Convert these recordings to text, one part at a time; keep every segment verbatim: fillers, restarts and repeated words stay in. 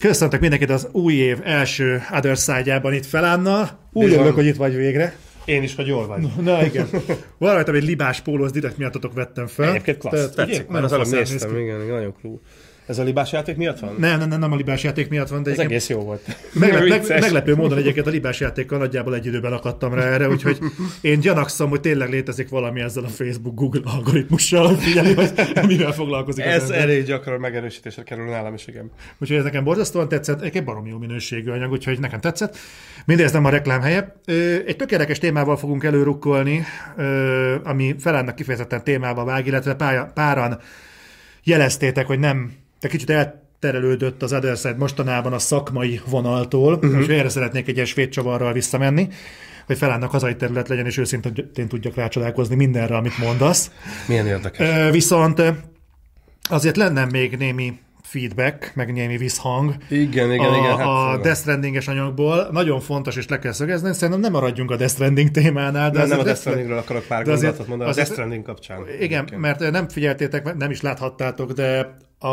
Köszöntök mindenkit az új év első Other Side-jában itt Felánnal. Úgy örülök, hogy itt vagy végre. Én is, hogy jól vagy. Na igen. Van rajtam egy libás pólóz, direkt miattatok vettem fel. Egyébként klassz. Tetszik, mert az alatt néztem. Igen, nagyon cool. Ez a libás játék miatt van? Nem, nem, nem, nem a libás játék miatt van. De ez egész jó volt. Meglep, meg, meglepő módon egyébként a libás játékkal nagyjából egy időben akadtam rá erre, úgyhogy én gyanakszom, hogy tényleg létezik valami ezzel a Facebook Google algoritmussal, figyelni, hogy mivel foglalkozik. Ez elég gyakran megerősítésre kerül nálam is, igen. Úgyhogy ez nekem borzasztóan tetszett, egy baromi jó minőségű anyag, úgyhogy nekem tetszett. Mindez nem a reklám helye. Egy tök érdekes témával fogunk előrukkolni, ami Felánnak kifejezetten témába vág, illetve páran jeleztétek, hogy nem, de kicsit elterelődött az Other Side mostanában a szakmai vonaltól, uh-huh. és erre szeretnék egy ilyen svéd csavarral visszamenni, hogy Felánnak hazai terület legyen, és őszintén tudjak rácsodálkozni mindenre, amit mondasz. Milyen érdekes. Viszont azért lenne még némi feedback, meg némi visszhang igen, igen, a, igen, hát a Death Stranding-es anyagból. Nagyon fontos, és le kell szögezni, szerintem nem maradjunk a Death Stranding témánál. De nem, nem a Death Strandingről akarok pár gondolatot mondani, a Death Stranding kapcsán. Igen, igen, mert nem figyeltétek, nem is láthattátok, de a,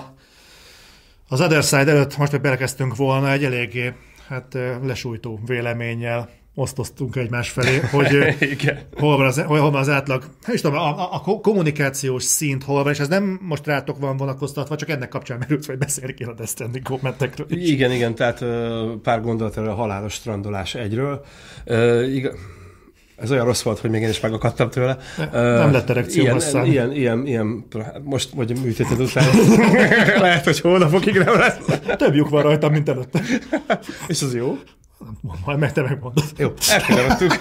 az Other Side előtt most meg belekezdtünk volna egy eléggé hát, lesújtó véleménnyel osztoztunk egymás felé, hogy hol, van az, hol van az átlag, nem is tudom, a, a kommunikációs szint hol van, és ez nem most rátok van vonakoztatva, csak ennek kapcsán merült, hogy beszéljük én a Death Stranding kommentekről is. Igen, igen, tehát pár gondolat erről a halálos strandolás egyről. Uh, igen. Ez olyan rossz volt, hogy még én is megakadtam tőle. Nem lett erekció ilyen, hosszán. Ilyen, ilyen, ilyen, most vagy műtéted után. Lehet, hogy hónapokig nem lesz. Több lyuk van rajtam, mint előtte. És az jó? Majd meg te megmondod. Jó, elkezdődtük.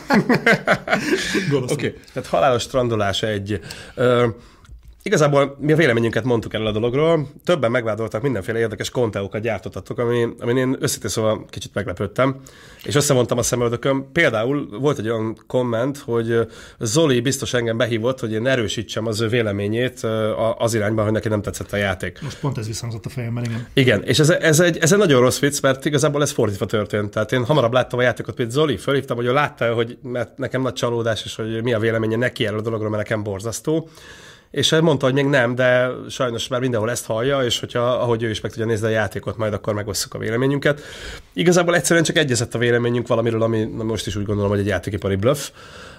Oké, okay. Tehát halálos strandolás egy... Uh, Igazából mi a véleményünket mondtuk erről a dologról, többen megvádoltak, mindenféle érdekes konteókat gyártottatok, ami, amin én összintén szóval kicsit meglepődtem, és összevontam a szemöldököm. Például volt egy olyan komment, hogy Zoli biztos engem behívott, hogy én erősítsem az ő véleményét az irányban, hogy neki nem tetszett a játék. Most pont ez visszhangzott a fejemben, igen. Igen, és ez, ez, egy, ez egy nagyon rossz vicc, mert igazából ez fordítva történt. Tehát én hamarabb láttam a játékot, mint Zoli, fölhívtam, hogy ő látta, hogy mert nekem nagy csalódás, és hogy mi a véleménye neki erről a dologról, mert nekem borzasztó. És mondta, hogy még nem, de sajnos már mindenhol ezt hallja, és hogyha, ahogy ő is meg tudja nézni a játékot, majd akkor megosszuk a véleményünket. Igazából egyszerűen csak egyezett a véleményünk valamiről, ami most is úgy gondolom, hogy egy játékipari bluff.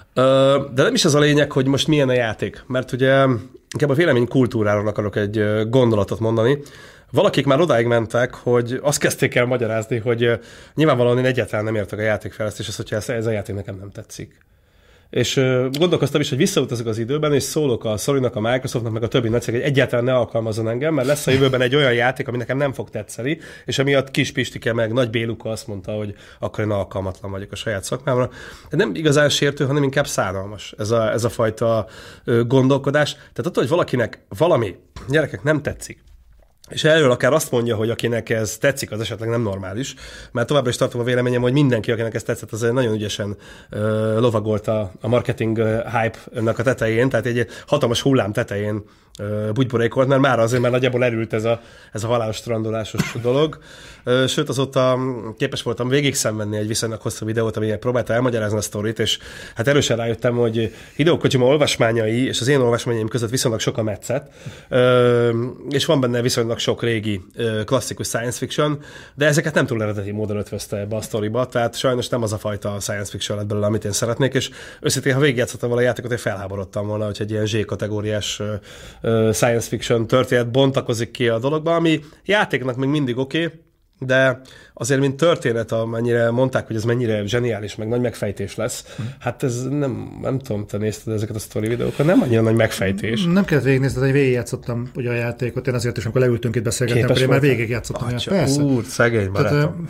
De nem is az a lényeg, hogy most milyen a játék, mert ugye inkább a vélemény kultúráról akarok egy gondolatot mondani. Valakik már odáig mentek, hogy azt kezdték el magyarázni, hogy nyilvánvalóan én egyáltalán nem értek a játékfejlesztéshez, hogyha ez, ez a játék nekem nem tetszik. És uh, gondolkoztam is, hogy visszautazok az időben, és szólok a Sony-nak, a Microsoftnak, meg a többi nagy cég, hogy egyáltalán ne alkalmazzon engem, mert lesz a jövőben egy olyan játék, ami nekem nem fog tetszeni, és amiatt Kis Pistike meg Nagy Béluka azt mondta, hogy akkor én alkalmatlan vagyok a saját szakmámra. De nem igazán sértő, hanem inkább szánalmas ez a, ez a fajta uh, gondolkodás. Tehát attól, hogy valakinek valami, gyerekek, nem tetszik, és erről akár azt mondja, hogy akinek ez tetszik, az esetleg nem normális, mert továbbra is tartom a véleményem, hogy mindenki, akinek ez tetszett, az nagyon ügyesen uh, lovagolt a, a marketing uh, hype-nak a tetején, tehát egy hatalmas hullám tetején uh, bugyborékolt, mert már azért már nagyjából erült ez a, ez a halálos strandolásos dolog. Uh, sőt, azóta képes voltam végig szenvedni egy viszonylag hosszú videót, amilyen próbálta elmagyarázni a sztorit, és hát erősen rájöttem, hogy Hideo Kojima olvasmányai és az én olvasmányaim között viszonylag sok a metszet, uh, és van benne viszonylag sok régi klasszikus science fiction, de ezeket nem túl eredeti módon ötvözte ebbe a sztoriba, tehát sajnos nem az a fajta science fiction lett belőle, amit én szeretnék, és őszintén, ha végigjátszottam volna a játékot, én felháborodtam volna, hogy egy ilyen Z-kategóriás science fiction történet bontakozik ki a dologba, ami játéknak még mindig oké, okay, de azért, mint történet, amennyire mondták, hogy ez mennyire zseniális, meg nagy megfejtés lesz, hát ez nem, nem tudom, te nézted ezeket a sztori videókat, nem annyira nagy megfejtés. Nem kellett végignézni, hogy végigjátszottam ugye a játékot, én azért is, amikor leültünk itt beszélgetni, akkor én már végigjátszottam. Atya, persze. Úr, szegény barátom.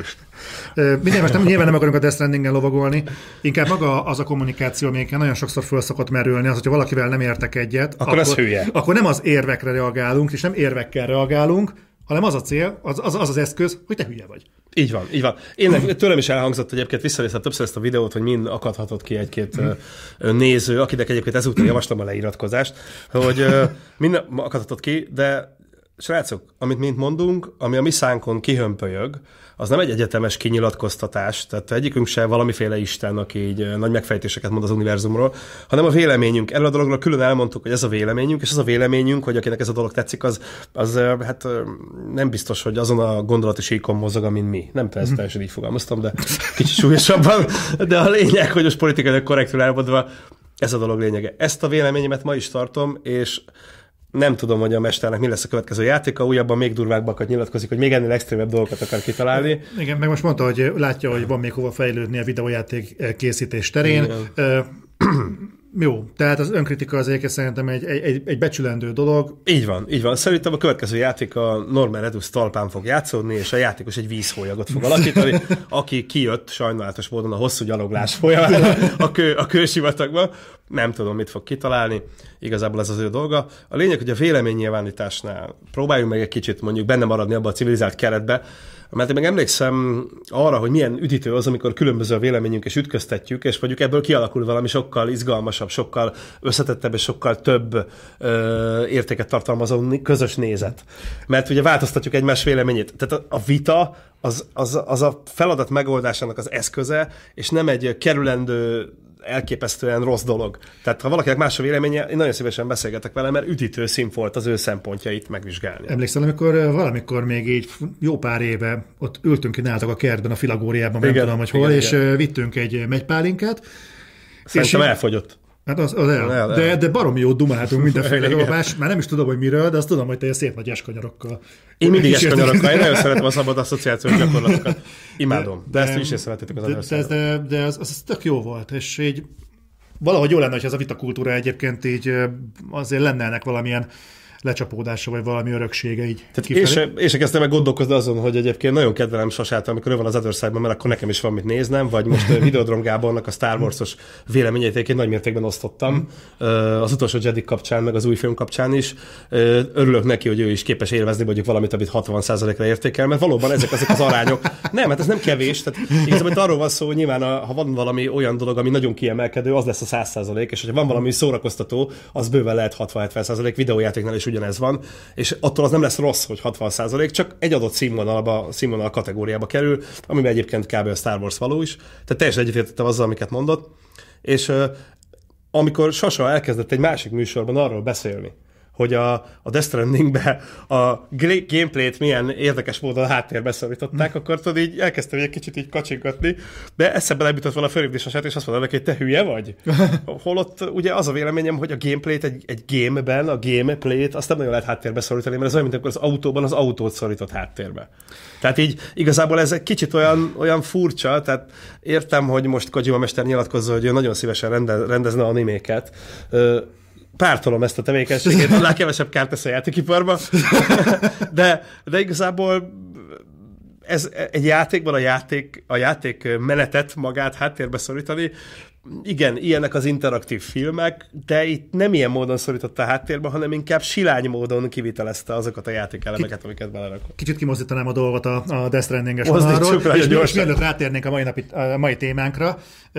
Minden most nem, nyilván nem akarunk a Death Strandingen lovagolni, inkább maga az a kommunikáció, amelyeken nagyon sokszor föl szokott merülni, az, hogyha valakivel nem értek egyet, akkor, akkor, az hülye. Akkor nem az érvekre reagálunk, és nem érvekkel reagálunk, hanem az a cél, az az, az, az eszköz, hogy te hülye vagy. Így van, így van. Én tőlem is elhangzott, hogy egyébként visszanéztem többször ezt a videót, hogy mind akadhatott ki egy-két mm. néző, akinek egyébként ezúttal javaslom a leiratkozást, hogy mind akadhatott ki, de srácok, amit mint mondunk, ami a mi szánkon kihömpölyög, az nem egy egyetemes kinyilatkoztatás, tehát egyikünk se valamiféle isten, aki így nagy megfejtéseket mond az univerzumról, hanem a véleményünk. Erről a dologról külön elmondtuk, hogy ez a véleményünk, és az a véleményünk, hogy akinek ez a dolog tetszik, az, az hát nem biztos, hogy azon a gondolati síkon mozog, mint mi. Nem teljesen, teljesen így fogalmaztam, de kicsit súlyosabban. De a lényeg, hogy most politikailag korrektül elmondva, ez a dolog lényege. Ezt a véleményemet ma is tartom, és nem tudom, hogy a mesternek mi lesz a következő játéka, újabban még durvábbakat nyilatkozik, hogy még ennél extrémebb dolgokat akar kitalálni. Igen, meg most mondta, hogy látja, hogy van még hova fejlődni a videójáték készítés terén. Jó, tehát az önkritika azért szerintem egy, egy, egy becsülendő dolog. Így van, így van. Szerintem a következő játék a Norman Reedus talpán fog játszódni, és a játékos egy vízhólyagot fog alakítani, aki kijött sajnálatos módon a hosszú gyaloglás folyamán a, kő, a kősivatagban. Nem tudom, mit fog kitalálni. Igazából ez az ő dolga. A lényeg, hogy a véleménynyilvánításnál próbáljunk meg egy kicsit mondjuk benne maradni abba a civilizált keretbe, mert én meg emlékszem arra, hogy milyen üdítő az, amikor különböző a véleményünk és ütköztetjük, és mondjuk ebből kialakul valami sokkal izgalmasabb, sokkal összetettebb és sokkal több ö, értéket tartalmazó közös nézet. Mert ugye változtatjuk egymás véleményét. Tehát a, a vita az, az, az a feladat megoldásának az eszköze, és nem egy kerülendő elképesztően rossz dolog. Tehát ha valakinek más a véleménye, én nagyon szívesen beszélgetek vele, mert üdítő szín volt az ő szempontjait megvizsgálni. Emlékszel, amikor valamikor még így jó pár éve ott ültünk, itt álltak a kertben, a Filagóriában, nem tudom, hogy hol, igen, és igen. vittünk egy megybálinkát. Szerintem és elfogyott. Hát az, az el. el, el. De, de baromi jót dumáltunk mindenféle dolgás. Már nem is tudom, hogy miről, de azt tudom, hogy te szép nagy eskanyarokkal. Én mindig eskanyarokkal. Én nagyon szeretem a szabad asszociációs gyakorlatokat. Imádom. De, de ezt is észrevettétek az először. De, de, de az, az tök jó volt. És így valahogy jó lenne, hogy ez a vitakultúra egyébként így azért lenne ennek valamilyen lecsapódása, vagy valami öröksége így. És, és kezdtem meg gondolkozni azon, hogy egyébként nagyon kedvelem Sasát, amikor ő van az Other Side-ban, mert akkor nekem is van mit néznem, vagy most Videodrom Gábornak a Star Wars-os véleményeit egyébként nagy mértékben osztottam. Az utolsó Jedi kapcsán, meg az új film kapcsán is. Örülök neki, hogy ő is képes élvezni mondjuk valamit, amit hatvan százalékra értékel, mert valóban ezek azok az arányok. Nem, hát ez nem kevés. Tehát igazából arról van szó, hogy nyilván a, ha van valami olyan dolog, ami nagyon kiemelkedő, az lesz a száz százalék, és hogyha van valami szórakoztató, az bőven lehet hatvan-hetven százalék, videójátéknál is ugyanez van, és attól az nem lesz rossz, hogy hatvan százalék, csak egy adott színvonalba, színvonal kategóriába kerül, amiben egyébként kb. A Star Wars való is. Tehát teljesen egyetértettem azzal, amiket mondott, és uh, amikor Sasa elkezdett egy másik műsorban arról beszélni, hogy a, a Death Strandingbe a gameplayt milyen érdekes módon a háttérbe szorították, mm. akkor tudod, így elkezdtem egy kicsit így kacsingatni, de eszembe nem jutott volna fölhívni Sasát, és azt mondom neki, hogy te hülye vagy? Holott ugye az a véleményem, hogy a gameplayt egy, egy gameben, a gameplayt azt nem nagyon lehet háttérbe szorítani, mert ez olyan, mint amikor az autóban az autót szorított háttérbe. Tehát így igazából ez egy kicsit olyan, olyan furcsa, tehát értem, hogy most Kojima mester nyilatkozza, hogy ő nagyon szívesen rende, rendezne animéket, pártolom ezt a tevékenységet, annál kevesebb kárt tesz a játékiparba, de, de igazából ez egy játékban a játék, a játék menetet magát háttérbe szorítani, igen, ilyenek az interaktív filmek, de itt nem ilyen módon szorította a háttérbe, hanem inkább silány módon kivitelezte azokat a játékelemeket, amiket belerakott. Kicsit kimozdítanám a dolgot a, a Death Stranding-es vonalról, és, és mielőtt rátérnénk a mai, napi, a mai témánkra,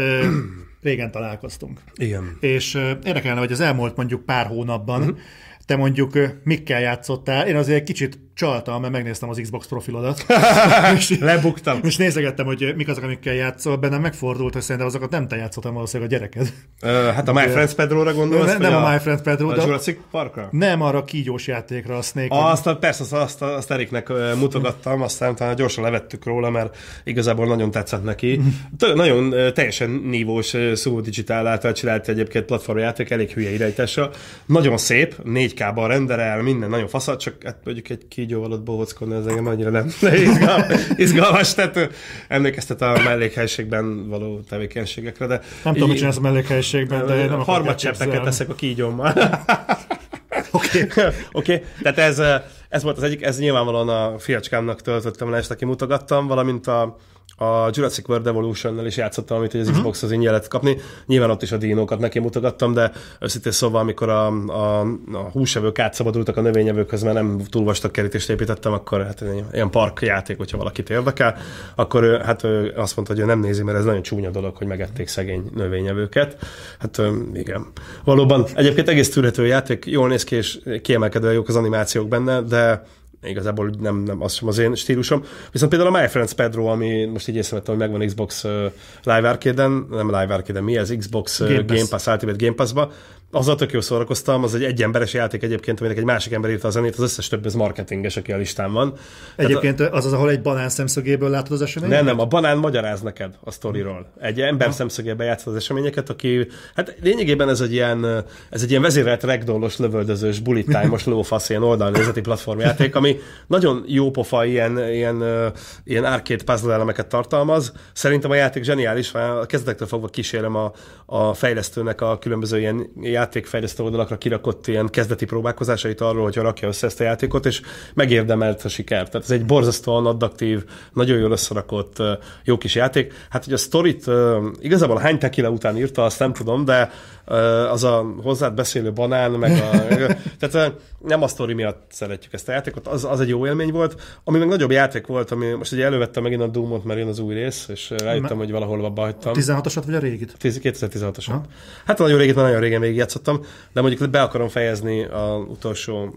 régen találkoztunk. Igen. És érdekelne, hogy az elmúlt mondjuk pár hónapban uh-huh. te mondjuk mikkel játszottál. Én azért kicsit csaltam, mert megnéztem az Xbox profilodat. és, Lebuktam. És nézegettem, hogy mik azok, amikkel játszol. Bennem megfordult, hogy szerintem azokat nem te játszottam, valószínűleg a gyereked. Uh, hát a My Friends Pedro-ra gondolsz? Ne, nem a, a My Friends Pedro, a de Jurassic Parkra? Nem, arra a kígyós játékra, a Snake. Ah, azt, persze, azt, azt, azt Eriknek mutogattam, aztán talán gyorsan levettük róla, mert igazából nagyon tetszett neki. T- nagyon teljesen nívós Sumo Digital által csinált egyébként platformjáték, elég hülye irányítása. Nagyon szép, négy ká-ban renderel, minden nagyon faszat, csak hát mondjuk egy kígyóval ott bohóckodni, ez engem annyira nem izgalmas, izgalmas, tehát emlékeztet a mellékhelyiségben való tevékenységekre, de... Nem így, tudom, mit csinálsz a mellékhelyiségben, de nem harmadcseppeket teszek a kígyómmal. Oké. Okay. okay. Tehát ez, ez volt az egyik, ez nyilvánvalóan a fiacskámnak töltöttem le, és neki mutogattam, valamint a, a Jurassic World Evolution-nel is játszottam, amit az Xbox az ingyen lehet kapni. Nyilván ott is a dinókat neki mutogattam, de őszintén szóval, amikor a, a, a húsevők átszabadultak a növényevőkhöz, mert nem túl vastag kerítést építettem, akkor hát ilyen parkjáték, hogyha valakit érdekel, akkor hát ő azt mondta, hogy ő nem nézi, mert ez nagyon csúnya dolog, hogy megették szegény növényevőket. Hát igen. Valóban egyébként egész tűrhető játék, jól néz ki, és kiemelkedően jók az animációk benne, de igazából nem, nem az sem az én stílusom. Viszont például a My Friends Pedro, ami most így észrevettem, hogy megvan Xbox uh, Live Arcade-en, nem Live Arcade-en, mi ez? Xbox uh, Game, Pass. Game Pass, Ultimate Game Pass-ba. Azzal tök jól szórakoztam, az egy egyemberes játék egyébként, aminek egy másik ember írta a zenét, az összes több az marketinges, aki a listán van. Egyébként az az, ahol egy banán szemszögéből látod az eseményeket? Nem, nem, a banán magyaráz neked a sztoriról. Egy ember szemszögében játszod az eseményeket, aki, hát lényegében ez egy ilyen, ez egy ilyen vezérelt ragdollos, lövöldözős, bullet time-os lófasz, ilyen oldalnézeti platformjáték, ami nagyon jó pofa, ilyen, ilyen, ilyen arcade puzzle elemeket tartalmaz. Szerintem a játék zseniális, mert a kezdetektől fogva kísérem a, a fejlesztőnek a különböző ilyen játékfejlesztő oldalakra kirakott ilyen kezdeti próbálkozásait arról, hogyha rakja össze ezt a játékot, és megérdemelt a sikert. Tehát ez egy borzasztóan addaktív, nagyon jól összerakott, jó kis játék. Hát, hogy a sztorit igazából hány tequila után írta, azt nem tudom, de az a hozzád beszélő banán, meg a... tehát nem a sztori miatt szeretjük ezt a játékot, az, az egy jó élmény volt. Ami meg nagyobb játék volt, ami most ugye elővettem megint a Doom-ot, mert jön az új rész, és rájöttem, hogy valahol abba hagytam. tizenhatosat vagy a régit? kétezer-tizenhatosat. Ha? Hát a nagyon régit, mert nagyon régen végigjátszottam, de mondjuk be akarom fejezni az utolsó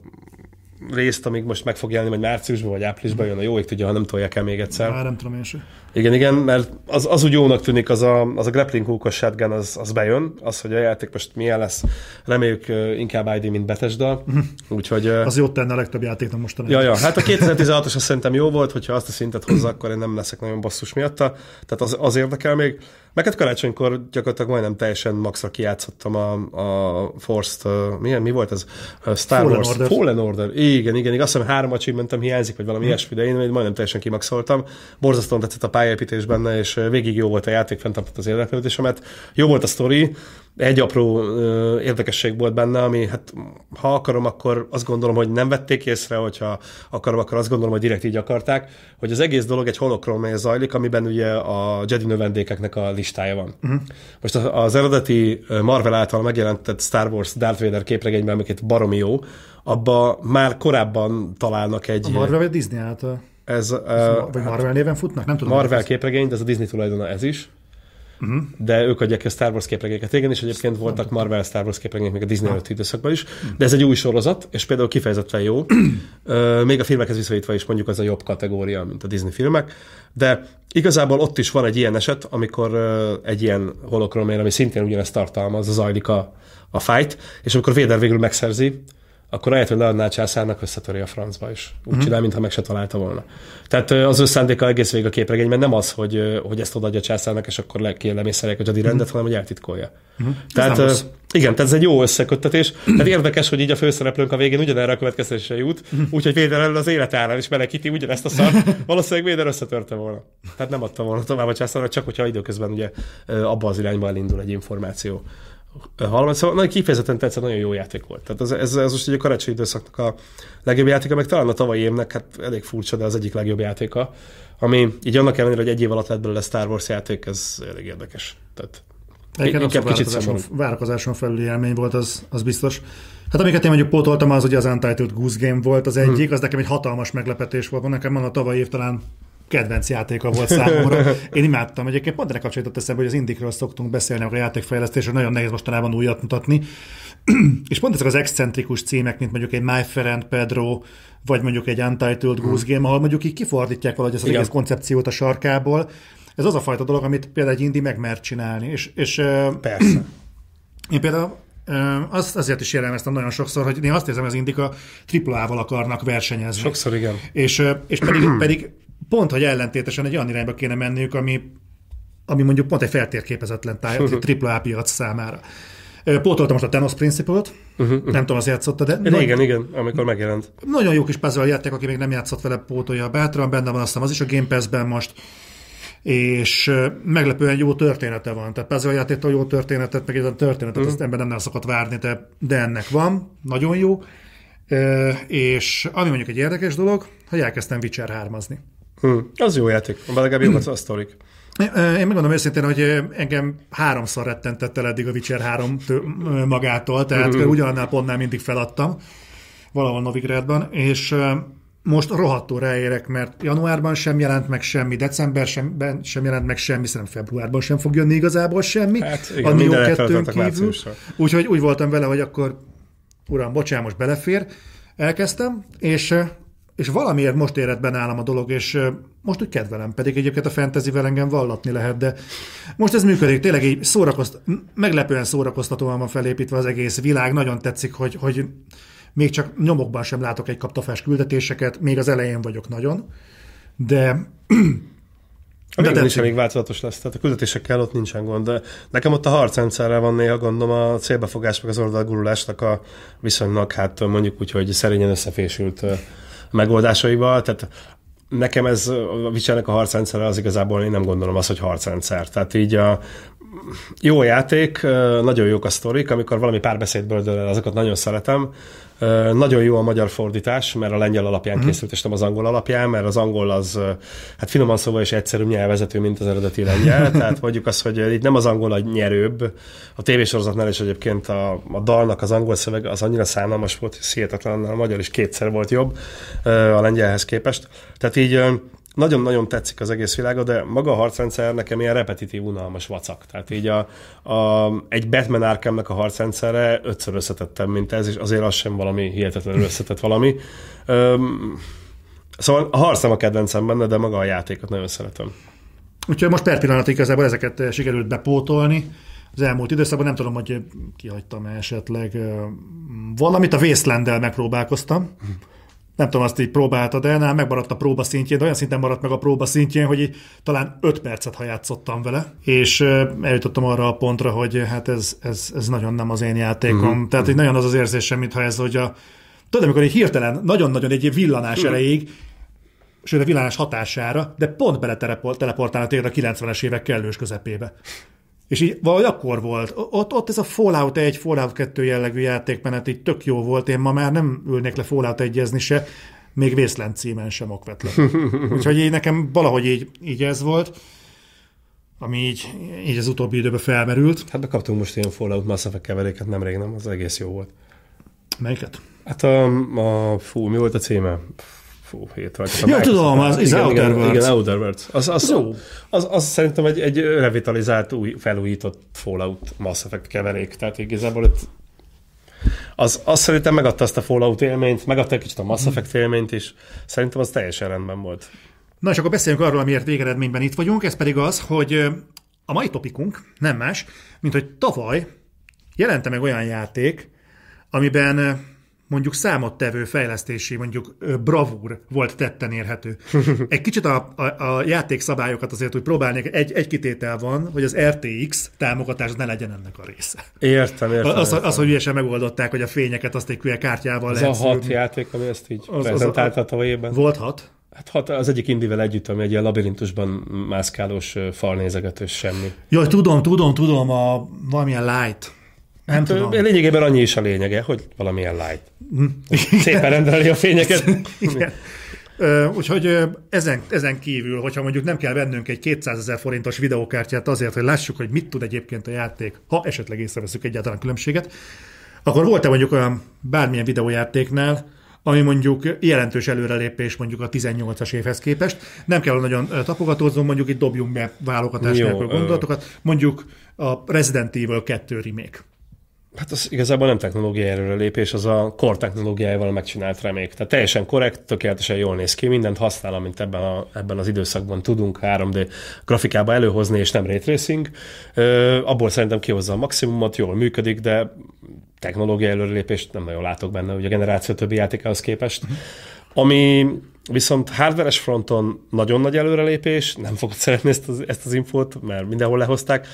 részt, amíg most meg fog jelenni, vagy márciusban, vagy áprilisban jön, a jó ég tudja, ha nem tolják el még egyszer. Már nem tudom én sem. Igen, igen, mert az, az úgy jónak tűnik, az a, az a grappling hookos shotgun, az, az bejön, az, hogy a játék most milyen lesz, reméljük inkább I D, mint Bethesda, úgyhogy... Az jót tenne a legtöbb játéknak mostanában. Ja, ja, hát a kétezer-tizenhatos az szerintem jó volt, hogyha azt a szintet hozza, akkor én nem leszek nagyon basszus miatta, tehát az, az érdekel még. Meg hát karácsonykor gyakorlatilag majdnem teljesen maxra kijátszottam a, a Forced, uh, milyen, mi volt ez? A Star Fallen Wars Order. Fallen Order. Igen, igen, igen. Azt hiszem három achievementem hiányzik, vagy valami hmm. ilyesmi, de én majdnem teljesen kimaxoltam. Borzasztóan tetszett a pályaépítés benne, és végig jó volt a játék, fenntartott az érdeklődésemet. Jó volt a sztori, egy apró uh, érdekesség volt benne, ami hát ha akarom, akkor azt gondolom, hogy nem vették észre, hogyha akarom, akkor azt gondolom, hogy direkt így akarták, hogy az egész dolog egy holokromé zajlik, amiben ugye a Jedi növendékeknek a listája van. Uh-huh. Most az eredeti Marvel által megjelentett Star Wars Darth Vader képregényben, amiket baromi jó, abba már korábban találnak egy... A Marvel vagy Disney által? Ez, uh, vagy Marvel hát, néven futnak? Nem tudom. Marvel képregény, de ez a Disney tulajdona ez is. Uh-huh. De ők adják a Star Wars képregényeket. Igen, és egyébként Ezt voltak Marvel Star Wars képregények még a Disney előtti időszakban is. De ez egy új sorozat, és például kifejezetten jó. Még a filmekhez viszonyítva is mondjuk az a jobb kategória, mint a Disney filmek. De igazából ott is van egy ilyen eset, amikor egy ilyen holokromér, ami szintén ugyanezt tartalmaz, az zajlik a, a fight, és amikor Vader végül megszerzi, akkor ahelyett, hogy leadná a császárnak, összetöri a francba is. Úgy mm. csinál, mintha meg se találta volna. Tehát az ő szándéka egész végig a képregényben nem az, hogy, hogy ezt odaadja a császárnak, és akkor le, lemészárják a Jedi rendet, mm. hanem hogy eltitkolja. Mm. Tehát uh, igen, tehát ez egy jó összeköttetés. Tehát érdekes, hogy így a főszereplőnk a végén ugyanerre a következtetésre jut, mm. úgyhogy Vader elől az élet árán is menekíti ugyanezt a szart. Valószínűleg Vader összetörte volna. Tehát nem adta volna tovább a császárnak, csak hogyha időközben ugye abba az irányba elindul egy információ. Hallom, szóval nagyon kifejezetten tetszett, nagyon jó játék volt. Tehát ez, ez, ez most egy a karácsonyi időszaknak a legjobb játéka, meg talán a tavalyi évnek, hát elég furcsa, de az egyik legjobb játéka, ami így annak ellenére, hogy egy év alatt lett belőle Star Wars játék, ez elég érdekes. Tehát inkább kicsit várakozáson, várakozáson felüli élmény volt, az, az biztos. Hát amiket én mondjuk pótoltam, az ugye az Untitled Goose Game volt az egyik, hmm. az nekem egy hatalmas meglepetés volt. Nekem van a tavalyi év talán kedvenc játéka volt számomra. Én imádtam. Egyébként pont ennek kapcsolatot eszembe, hogy az indikről szoktunk beszélni, a játékfejlesztésről nagyon nehéz mostanában újat mutatni. És pont ezek az excentrikus címek, mint mondjuk egy My Friend Pedro, vagy mondjuk egy Untitled Goose Game, ahol mondjuk így kifordítják valahogy ezt az egész koncepciót a sarkából. Ez az a fajta dolog, amit például egy indie meg mer csinálni. És, és persze. Én például azt azért is jellemeztem nagyon sokszor, hogy én azt érzem, hogy az indik a tripla á-val akarnak versenyezni. Sokszor igen. És, és pedig, pedig pont, hogy ellentétesen egy olyan irányba kéne menniük, ami, ami mondjuk pont egy feltérképezetlen tripla á piac számára. Pótoltam most a Tenos Principle-t, uh-huh, uh-huh. nem tudom, az játszotta, de... Igen, nagy... igen, amikor megjelent. Nagyon jó kis puzzle játék, aki még nem játszott vele, pótolja bátran, benne van aztán az is a Game Pass-ben most, és meglepően jó története van. Tehát puzzle játéktól jó történetet, meg egy történetet, uh-huh. azt ember nem szokott várni, de, de ennek van, nagyon jó. És ami mondjuk egy érdekes dolog, hogy elkezdtem Witcher hármazni. Hmm. Az jó játék, legalább jó a sztorik. Én megmondom őszintén, hogy engem háromszor rettentett el eddig a Witcher három magától, tehát mm-hmm. ugyanannál pontnál mindig feladtam, valahol Novigradban, és most rohadtul ráérek, mert januárban sem jelent meg semmi, decemberben sem jelent meg semmi, szerintem februárban sem fog jönni igazából semmi, hát, igen, a Nioh kettőn kívül. Úgyhogy úgy voltam vele, hogy akkor uram, bocsánat, most belefér, elkezdtem, és és valamiért most érett be nálam a dolog, és most úgy kedvelem, pedig egyébként a fantasyvel engem vallatni lehet, de most ez működik, tényleg így szórakozt, meglepően szórakoztatóan van felépítve az egész világ, nagyon tetszik, hogy, hogy még csak nyomokban sem látok egy kaptafás küldetéseket, még az elején vagyok nagyon, de... A végén is elég változatos lesz, tehát a küldetésekkel ott nincsen gond, de nekem ott a harcrendszerrel van néha gondom a célbefogás meg az oldalgurulásnak a viszonylag, hát mondjuk úgy, hogy szerényen összefésült megoldásaival, tehát nekem ez a Witchernek a harcrendszerre az igazából én nem gondolom azt, hogy harcrendszer. Tehát így a jó játék, nagyon jók a sztorik, amikor valami párbeszédből dől el, azokat nagyon szeretem. Nagyon jó a magyar fordítás, mert a lengyel alapján mm. készült, és nem az angol alapján, mert az angol az, hát finoman szóval is egyszerűbb nyelvezető, mint az eredeti lengyel. Tehát mondjuk azt, hogy itt nem az angol a nyerőbb. A tévésorozatnál is egyébként a, a dalnak az angol szöveg az annyira szánalmas volt, hogy hihetetlen, a magyar is kétszer volt jobb a lengyelhez képest. Tehát így nagyon-nagyon tetszik az egész világa, de maga a harcrendszer nekem ilyen repetitív, unalmas vacak. Tehát így a, a, egy Batman Arkhamnek a harcrendszerre ötször összetettem, mint ez, és azért az sem valami hihetetlenül összetett valami. Üm, szóval a harc nem a kedvencem benne, de maga a játékot nagyon szeretem. Úgyhogy most per pillanat igazából ezeket sikerült bepótolni. Az elmúlt időszakban nem tudom, hogy kihagytam esetleg valamit. A Wastelanddel megpróbálkoztam. Nem tudom, azt így próbáltad el, nálam megmaradt a próba szintjén, de olyan szinten maradt meg a próba szintjén, hogy így talán öt percet, ha játszottam vele, és eljutottam arra a pontra, hogy hát ez, ez, ez nagyon nem az én játékom. Uh-huh. Tehát így nagyon az az érzésem, mintha ez, hogy a, tudod, amikor egy hirtelen, nagyon-nagyon egy villanás uh-huh. erejéig, sőt a villanás hatására, de pont beleteleportálna tényleg a kilencvenes évek kellős közepébe. És így valahogy akkor volt. Ott, ott ez a Fallout egy, Fallout kettő jellegű játékmenet így tök jó volt. Én ma már nem ülnék le Fallout egyezni se, még Wasteland címen sem okvetlen. Úgyhogy így nekem valahogy így, így ez volt, ami így, így az utóbbi időben felmerült. Hát bekaptunk most ilyen Fallout Mass Effect keveréket nemrég, nem? Az egész jó volt. Melyiket? Hát a, a fú, mi volt a címe? Fú, hét vagy. Ja, tudom, az, az Outer Worlds. Igen, Outer Worlds. Az, az, az, az, az szerintem egy, egy revitalizált, új, felújított Fallout Mass Effect keverék. Tehát igazából itt az, az szerintem megadta azt a Fallout élményt, megadta egy kicsit a Mass Effect élményt is. Szerintem az teljesen rendben volt. Na és akkor beszéljünk arról, amiért végeredményben itt vagyunk. Ez pedig az, hogy a mai topikunk nem más, mint hogy tavaly jelente meg olyan játék, amiben mondjuk számottevő fejlesztési, mondjuk bravúr volt tetten érhető. Egy kicsit a, a, a játékszabályokat azért úgy próbálnék, egy, egy kitétel van, hogy az er té iksz támogatás ne legyen ennek a része. Értem, értem. Az, értem. az hogy ügyesen megoldották, hogy a fényeket azt egy kártyával lehet. Ez a hat játék, ami ezt így prezentálta a tavalyében. Volt hat? Hát hat, az egyik indivel együtt, ami egy ilyen labirintusban mászkálós, falnézegetős semmi. Jaj, tudom, tudom, tudom, a valamilyen light. Nem hát, tudom. Lényegében annyi is a lényege, hogy valamilyen light. Szépen rendelni a fényeket. Igen. Úgyhogy ezen, ezen kívül, hogyha mondjuk nem kell vennünk egy kétszázezer forintos videókártyát azért, hogy lássuk, hogy mit tud egyébként a játék, ha esetleg észreveszünk egyáltalán különbséget, akkor volt-e mondjuk olyan bármilyen videójátéknál, ami mondjuk jelentős előrelépés mondjuk a tizennyolcas évhez képest. Nem kell nagyon tapogatózzon, mondjuk itt dobjunk be válogatás nélkül gondolatokat. Mondjuk a Resident Evil kettő remake. Hát az igazából nem technológiai előrelépés, az a core technológiájával megcsinált remake. Tehát teljesen korrekt, tökéletesen jól néz ki, mindent használ, amit ebben, a, ebben az időszakban tudunk három dé grafikába előhozni, és nem ray tracing. Ö, abból szerintem kihozza a maximumot, jól működik, de technológiai előrelépést nem nagyon látok benne, ugye a generáció többi játékához képest. Uh-huh. Ami viszont hardveres fronton nagyon nagy előrelépés, nem fogod szeretni ezt az, ezt az infót, mert mindenhol lehozták.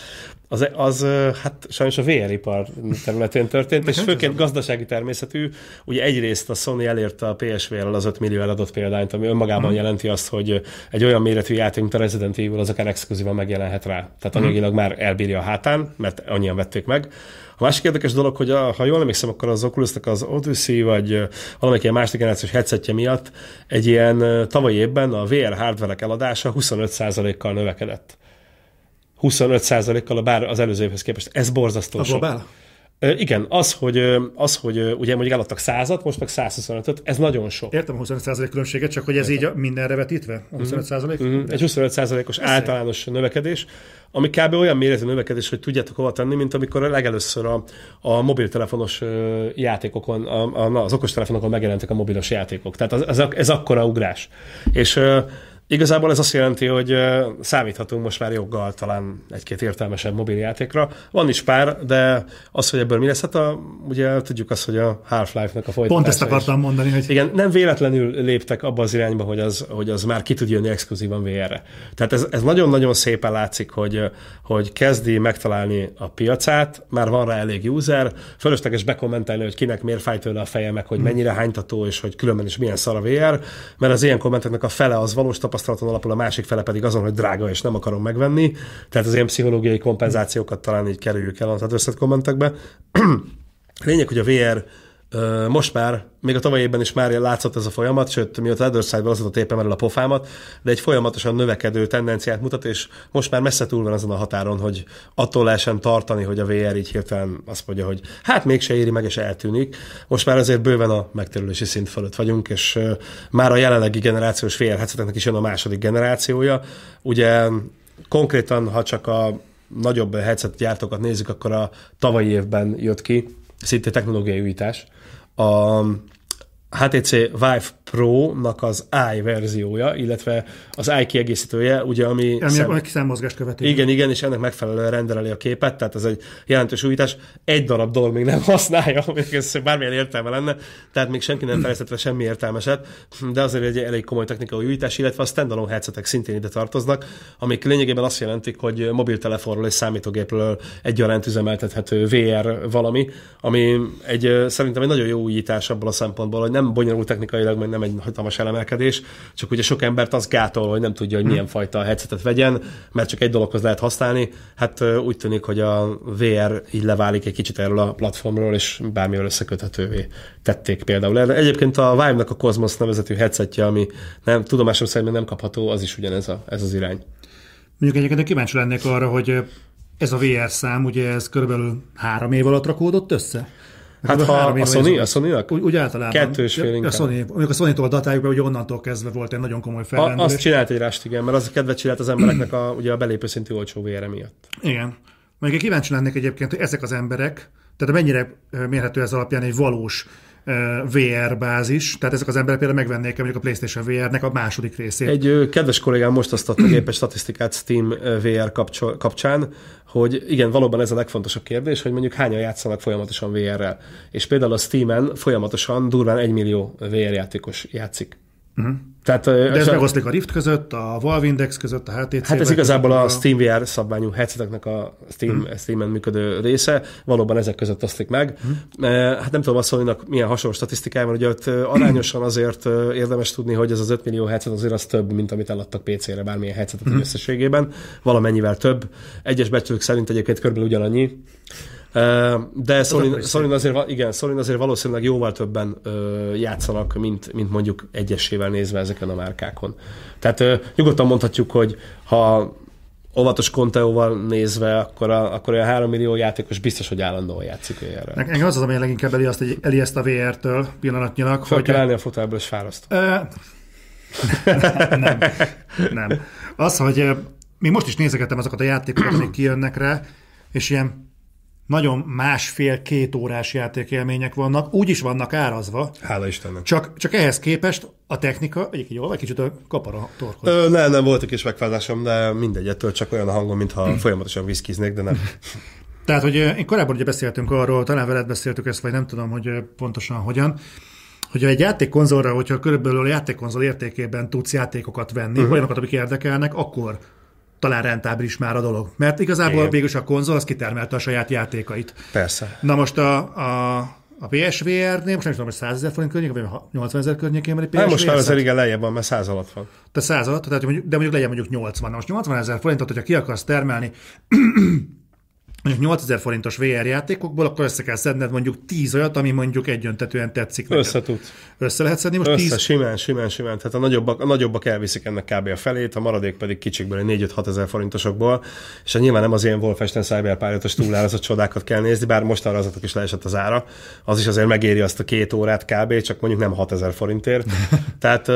az, az hát sajnos a vé er-ipar területén történt, és főként gazdasági természetű. Ugye egyrészt a Sony elérte a pé es vé-rel az öt millió eladott példányt, ami önmagában hmm. jelenti azt, hogy egy olyan méretű játék, mint a Resident Evil, az akár exkluzívan megjelenhet rá. Tehát anyagilag hmm. már elbírja a hátán, mert annyian vették meg. A másik érdekes dolog, hogy a, ha jól emlékszem, akkor az Oculusnak az Odyssey, vagy valamelyik ilyen második generációs headsetje miatt egy ilyen tavalyi évben a vé er hardware-ek eladása huszonöt százalékkal növekedett. huszonöt százalékkal bár az előző évhez képest. Ez borzasztó sok. Globál? Igen, az, hogy, az, hogy ugye mondjuk eladtak százat, most meg százhuszonötöt, ez nagyon sok. Értem a huszonöt százalék különbséget, csak hogy ez Értem. így mindenre vetítve? A huszonöt százalék? Mm-hmm. Egy huszonöt százalékos általános szépen. növekedés, ami kb. Olyan méretű növekedés, hogy tudjátok hova tenni, mint amikor legelőször a, a mobiltelefonos játékokon, a, a, az okostelefonokon megjelentek a mobilos játékok. Tehát ez, ez, ez akkora ugrás. És igazából ez azt jelenti, hogy számíthatunk most már joggal talán egy-két értelmesebb mobiljátékra. Van is pár, de az, hogy ebből mi lesz, hát a, ugye tudjuk azt, hogy a Half-Life-nak a folytatása. Pont ezt akartam is. mondani, hogy... Igen, nem véletlenül léptek abba az irányba, hogy az, hogy az már ki tud jönni exkluzívan vé er-re. Tehát ez, ez nagyon-nagyon szépen látszik, hogy, hogy kezdi megtalálni a piacát, már van rá elég user, fölösleges bekommentelni, hogy kinek miért fáj tőle a feje, meg hogy mennyire hánytató, és hogy különben is milyen szar a vé er, mert az ilyen kommenteknek a fele az valós tapasztalaton alapul, a másik fele pedig azon, hogy drága és nem akarom megvenni. Tehát az ilyen pszichológiai kompenzációkat talán így kerüljük el az összet kommentekbe. Lényeg, hogy a vé er most már, még a tavalyi évben is már látszott ez a folyamat, sőt, mióta Etherside-vel az adott éppen el a pofámat, de egy folyamatosan növekedő tendenciát mutat, és most már messze túl van azon a határon, hogy attól lehessen tartani, hogy a vé er így hirtelen azt mondja, hogy hát mégse éri meg, és eltűnik. Most már azért bőven a megtérülési szint fölött vagyunk, és már a jelenlegi generációs vé er headseteknek is jön a második generációja. Ugye konkrétan, ha csak a nagyobb headset gyártókat nézzük, akkor a tavalyi évben jött ki szinte technológiai újítás. A há té cé Vive Pro-nak az i verziója, illetve az i kiegészítője, ugye, ami... Ami szem... szemmozgást követő. Igen, igen, és ennek megfelelően rendeleli a képet, tehát ez egy jelentős újítás. Egy darab dolog még nem használja, még ez bármilyen értelme lenne, tehát még senki nem fejlesztett semmi értelmeset, de azért egy elég komoly technikai újítás, illetve a standalone headsetek szintén ide tartoznak, amik lényegében azt jelentik, hogy mobiltelefonról és számítógépről egyaránt üzemeltethető vé er valami, ami egy, szerintem egy nagyon jó újítás abból a szempontból, hogy nem bonyolult technikailag, meg nem egy hatalmas elemelkedés, csak ugye sok embert az gátol, hogy nem tudja, hogy milyen fajta headsetet vegyen, mert csak egy dologhoz lehet használni. Hát úgy tűnik, hogy a vé er így leválik egy kicsit erről a platformról, és bármivel összeköthetővé tették például. Egyébként a Vive-nak a Cosmos nevezetű headsetje, ami nem, tudomásom szerint nem kapható, az is ugyanez a, ez az irány. Mondjuk egyébként kíváncsi lennék arra, hogy ez a vé er szám, ugye ez körülbelül három év alatt rakódott össze? Hát ha a, Sony, a Sony-nak? Úgy, úgy általában. Kettő és fél inkább. A Sony, mondjuk a Sony-tól datáljuk be, hogy onnantól kezdve volt egy nagyon komoly fellendülés. Azt csinált egy rást, igen, mert az kedvet csinált az embereknek a, ugye a belépő szintű olcsó vé er miatt. Igen. Mondjuk kíváncsi lennék egyébként, hogy ezek az emberek, tehát mennyire mérhető ez alapján egy valós vé er bázis, tehát ezek az emberek például megvennék mondjuk a PlayStation vé er-nek a második részét. Egy kedves kollégám most azt adta gépes statisztikát Steam vé er kapcsán, hogy igen, valóban ez a legfontosabb kérdés, hogy mondjuk hányan játszanak folyamatosan vé er-rel. És például a Steamen folyamatosan durván egy millió vé er játékos játszik. Uh-huh. Tehát, de ez megoszlik a Rift között, a Valve Index között, a há té cé. Hát ez igazából a Steam vé er szabványú headseteknek a Steam, uh-huh. Steam-en működő része, valóban ezek között oszlik meg. Uh-huh. Hát nem tudom, a Sony-nak milyen hasonló statisztikája van, hogy ott arányosan azért érdemes tudni, hogy ez az öt millió headset azért az több, mint amit eladtak pé cére, bármilyen headsetet uh-huh. összességében. Valamennyivel több. Egyes becslők szerint egyébként körülbelül ugyanannyi. De Sony, Sony azért, igen, Sony azért valószínűleg jóval többen ö, játszanak, mint, mint mondjuk egyesével nézve ezeken a márkákon. Tehát ö, nyugodtan mondhatjuk, hogy ha óvatos konteóval nézve, akkor a, akkor olyan három millió játékos biztos, hogy állandóan játszik vé er-rel. Engem az az, ami leginkább elijeszt a vé er-től pillanatnyilag. Fel kell állni a fotelből, és fáraszt. nem, nem. Az, hogy még most is nézegettem azokat a játékokat, amik kijönnek rá, és ilyen nagyon másfél-két órás játékélmények vannak, úgy is vannak árazva. Hála Istennek. Csak, csak ehhez képest a technika, egyébként jól, vagy kicsit a kapar a torkod. Ö, nem, nem volt egy kis megfázásom, de mindegy, ettől csak olyan a hangom, mintha hmm. folyamatosan viszkiznék, de nem. Tehát, hogy én korábban ugye beszéltünk arról, talán veled beszéltük ezt, vagy nem tudom, hogy pontosan hogyan, hogy egy játékkonzolra, hogyha körülbelül a játékkonzol értékében tudsz játékokat venni, uh-huh. olyanokat, amik érdekelnek, akkor talán rentábilis már a dolog. Mert igazából végülis a konzol az kitermelte a saját játékait. Persze. Na most a, a, a pé es vé er-nél, most nem tudom, hogy százezer forint környékén, vagy nyolcvan ezer környékén van egy pé es vé er. Hát most már azért igen lejjebb van, mert száz alatt van. Te száz alatt, tehát mondjuk, de mondjuk legyen mondjuk nyolcvan. Na most nyolcvan ezer forintot, hogyha ki akarsz termelni mondjuk nyolcezer forintos vé er játékokból, akkor össze kell szedned mondjuk tíz olyat, ami mondjuk egyöntetően tetszik neked. Össze tud. Össze lehet szedni most Össze, tíz? simán, simán, simán. Tehát a nagyobbak, a nagyobbak elviszik ennek kb. A felét, a maradék pedig kicsikből, négy-öt-hat ezer forintosokból, és nyilván nem az ilyen Wolfenstein Cyberpilot-os túlárazott csodákat kell nézni, bár most arra azoknak is leesett az ára. Az is azért megéri azt a két órát kb., csak mondjuk nem hatezer forintért. Tehát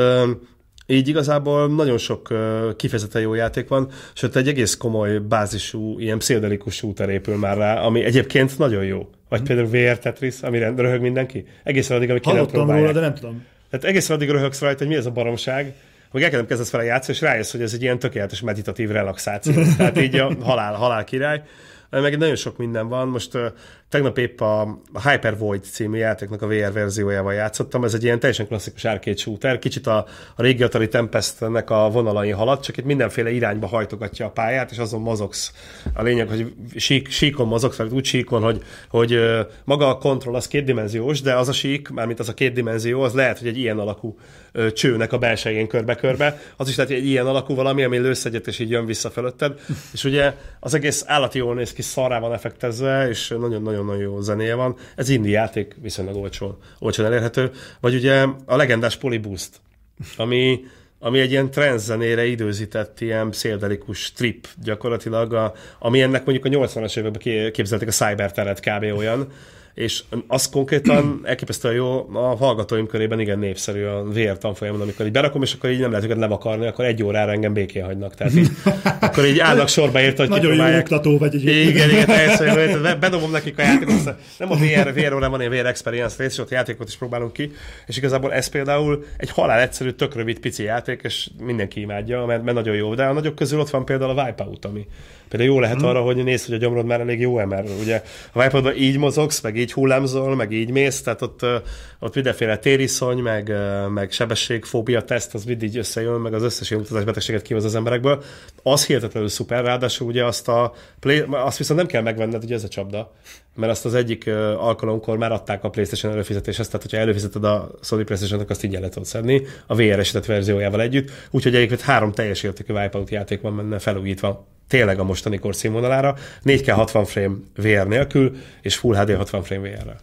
így igazából nagyon sok uh, kifejezetten jó játék van, sőt egy egész komoly bázisú, ilyen pszichodelikus shooter épül már rá, ami egyébként nagyon jó. Vagy például vé er Tetris, amire röhög mindenki. Egészen addig, amíg ki nem próbálják. Róla, de nem tudom. Tehát egészen addig röhögsz rajta, hogy mi ez a baromság, hogy elkezdem kezdesz vele játszani, és rájössz, hogy ez egy ilyen tökéletes meditatív relaxáció. Tehát így a halál, halál király. Meg nagyon sok minden van. Most uh, tegnap épp a Hyper Void című játéknak a vé er verziójával játszottam. Ez egy ilyen teljesen klasszikus arcade shooter. Kicsit a, a régi Atari Tempestnek a vonalain halad, csak itt mindenféle irányba hajtogatja a pályát, és azon mozogsz. A lényeg, hogy sík, síkon mozogsz, vagy úgy síkon, hogy, hogy uh, maga a kontroll az kétdimenziós, de az a sík, mármint az a kétdimenzió, az lehet, hogy egy ilyen alakú uh, csőnek a belsején körbe-körbe. Az is lehet, hogy egy ilyen alakú valami, ami lősz egyet, és így jön vissza fölötted. És ugye az egész állati jól néz ki, szarrá van effektezve, és nagyon-nagyon jó zenéje van. Ez indie játék, viszonylag olcsón, olcsón elérhető. Vagy ugye a legendás Polyboost, ami, ami egy ilyen trance zenére időzített, ilyen pszichodelikus trip gyakorlatilag, a, ami ennek mondjuk a nyolcvanas években képzelték a Cyberteret kb. Olyan, és az konkrétan elképesztően jó, a hallgatóim körében igen népszerű a vé er tanfolyamon, amikor így berakom, és akkor így nem lehet őket levakarni, akkor egy órára engem békén hagynak. Tehát így, akkor így állnak sorba érte, hogy nagyon jó oktató vagy egy. Igen, igen, teljesen, bedobom nekik a játékot, nem a vé er, vé er órán van egy vé er Experience rész, és ott játékot is próbálunk ki, és igazából ez például egy halál egyszerű, tök rövid, pici játék, és mindenki imádja, mert, mert nagyon jó, de a nagyok közül ott van például a Wipeout, ami például jó lehet hmm. arra, hogy nézd, hogy a gyomrod már elég jó, mert ugye a Wipeoutban így mozogsz, meg így hullámzol, meg így mész, tehát ott, ott mindenféle tériszony, meg, meg sebességfóbia teszt, az mind így összejön, meg az összes ilyen utazás betegséget kihoz az emberekből. Az hihetetlenül szuper, ráadásul ugye azt a play, azt viszont nem kell megvenned, ugye ez a csapda, mert azt az egyik alkalomkor már adták a PlayStation előfizetéshez, tehát hogyha előfizeted a Sony PlayStation-nak, azt így el tudod szedni a vé er-esített verziójával együtt, úgyhogy egyébként három teljes értékű Wipeout játék van benne felújítva. Tényleg a mostani kor színvonalára, négy ká hatvan frame vé er nélkül, és Full há dé hatvan frame vé er-rel.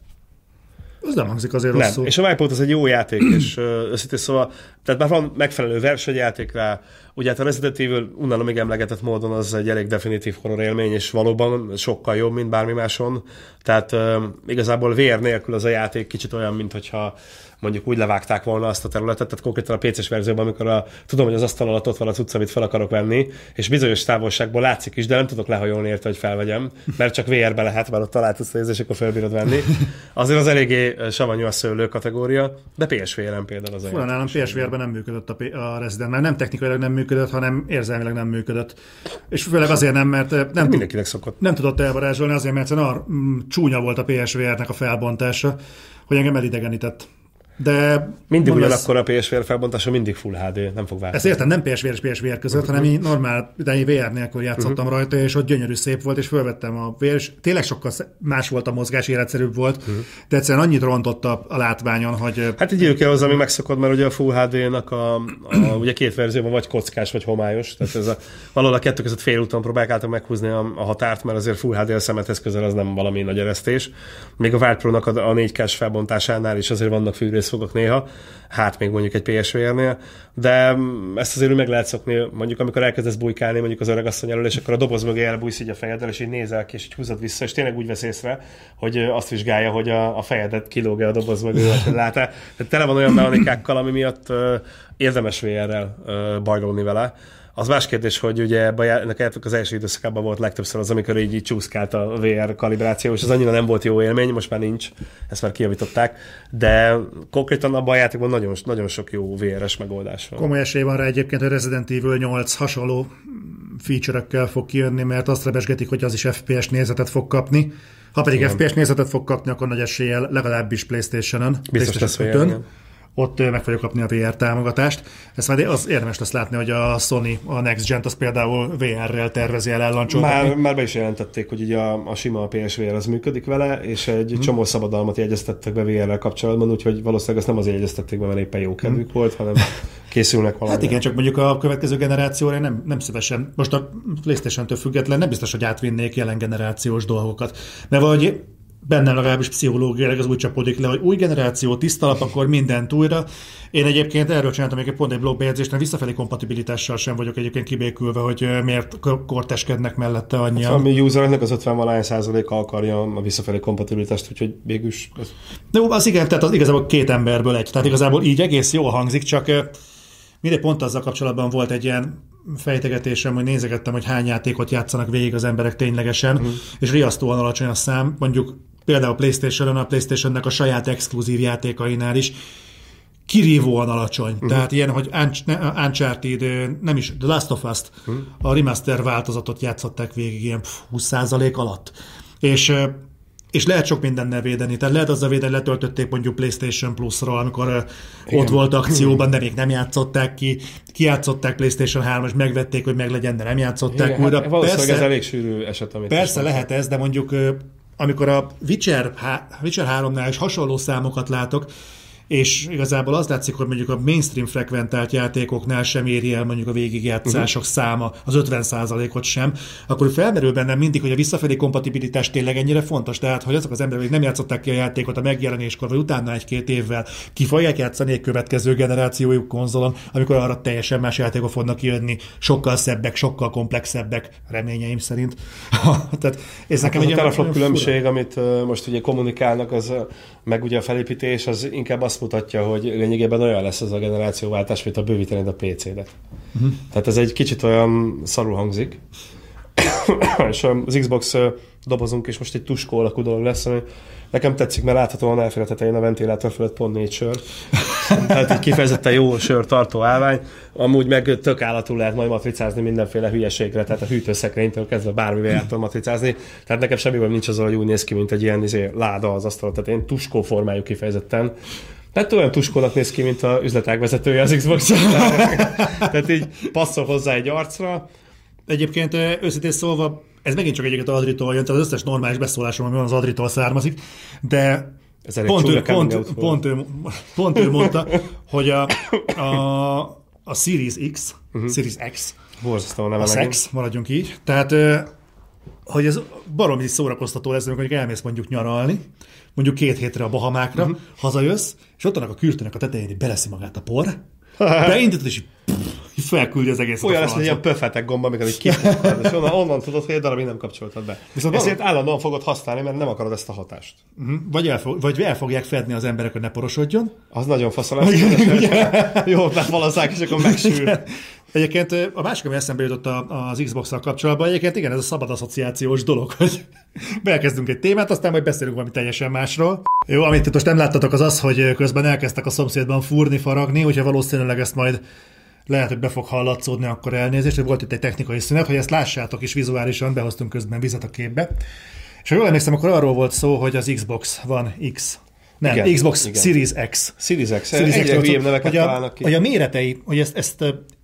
Az nem hangzik azért nem. rosszul. És a Wipeout az egy jó játék, és összintén szóval, tehát már van megfelelő versenyjáték rá, ugye hát a Resident Evil unnan még emlegetett módon az egy elég definitív horror élmény, és valóban sokkal jobb, mint bármi máson. Tehát uh, igazából vé er nélkül az a játék kicsit olyan, mint hogyha mondjuk úgy levágták volna azt a területet, tehát konkrétan a pé cés verzióban, amikor a, tudom, hogy az asztal alatt ott van a cucc, amit fel akarok venni, és bizonyos távolságból látszik is, de nem tudok lehajolni érte, hogy felvegyem, mert csak vé er-be lehet, mert ott talált azt nézni, és akkor felbírod venni. Azért az eléggé savanyú a szőlő kategória, de pé es vé er-en például az a Fura, nálam pé es vé er-ben nem működött a, P- a Resident, mert nem technikailag nem működött, hanem érzelmileg nem működött. És főleg azért nem, mert nem, mindenkinek szokott. Nem tudott elvarázsolni, azért, mert egyszerűen csúnya volt a pé es vé er-nek a felbontása, hogy engem elidegenített. De mindig ugyanakkor a pé es vé er felbontása mindig Full há dé, nem fog változni. Ezt értem, nem pé es vé er és pé es vé er között, uh-huh. hanem így normál, de én vé er nélkül játszottam uh-huh. rajta, és ott gyönyörű szép volt, és fölvettem a vé er, és tényleg sokkal más volt a mozgás, életszerűbb volt, uh-huh. de egyszerűen annyit rontott a, a látványon, hogy... Hát így kell hozzá, ami megszokod, mert ugye a Full há dé-nak a, a ugye két verzióban vagy kockás, vagy homályos, tehát ez a, valahol a kettő között félúton próbálták meghúzni a, a határt, mert azért Full há dé a szemethez közel az nem valami nagy eresztés. Még a Wild Pro-nak a, a négy ká-s felbontásánál is azért vannak fűrészfogok néha, hát még mondjuk egy pé es vé er-nél, de ezt azért meg lehet szokni, mondjuk amikor elkezdesz bujkálni mondjuk az öregasszony elől, és akkor a doboz mögé elbújsz így a fejeddel, és így nézel ki, és így húzod vissza, és tényleg úgy vesz észre, hogy azt vizsgálja, hogy a, a fejedet kilóg-e a doboz mögé, vagy hogy lát-e. Tehát tele van olyan mechanikákkal, ami miatt uh, érdemes vé er-rel uh, bajlódni vele. Az más kérdés, hogy ugye ennek az első időszakában volt legtöbbször az, amikor így, így csúszkált a vé er kalibráció, és az annyira nem volt jó élmény, most már nincs, ezt már kijavították, de konkrétan abban a játékban nagyon, nagyon sok jó vé er-es megoldás van. Komoly esély van rá egyébként, hogy Resident Evil nyolc hasonló feature-ökkel fog kijönni, mert azt rebesgetik, hogy az is ef pé es nézetet fog kapni. Ha pedig igen. ef pé es nézetet fog kapni, akkor nagy eséllyel legalábbis PlayStation-on, biztos PlayStation ötön. ott meg fogja kapni a vé er támogatást. Ezt majd az érdemes lesz látni, hogy a Sony, a Next Gen-t az például vé er-rel tervezi el ellancsolni. Már, már be is jelentették, hogy ugye a, a sima pé es vé er az működik vele, és egy hmm. csomó szabadalmat jegyeztettek be vé er-rel kapcsolatban, úgyhogy valószínűleg azt nem azért jegyeztették be, mert éppen jó kedvük hmm. volt, hanem készülnek valami. Hát igen, csak mondjuk a következő generációra nem, nem szívesen, most a PlayStation-től független nem biztos, hogy átvinnék jelen generációs dolgokat. Mert valahogy bennem legalábbis pszichológiailag az úgy csapódik le, hogy új generáció, tiszta lap, akkor mindent újra. Én egyébként erről csináltam egy pont egy blogbejegyzést, mert visszafelé kompatibilitással sem vagyok egyébként kibékülve, hogy miért korteskednek mellette annyian. Hát, ami usereknek az ötven-valahány százaléka akarja a visszafelé kompatibilitást, úgyhogy végülis... Ez... Jó, az igen, tehát az igazából két emberből egy. Tehát igazából így egész jól hangzik, csak mindegy pont azzal kapcsolatban volt egy ilyen fejtegetésem, hogy nézegettem, hogy hány játékot játszanak végig az emberek ténylegesen, uh-huh. és riasztóan alacsony a szám, mondjuk például a PlayStation-on, a PlayStation-nek a saját exkluzív játékainál is kirívóan alacsony. Uh-huh. Tehát ilyen, hogy Uncharted, nem is, The Last of Us-t, uh-huh. a remaster változatot játszották végig ilyen húsz százalék alatt. És és lehet sok mindennel védeni. Tehát lehet azzal védeni, letöltötték mondjuk PlayStation Plus-ról, amikor igen. ott volt akcióban, de még nem játszották ki. Kijátszották PlayStation hármat, és megvették, hogy meglegyen, de nem játszották igen, újra. Hát valószínűleg persze, ez elég sűrű eset, amit persze lehet ez, de mondjuk amikor a Witcher, Witcher háromnál is hasonló számokat látok, és igazából az látszik, hogy mondjuk a mainstream frekventált játékoknál sem éri el mondjuk a végigjátszások uh-huh. száma, az ötven százalékot sem, akkor felmerül bennem mindig, hogy a visszafelé kompatibilitás tényleg ennyire fontos. Tehát, hogy azok az emberek, akik nem játszották ki a játékot a megjelenéskor, vagy utána egy-két évvel, ki fogják játszani egy következő generációjuk konzolon, amikor arra teljesen más játékok fognak kijönni, sokkal szebbek, sokkal komplexebbek, reményeim szerint. Tehát ez nekem hát egy teraflop különbség, fura. Amit most ugye kommunikálnak, az meg ugye a felépítés, az inkább azt mutatja, hogy lényegében olyan lesz ez a generációváltás, mint a bővítenéd a pé cé-det. Uh-huh. Tehát ez egy kicsit olyan szarul hangzik. És az Xbox dobozunk is most egy tuskó alakú dolog lesz, ami nekem tetszik, mert láthatóan elfér a tetején a ventilátor fölött pont négy sör. Tehát egy kifejezetten jó sör tartó állvány. Amúgy meg tök állatul lehet majd matricázni mindenféle hülyeségre, tehát a hűtőszekrénytől kezdve bármivel el tudom matricázni. Tehát nekem semmivel nincs azzal, hogy úgy néz ki, mint egy ilyen izé, láda az asztalon. Tehát én tuskó formájú kifejezetten. Tehát olyan tuskónak néz ki, mint az üzletág vezetője az Xbox. Tehát így passzol hozzá egy arcra. Egyébként őszintén szólva, ez megint csak egyébként az Adritól jön, tehát az összes normális beszólásom, ami van, az Adritól származik, de pont ő, pont, pont, ő, pont ő mondta, hogy a, a, a Series X, uh-huh. Series X, a X, maradjunk így, tehát hogy ez baromi szórakoztató lesz, amikor elmész mondjuk nyaralni, mondjuk két hétre a Bahamákra, uh-huh. hazajössz, és ott annak a kürtőnek a tetején beleszi magát a por, beindítod, és így felküldi az egész. Olyan lesz, hogy ilyen pöfetek gomba, amikor így kifuttad, és onnan, onnan tudod, hogy egy darabig nem kapcsoltad be. Viszont ezért valami... állandóan fogod használni, mert nem akarod ezt a hatást. Uh-huh. Vagy, el fog, vagy el fogják fedni az emberek, hogy ne porosodjon. Az nagyon faszal. Jó, bevalazzák, és akkor megsül. Egyébként a másik, ami eszembe jutott az Xbox-szal kapcsolatban, egyébként igen, ez a szabad asszociációs dolog, hogy beelkezdünk egy témát, aztán majd beszélünk valami teljesen másról. Jó, amit itt most nem láttatok, az az, hogy közben elkezdtek a szomszédban fúrni, faragni, úgyhogy valószínűleg ezt majd lehet, hogy be fog hallatszódni, akkor elnézést, hogy volt itt egy technikai szünet, hogy ezt lássátok is vizuálisan, behoztunk közben vizet a képbe. És ha jól emlékszem, akkor arról volt szó, hogy az Xbox One X. Nem, igen, Xbox igen. Series X. Series X. Series X. Egyre neveket hogy a, találnak ki. Hogy a méretei, hogy ezt, ezt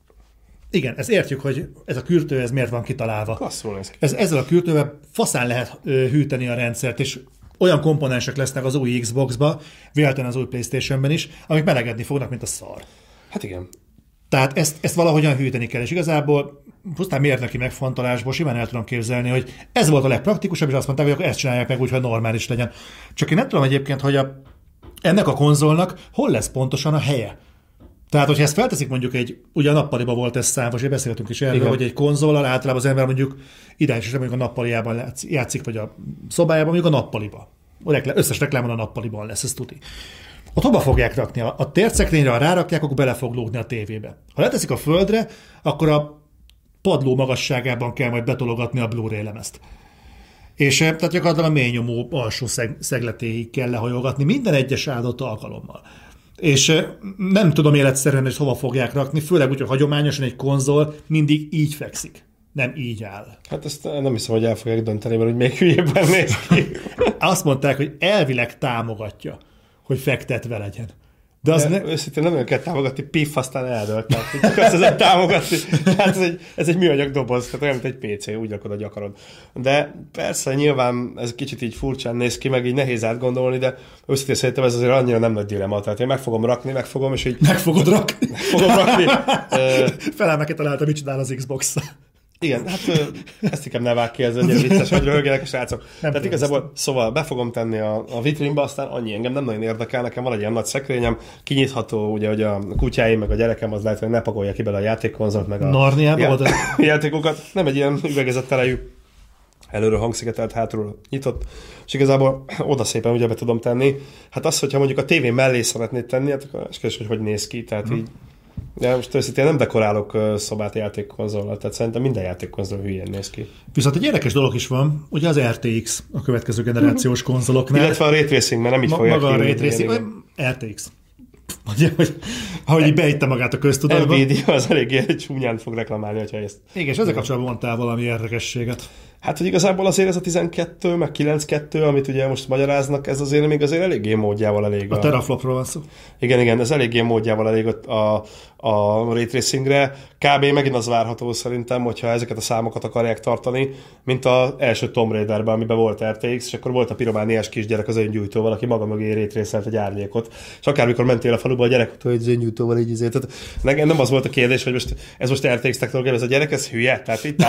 igen, ezt értjük, hogy ez a kürtő, ez miért van kitalálva. Klasszul ez, ez Ezzel a kürtővel faszán lehet ö, hűteni a rendszert, és olyan komponensek lesznek az új Xbox-ba, véletlenül az új PlayStation-ben is, amik melegedni fognak, mint a szar. Hát igen. Tehát ezt, ezt valahogyan hűteni kell, és igazából pusztán mérnöki megfontolásból simán el tudom képzelni, hogy ez volt a legpraktikusabb, és azt mondták, hogy akkor ezt csinálják meg úgy, hogy normális legyen. Csak én nem tudom egyébként, hogy a, ennek a konzolnak hol lesz pontosan a helye. Tehát, hogyha ezt felteszik mondjuk egy, ugye a nappaliba volt ez számos, és beszéltünk is erről, igen. hogy egy konzollal általában az ember mondjuk ideális, hogy mondjuk a nappaliában játszik, vagy a szobájában, mondjuk a nappaliba. Összes reklámon a nappaliban lesz, ez tuti. Ott hova fogják rakni? A tércekrényre, ha rárakják, akkor bele fog lógni a tévébe. Ha leteszik a földre, akkor a padló magasságában kell majd betologatni a Blu-ray lemezt. És tehát gyakorlatilag a mélynyomó alsó szeg- szegletéig kell lehajolgatni minden egyes áldott alkalommal. És nem tudom életszerűen, hogy hova fogják rakni, főleg úgy, hogy hagyományosan egy konzol mindig így fekszik. Nem így áll. Hát ezt nem hiszem, hogy el fogják dönteni, mert úgy még hülyében néz ki. Azt mondták, hogy elvileg támogatja, hogy fektetve legyen. De, az de ne... őszintén nem olyan kell támogatni, piff, aztán eldölt. Tehát azt ezzel támogatni. Hát ez egy, ez egy műanyag doboz, tehát olyan, mint egy pé cé, úgy rakod, hogy akarod. De persze, nyilván ez kicsit így furcsán néz ki, meg így nehéz átgondolni, de őszintén szerintem ez azért annyira nem nagy dilemma. Tehát én meg fogom rakni, meg fogom, és így... Meg fogod rakni? Meg fogom rakni. Felelmeket találtam, mit csinál az Xbox-ra. Igen, hát ezt inkább ne vág ki, ez ennyire vicces, hogy röhögjenek a srácok. Nem Tehát igazából, szóval be fogom tenni a, a vitrínbe, aztán annyi engem nem nagyon érdekel, nekem van egy ilyen nagy szekrényem, kinyitható, ugye, hogy a kutyáim, meg a gyerekem az lehet, hogy ne pakolja ki bele a játékkonzolt, meg a Narniába, já- játékokat. Nem egy ilyen üvegezett telejű, előről hangszigetelt, hátulról nyitott, és igazából oda szépen ugye be tudom tenni. Hát az, hogyha mondjuk a tévé mellé szeretnéd tenni, hát akkor és hogy hogy néz ki, tehát hmm. így. De most őszintén nem dekorálok szobát játékkonzollal, tehát szerintem minden játékkonzol hülyén néz ki. Viszont egy érdekes dolog is van, ugye az er té iksz a következő generációs konzoloknál. Illetve a Ray Tracing, mert nem így Ma, fogják maga a Ray Tracing, er té iksz. Ugye, hogy, ahogy így beitte magát a köztudatba. Nvidia az eléggé csúnyán fog reklamálni, hogyha ezt... Igen, és ezzel kapcsolatban mondtál valami érdekességet. Hát, hogy igazából azért ez a tizenkettő, meg kilenc kettő, amit ugye most magyaráznak, ez azért még azért eléggé módjával elég. A, a teraflopról van szó. Igen, igen, ez eléggé módjával elég a, a, a Ray Tracingre. Kb. Megint az várható szerintem, hogyha ezeket a számokat akarják tartani, mint az első Tomb Raiderben, amiben volt er té iksz, és akkor volt a piromániás kisgyerek az öngyújtóval, aki maga mögé Ray Tracelt egy árnyékot. És akármikor mentél a faluba, a gyerek, hogy az öngyújtóval így izé. Tehát nem az volt a kérdés, hogy most ez most er té iksz technológia, ez a gyerek, ez hülye. Tehát itt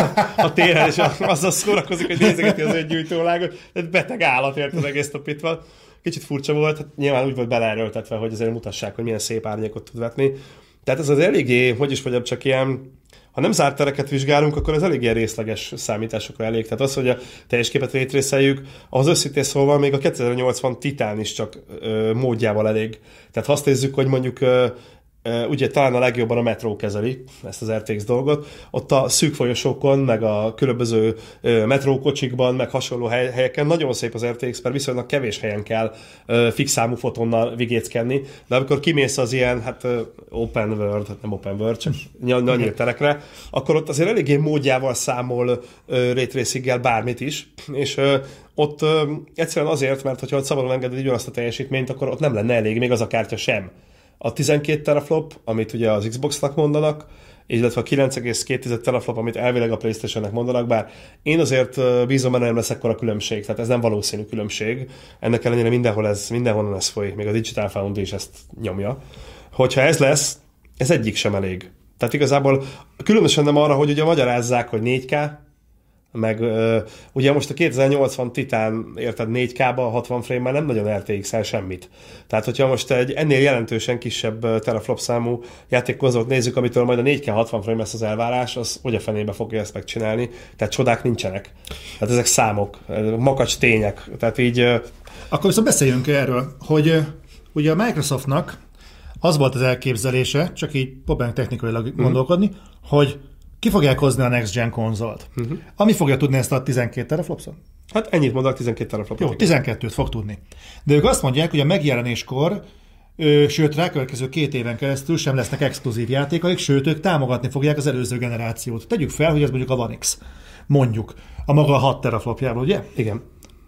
a téren, és azzal szórakozik, hogy nézegeti az öngyújtólágot. Tehát beteg állat ért az egész topítva. Kicsit furcsa volt, hát nyilván úgy volt beleerőltetve, hogy azért mutassák, hogy milyen szép árnyékot tud vetni. Tehát ez az eléggé, hogy is mondjam, csak ilyen, ha nem zárt tereket vizsgálunk, akkor ez eléggé részleges számításokra elég. Tehát az, hogy a teljes képet rétrészeljük, ahhoz őszintén szólva még a kétezer-nyolcvan Titán is csak ö, módjával elég. Tehát ha azt nézzük, hogy mondjuk ö, ugye talán a legjobban a metró kezeli ezt az er té iksz dolgot. Ott a szűk folyosókon, meg a különböző metrókocsikban, meg hasonló helyeken nagyon szép az er té iksz, mert viszonylag kevés helyen kell fix számú fotonnal vigéckenni, de amikor kimész az ilyen, hát open world, nem open world, csak nyílt terekre, akkor ott azért eléggé módjával számol ray tracinggel bármit is, és ott egyszerűen azért, mert hogyha ott szabadon engeded ugyanazt a teljesítményt, akkor ott nem lenne elég még az a kártya sem. A tizenkét teraflop, amit ugye az Xboxnak mondanak, illetve a kilenc egész két teraflop, amit elvileg a PlayStationnek mondanak, bár én azért bízom benne, nem lesz ekkora különbség, tehát ez nem valószínű különbség. Ennek ellenére mindenhol ez, mindenhonnan ez folyik, még a Digital Foundry is ezt nyomja. Hogyha ez lesz, ez egyik sem elég. Tehát igazából különösen nem arra, hogy ugye magyarázzák, hogy négy ká, meg uh, ugye most a kétezer-nyolcvan Titán érted négy ká-ba, hatvan frame-mel nem nagyon er té iksz-el semmit. Tehát, hogyha most egy ennél jelentősen kisebb teraflop számú játékkonzolt nézzük, amitől majd a négy ká hatvan frame lesz az elvárás, az hogy a fenébe fogja ezt megcsinálni. Tehát csodák nincsenek. Tehát ezek számok, makacs tények. Tehát így... Uh... Akkor viszont beszéljünk erről, hogy uh, ugye a Microsoftnak az volt az elképzelése, csak így próbálunk technikailag mm. gondolkodni, hogy ki fogják hozni a Next Gen konzolt. Uh-huh. Ami fogja tudni ezt a tizenkét teraflopszot? Hát ennyit mondanak, tizenkét teraflopot. Jó, tizenkettőt fog tudni. De ők azt mondják, hogy a megjelenéskor, ö, sőt, rákövetkező két éven keresztül sem lesznek exkluzív játékaik, sőt, ők támogatni fogják az előző generációt. Tegyük fel, hogy ez mondjuk a One X. Mondjuk. A maga a hat teraflopjával, ugye? Igen.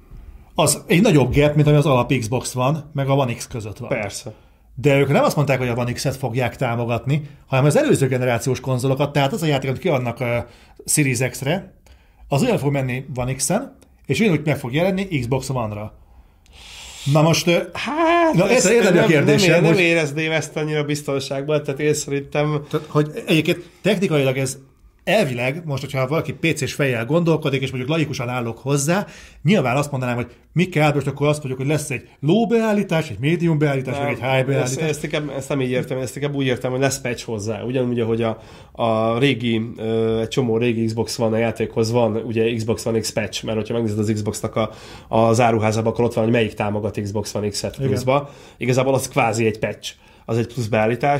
Az egy nagyobb gap, mint ami az alap Xbox van, meg a One X között van. Persze. De ők nem azt mondták, hogy a One X-et fogják támogatni, hanem az előző generációs konzolokat, tehát az a játék, amit kiadnak a Series X-re, az olyan fog menni One X-en, és ugyanúgy meg fog jelenni Xbox One-ra. Na most, hát, na, ez nem, a kérdésem, nem, nem hogy... érezném ezt annyira biztonságban, tehát én szerintem... Tehát, hogy egyébként technikailag ez elvileg, most, hogyha valaki pé cés fejjel gondolkodik, és mondjuk laikusan állok hozzá, nyilván azt mondanám, hogy mi kell, most akkor azt mondjuk, hogy lesz egy low beállítás, egy medium beállítás, vagy egy high beállítás. Ezt, ezt, inkább, ezt nem így értem, ezt inkább úgy értem, hogy lesz patch hozzá. Ugyanúgy, ahogy a, a régi, egy csomó régi Xbox One a játékhoz van, ugye Xbox One X patch, mert hogyha megnézed az Xboxnak a, az áruházában, akkor ott van, hogy melyik támogat Xbox One X-et pluszba. Igazából az kvázi egy patch, az egy plusz beállítás,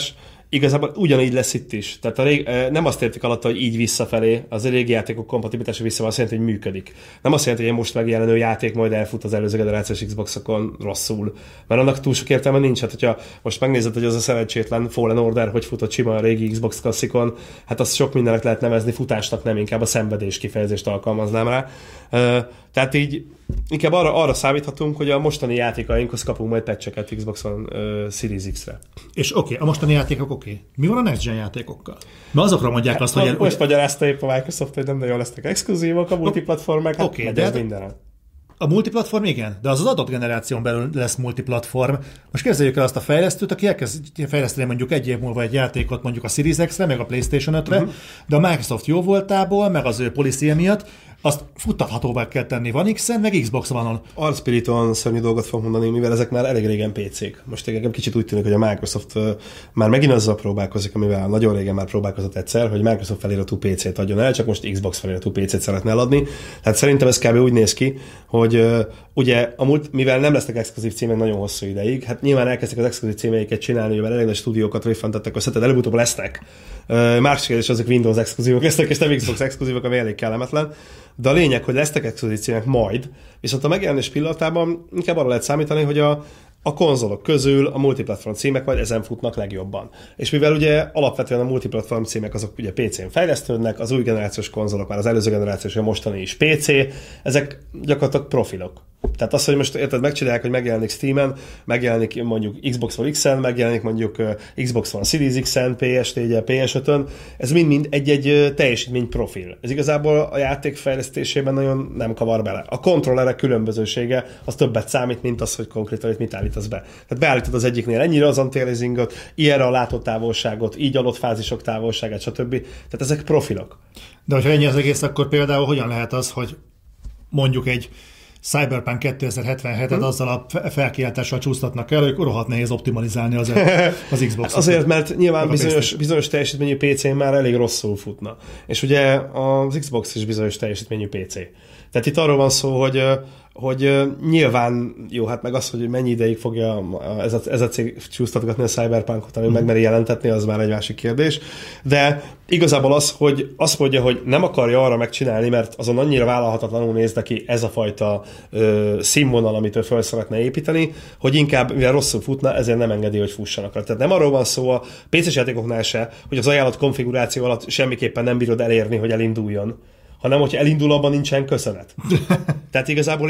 Igazából ugyanígy lesz itt is. Tehát a rég, nem azt értik alatt, hogy így visszafelé, az a régi játékok kompatibilitása vissza, azt jelenti, hogy működik. Nem azt jelenti, hogy egy most megjelenő játék majd elfut az előző generációs Xboxokon rosszul. Mert annak túl sok értelme nincs. Hát, hogyha most megnézed, hogy az a szerencsétlen Fallen Order, hogy futott sima a régi Xbox klasszikon, hát azt sok mindennek lehet nevezni, futásnak nem, inkább a szenvedés kifejezést alkalmaznám rá. Tehát így inkább arra, arra számíthatunk, hogy a mostani játékainkhoz kapunk majd patcheket Xboxon uh, Series X-re. És oké, okay, a mostani játékok oké. Okay. Mi van a Next Gen játékokkal? Mert azokra mondják hát, azt, hogy... Most hogy... magyarázta épp a Microsoft, hogy nem nagyon lesznek exkluzívak a multiplatformák, hát okay, de ez mindenre. A multiplatform igen, de az az adott generáción belül lesz multiplatform. Most képzeljük el azt a fejlesztőt, aki elkezd fejleszteni mondjuk egy év múlva egy játékot mondjuk a Series X-re, meg a PlayStation ötre, uh-huh. de a Microsoft jó voltából, meg az ő policy miatt azt futtathatóvá kell tenni One X-en, meg Xbox One-on. Arspiriton szörnyű dolgot fog mondani, mivel ezek már elég régen pé cék. Most engem kicsit úgy tűnik, hogy a Microsoft uh, már megint azzal próbálkozik, amivel nagyon régen már próbálkozott egyszer, hogy Microsoft feliratú pé cét adjon el, csak most Xbox feliratú pé cét szeretne eladni. Tehát szerintem ez kb. Úgy néz ki, hogy uh, ugye a múlt, mivel nem lesznek exkluzív címek nagyon hosszú ideig, hát nyilván elkezdtek az exkluzív címeiket csinálni, mivel elég nagy stúdiókat refundettek össze, tehát előbb-utóbb lesznek. Uh, Másik kérdés, azok Windows exkluzívok lesznek, és nem Xbox exkluzívok, ami elég kellemetlen. De a lényeg, hogy lesznek exkluzív címek majd, viszont a megjelenés pillanatában inkább arra lehet számítani, hogy a, a konzolok közül a multiplatform címek majd ezen futnak legjobban. És mivel ugye alapvetően a multiplatform címek azok ugye pé cén fejlesztődnek, az új generációs konzolok, már az előző generációs, a mostani is pé cé, ezek gyakorlatilag profilok. Tehát az, hogy most érted, megcsinálják, hogy megjelenik Steamen, megjelenik mondjuk Xbox One X-en, megjelenik mondjuk Xbox One Series X-en, pé es négy-en, pé es ötön, ez mind-mind egy-egy teljesítmény profil. Ez igazából a játék fejlesztésében nagyon nem kavar bele. A kontrollerek különbözősége az többet számít, mint az, hogy konkrétan itt mit állítasz be. Tehát beállítod az egyiknél ennyire az anti-aliasingot, ilyenre a látótávolságot, így adott fázisok távolságát, stb. Tehát ezek profilok. De hogyha ennyi az egész, akkor például hogyan lehet az, hogy mondjuk egy Cyberpunk kétezer-hetvenhetet hmm. azzal a felkiáltással csúsztatnak el, hogy rohadt nehéz optimalizálni az, az Xbox-ot. Azért, mert nyilván bizonyos, bizonyos teljesítményű pé cén már elég rosszul futna. És ugye az Xbox is bizonyos teljesítményű pé cé. Tehát itt arról van szó, hogy, hogy nyilván jó, hát meg az, hogy mennyi ideig fogja ez a, ez a cég csúsztatgatni a Cyberpunkot, ami mm. megmeri jelentetni, az már egy másik kérdés. De igazából az, hogy azt mondja, hogy nem akarja arra megcsinálni, mert azon annyira vállalhatatlanul néz neki ez a fajta ö, színvonal, amit ő fel szeretne építeni, hogy inkább, mivel rosszul futna, ezért nem engedi, hogy fussanak. Tehát nem arról van szó a pé cés játékoknál se, hogy az ajánlott konfiguráció alatt semmiképpen nem bírod elérni, hogy elinduljon, hanem hogyha elindul, abban nincsen köszönet. Tehát igazából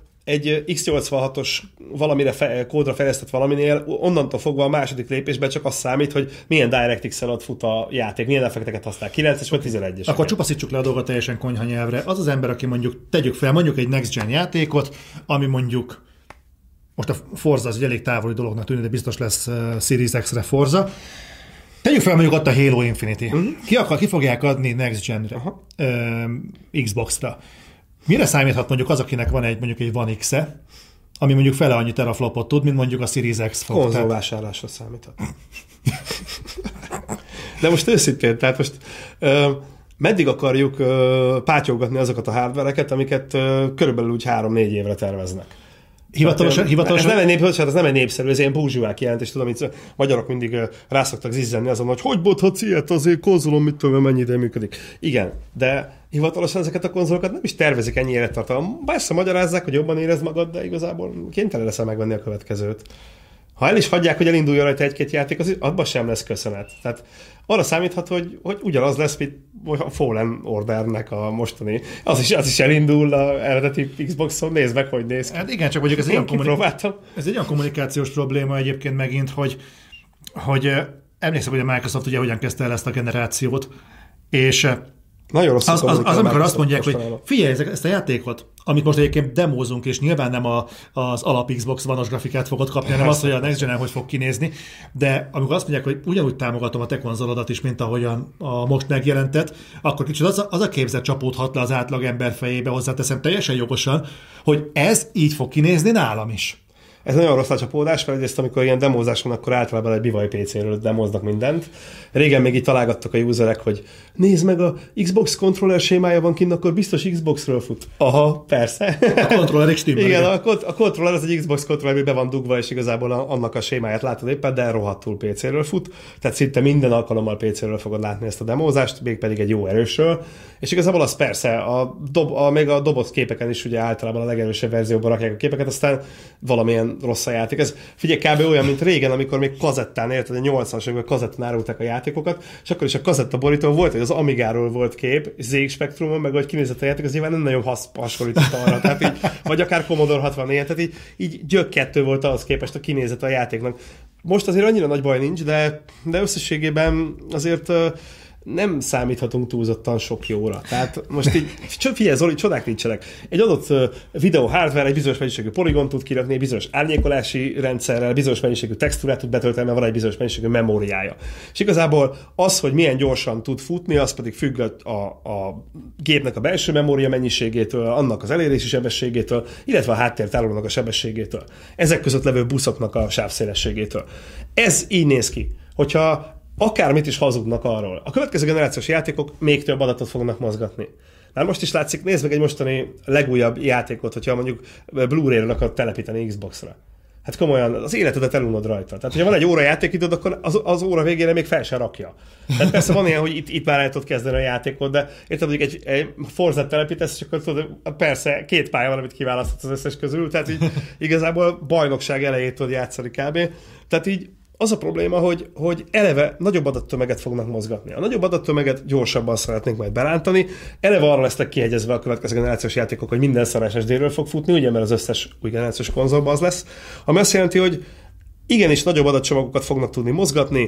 egy iksz nyolcvanhatos valamire fe, kódra fejlesztett valaminél onnantól fogva a második lépésben csak az számít, hogy milyen DirectX alatt fut a játék, milyen effekteket használ, kilences vagy tizenegyes. Akkor csupaszítsuk le a dolgot teljesen konyha nyelvre. Az az ember, aki mondjuk, tegyük fel mondjuk egy Next Gen játékot, ami mondjuk most a Forza az egy elég távoli dolognak tűnik, de biztos lesz uh, Series X-re Forza. Tegyük fel mondjuk ott a Halo Infinity. Uh-huh. Ki, akar, ki fogják adni Next Gen-re, uh, Xbox-ra. Mire számíthat mondjuk az, akinek van egy mondjuk egy One X-e, ami mondjuk fele annyi teraflopot tud, mint mondjuk a Series X fog. Konzolvásárlásra számíthat. De most őszintén, tehát most uh, meddig akarjuk uh, pátyolgatni azokat a hardvereket, amiket uh, körülbelül úgy három-négy évre terveznek. Hivatalosan, hivatalosan... Ez nem egy népszerű, ez nem egy népszerű, ez ilyen burzsúvá kijelentés, tudom, hogy magyarok mindig rászoktak zizzenni azon, hogy hogy bodhatsz ilyet, azért konzolom, mit tudom, mennyi ideig működik. Igen, de hivatalosan ezeket a konzolokat nem is tervezik ennyi élettartalom. Persze magyarázzák, hogy jobban érezd magad, de igazából kénytelen leszel megvenni a következőt. Ha el is hagyják, hogy elinduljon rajta egy-két játék, az abban sem lesz köszönet. Tehát arra számíthat, hogy, hogy ugyanaz lesz, mint a Fallen Ordernek a mostani. Az is, az is elindul a eredeti Xboxon, nézd meg, hogy néz ki. Hát igen, csak mondjuk ez egy, olyan kommunik- ez egy olyan kommunikációs probléma egyébként megint, hogy, hogy emlékszem, hogy a Microsoft ugye hogyan kezdte el ezt a generációt, és nagyon rossz az, az, az amikor azt mondják, hogy figyelj, ezt a játékot, amit most egyébként demózunk, és nyilván nem a, az alap Xbox One-os grafikát fogod kapni, hanem azt, hogy a Next Gen-en hogy fog kinézni, de amikor azt mondják, hogy ugyanúgy támogatom a te konzolodat is, mint ahogyan a most megjelentett, akkor kicsit az a, az a képzet csapódhat le az átlag ember fejébe, hozzáteszem teljesen jogosan, hogy ez így fog kinézni nálam is. Ez nagyon rossz lecsapódás, mert egyrészt amikor ilyen demózás van, akkor általában egy bivaj pé céről demóznak mindent. Régen még itt találgattak a userek, hogy nézd meg, a Xbox controller sémája van kint, akkor biztos Xboxről fut. Aha, persze. A controller stimmel. Igen, a, a controller az egy Xbox controller, be van dugva, és igazából a, annak a sémáját látod éppen, de rohadtul pé céről fut. Tehát szinte minden alkalommal pé céről fogod látni ezt a demózást, mégpedig egy jó erősről. És igazából az persze, a dob, a, még a dobott képeken is ugye általában a legerősebb verzióban rakják a képeket, aztán valamilyen rossz a játék. Ez figyelj, kb. Olyan, mint régen, amikor még kazettán, érted, a nyolcvanas években kazettán árulták a játékokat, és akkor is a kazettaborító volt, hogy az Amigáról volt kép, zé iksz Spectrumon, meg hogy kinézett a játék, az nyilván nem nagyon hasonlított arra, tehát így, vagy akár Commodore hatvannégy, tehát így, így gyök kettő volt ahhoz képest a kinézet a játéknak. Most azért annyira nagy baj nincs, de, de összességében azért nem számíthatunk túlzottan sok jóra. Tehát most így, figyelj Zoli, csodák nincsenek. Egy adott videó hardware egy bizonyos mennyiségű poligont tud kirakni, egy bizonyos árnyékolási rendszerrel, bizonyos mennyiségű textúrát tud betölteni, mert van egy bizonyos mennyiségű memóriája. És igazából az, hogy milyen gyorsan tud futni, az pedig függ a, a gépnek a belső memória mennyiségétől, annak az elérési sebességétől, illetve a háttértárolónak a sebességétől. Ezek között levő buszoknak a sávszélességétől. Ez így néz ki. Hogyha akármit is hazudnak arról. A következő generációs játékok még több adatot fognak mozgatni. Már most is látszik, nézd meg egy mostani legújabb játékot, hogyha mondjuk Blu-ray-ről akarod telepíteni Xbox-ra. Hát komolyan, az életedet elunod rajta. Tehát, hogyha van egy óra játékidőd, akkor az, az óra végére még fel se rakja. Tehát persze van ilyen, hogy itt, itt már el tudod kezdeni a játékot, de érted, mondjuk egy, egy Forzát telepítesz, és akkor tudod, persze két pálya van, amit kiválaszthatsz az összes közül, tehát így igazából bajnokság elejét tudod játszani kb. Tehát így az a probléma, hogy, hogy eleve nagyobb adattömeget fognak mozgatni. A nagyobb adattömeget gyorsabban szeretnénk majd berántani. Eleve arra lesznek kihegyezve a következő generációs játékok, hogy minden szar es es dé-ről fog futni, ugye, mert az összes új generációs konzolban az lesz. Ami azt jelenti, hogy igenis nagyobb adatcsomagokat fognak tudni mozgatni,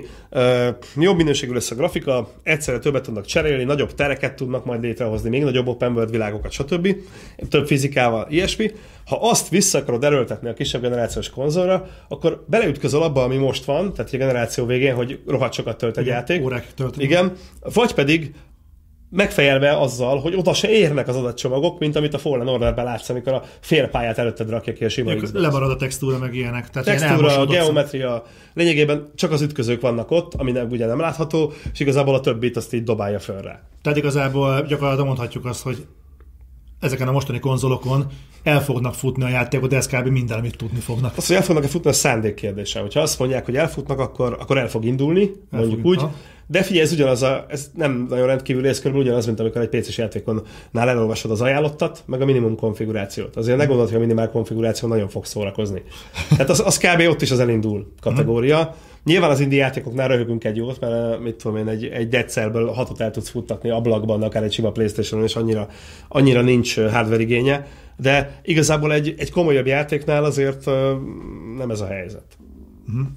jobb minőségű lesz a grafika, egyszerre többet tudnak cserélni, nagyobb tereket tudnak majd létrehozni, még nagyobb open world világokat, stb. Több fizikával, ilyesmi. Ha azt vissza akarod erőltetni a kisebb generációs konzolra, akkor beleütközöl abba, ami most van, tehát a generáció végén, hogy rohadt sokat tölt egy játék. Órák tölteni. Igen. Vagy pedig megfejelve azzal, hogy oda se érnek az adatcsomagok, mint amit a Fallen Orderben látsz, amikor a fél pályát előtted rakja ki a sima Xbox. Lemarad a textúra, meg ilyenek. Tehát textúra, geometria, lényegében csak az ütközők vannak ott, ami nem, ugye nem látható, és igazából a többit azt így dobálja fölre. Tehát igazából gyakorlatilag mondhatjuk azt, hogy ezeken a mostani konzolokon el fognak futni a játékot, de ez kb. Minden, amit tudni fognak. Azt, hogy el fognak-e futni, a szándék kérdése. Hogyha azt mondják, hogy elfutnak, akkor, akkor el fog indulni, el mondjuk fog, úgy. Ha. De figyelj, ez ugyanaz, a, ez nem nagyon rendkívül ész, körülbelül ugyanaz, mint amikor egy pé cés játékonnál elolvasod az ajánlottat, meg a minimum konfigurációt. Azért ne gondolod, hogy a minimál konfiguráció nagyon fog szórakozni. Tehát az, az kb. Ott is az elindul kategória. Nyilván az indie játékoknál röhögünk egy jót, mert mit tudom én, egy, egy Dead Cellből hatot el tudsz futtatni ablakban, akár egy sima PlayStation-on, és annyira, annyira nincs hardware igénye, de igazából egy, egy komolyabb játéknál azért nem ez a helyzet. Uh-huh.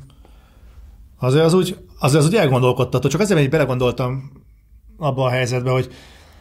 Azért az úgy, azért az úgy elgondolkodtató, csak azért, mert így belegondoltam abba a helyzetbe, hogy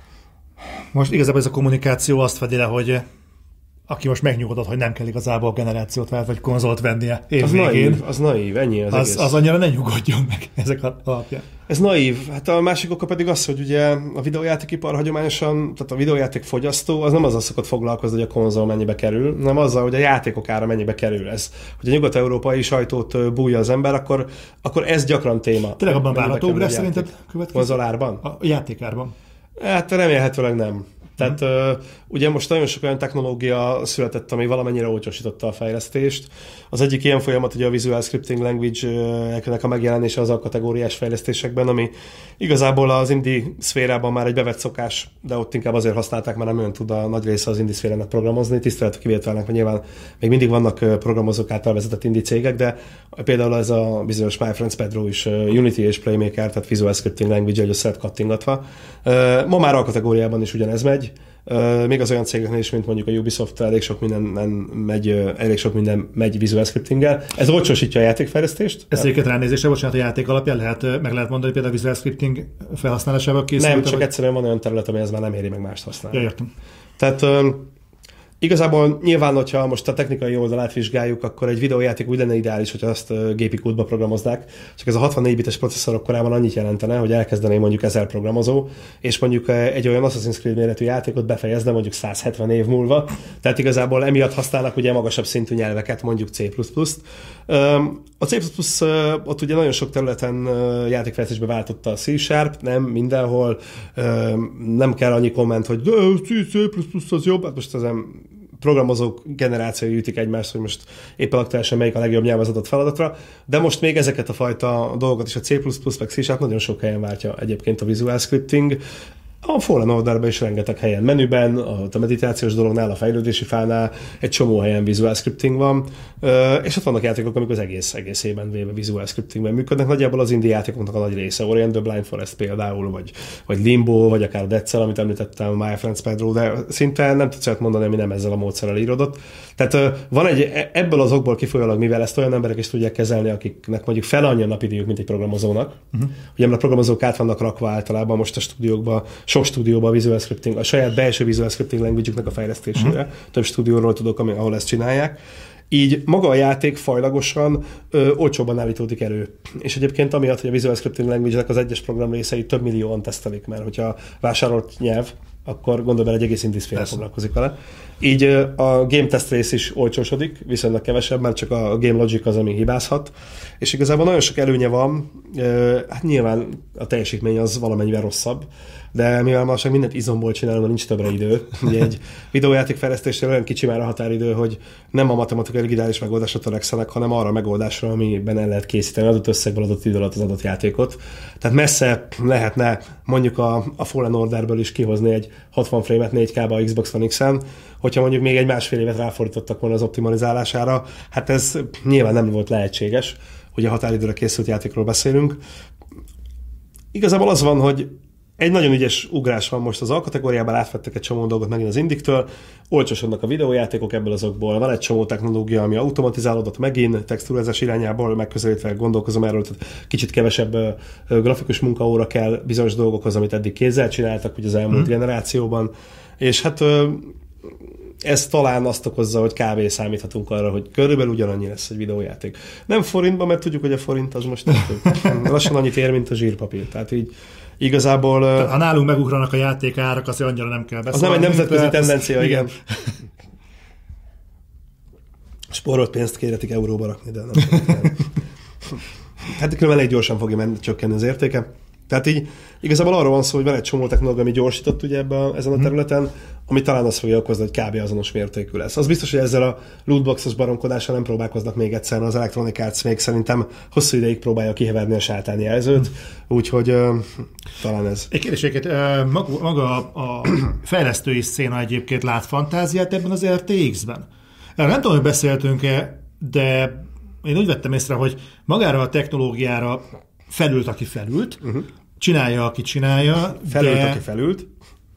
most igazából ez a kommunikáció azt fedi le, hogy aki most megnyugodott, hogy nem kell igazából generációt vált, vagy konzolt vennie az naív, az naív, ennyi az, az, az annyira ne nyugodjon meg ezek alapján. Ez naív. Hát a másik oka pedig az, hogy ugye a videójátékipar hagyományosan, tehát a videójáték fogyasztó, az nem azzal szokott foglalkozni, hogy a konzol mennyibe kerül, hanem azzal, hogy a játékok ára mennyibe kerül. Ez, hogy a nyugat-európai sajtót bújja az ember, akkor, akkor ez gyakran téma. Tényleg abban várható ugrás szerinted következő? Konzolárban? A játékárban. Hát remélhetőleg nem. Tehát uh, ugye most nagyon sok olyan technológia született, ami valamennyire olcsosította a fejlesztést. Az egyik ilyen folyamat ugye a Visual Scripting Language-nek a megjelenése az alkategóriás fejlesztésekben, ami igazából az indie szférában már egy bevett szokás, de ott inkább azért használták, mert nem olyan tud a nagy része az indie szférának programozni. Tisztelet a kivételnek, mert nyilván még mindig vannak programozók által vezetett indie cégek, de például ez a bizonyos My Friends Pedro is Unity és Playmaker, tehát Visual Scripting Language, hogy össze kattingatva. Ma már alkategóriában is ugyanez megy. Uh, még az olyan cégeknél is, mint mondjuk a Ubisoft, elég sok minden megy, elég sok minden megy Visual Scriptinggel. Ez olcsósítja a játékfejlesztést. Ez egyébként ránézésre, bocsánat, a játék alapján lehet, meg lehet mondani, például a Visual Scripting felhasználásával készült? Nem, csak vagy... egyszerűen van olyan terület, ami ez már nem éri meg mást használni. Ja, értem. Tehát uh, Igazából nyilván, hogyha most a technikai oldalát vizsgáljuk, akkor egy videójáték úgy lenne ideális, hogyha azt gépi kódba programoznák, csak ez a hatvannégy bites processzorok korában annyit jelentene, hogy elkezdené mondjuk ezer programozó, és mondjuk egy olyan Assassin's Creed méretű játékot befejezne mondjuk száz hetven év múlva, tehát igazából emiatt használnak ugye magasabb szintű nyelveket, mondjuk C plusz plusz-t. A C plusz plusz ott ugye nagyon sok területen játékfejlesztésbe váltotta a C-Sharp, nem mindenhol, nem kell annyi komment, hogy C plusz plusz az jobb, hát most ezen programozók generációi ütik egymást, hogy most éppen aktuálisan melyik a legjobb nyelv az adott feladatra, de most még ezeket a fajta dolgokat is a C plusz plusz meg C-Sharp nagyon sok helyen váltja egyébként a Visual Scripting. A Fallen Orderben is rengeteg helyen menüben, a meditációs dolognál, a fejlődési fálnál egy csomó helyen Visual Scripting van, és ott vannak játékok, amik az egész, egészében véve Visual Scriptingben működnek. Nagyjából az indie játékoknak a nagy része, Orient the Blind Forest például, vagy, vagy Limbo, vagy akár Dead Cell, amit említettem, My Friend's Pedro, de szinte nem tudsz olyat mondani, ami nem ezzel a módszerrel írodott. Tehát van egy, ebből az okból kifolyólag, mivel ezt olyan emberek is tudják kezelni, akiknek mondjuk fel annyi a napidőjük, mint egy programozónak. Uh-huh. Ugye, mert a programozók át vannak rakva általában most a stúdiókban, sok stúdióban a Visual Scripting, a saját belső Visual Scripting language-nek a fejlesztésére. Uh-huh. Több stúdióról tudok, ahol ezt csinálják. Így maga a játék fajlagosan ö, olcsóban állítódik elő. És egyébként amiatt, hogy a Visual Scripting language-nek az egyes program részei több millióan tesztelik, mert hogyha vásárolt nyelv, akkor gondolj bele, egy egész indiszféle foglalkozik vele. Így a game test rész is olcsósodik, viszonylag kevesebb, mert csak a game logic az, ami hibázhat. És igazából nagyon sok előnye van, hát nyilván a teljesítmény az valamennyivel rosszabb, de mivel manapság mindent izomból csinálom, nincs többre idő. Ugye egy videójáték fejlesztésnél olyan kicsi már a határidő, hogy nem a matematikai ideális megoldásra törekszenek, hanem arra a megoldásra, amiben el lehet készíteni adott összegből adott idő alatt az adott játékot. Tehát messze lehetne mondjuk a, a Fallen Orderből is kihozni egy hatvan frame-et négy ká-ba Xbox One X-en, hogyha mondjuk még egy másfél évet ráfordítottak volna az optimalizálására, hát ez nyilván nem volt lehetséges, hogy a határidőre készült játékról beszélünk. Igazából az van, hogy egy nagyon ügyes ugrás van most az alkategóriában, átvettek egy csomó dolgot megint az indiktől, olcsosodnak a videójátékok ebből azokból, van egy csomó technológia, ami automatizálódott megint, textúrázás irányából megközelítve gondolkozom erről, tehát kicsit kevesebb uh, grafikus munkaóra kell bizonyos dolgokhoz, amit eddig kézzel csináltak, ugye az elmúlt mm. generációban, és hát uh, ez talán azt okozza, hogy kb. Számíthatunk arra, hogy körülbelül ugyanannyi lesz egy videójáték. Nem forintban, mert tudjuk, hogy a forint az most nem lassan annyit ér, mint a zsírpapír, tehát így igazából... Tehát, ha nálunk megugranak a játékárak, azért annyira nem kell beszélni. Az nem egy nemzetközi de... tendencia, igen. igen. Sporolt pénzt kérhetik euróba rakni, de nem. Hát különben elég gyorsan fogja menni, csökkenni az értéke. Tehát így igazából arról van szó, hogy van egy csomó technológia, ami gyorsított ugye ebben, ezen a területen, ami talán azt fogja okozni, hogy kb. Azonos mértékű lesz. Az biztos, hogy ezzel a lootboxos baromkodással nem próbálkoznak még egyszer, az Electronic Arts még szerintem hosszú ideig próbálja kiheverni a sátán jelzőt, úgyhogy uh, talán ez. Egy kérdéseket, uh, maga, maga a fejlesztői széna egyébként lát fantáziát ebben az er té iksz-ben? Nem tudom, hogy beszéltünk-e, de én úgy vettem észre, hogy magára a technológiára felült, aki felült, uh-huh. csinálja, aki csinálja. Felült, de... aki felült.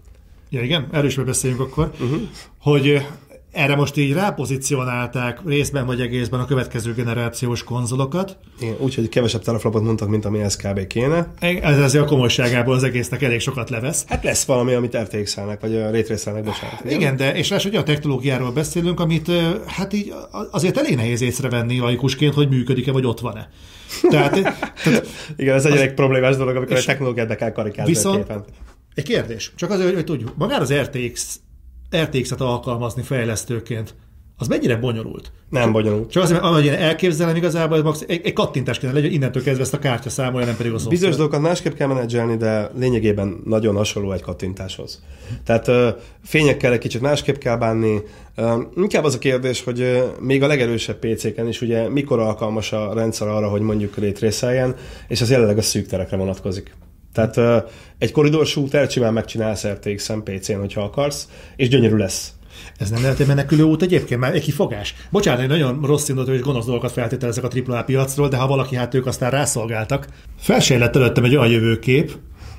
Ja igen, erről is beszéljünk akkor, uh-huh. hogy erre most így rápozícionálták részben vagy egészben a következő generációs konzolokat. Igen, úgyhogy kevesebb teraflopot mondtak, mint amihez kb. Kéne. Ez azért a komolyságából az egésznek elég sokat levesz. Hát lesz valami, amit er té iksz-elnek, vagy Ray Trace-elnek, bocsánat. Igen, igen, de és egy olyan technológiáról beszélünk, amit hát így azért elég nehéz észrevenni laikusként, hogy működik-e, vagy ott van-e. Tehát, tehát, igen, ez egy elég problémás dolog, amikor egy technológiát be kell karikálni. Viszont egy kérdés, csak azért, hogy, hogy tudjuk, magára az er té iksz, er té iksz-et alkalmazni fejlesztőként, az mennyire bonyolult? Nem bonyolult. Csak azért, ahogy én elképzelem igazából, max, egy, egy kattintás kéne legyen, innentől kezdve ezt a kártya számolja, nem pedig a szoftver. Bizonyos dolgokat másképp kell menedzselni, de lényegében nagyon hasonló egy kattintáshoz. Tehát uh, fényekkel egy kicsit másképp kell bánni. Uh, inkább az a kérdés, hogy uh, még a legerősebb pé céken is ugye mikor alkalmas a rendszer arra, hogy mondjuk Ray Trace-eljen, és az jelenleg a szűk terekre vonatkozik. Tehát uh, egy koridor shooter simán megcsinálsz er té iksz-en pé cén, hogyha akarsz, és gyönyörű lesz. Ez nem lehet egy menekülő út egyébként, már egy kifogás. Bocsánat, hogy nagyon rossz indulatú és gonosz dolgokat feltételezek a tripla á piacról, de ha valaki, hát ők aztán rászolgáltak. Felsejlett előttem egy olyan jövőkép,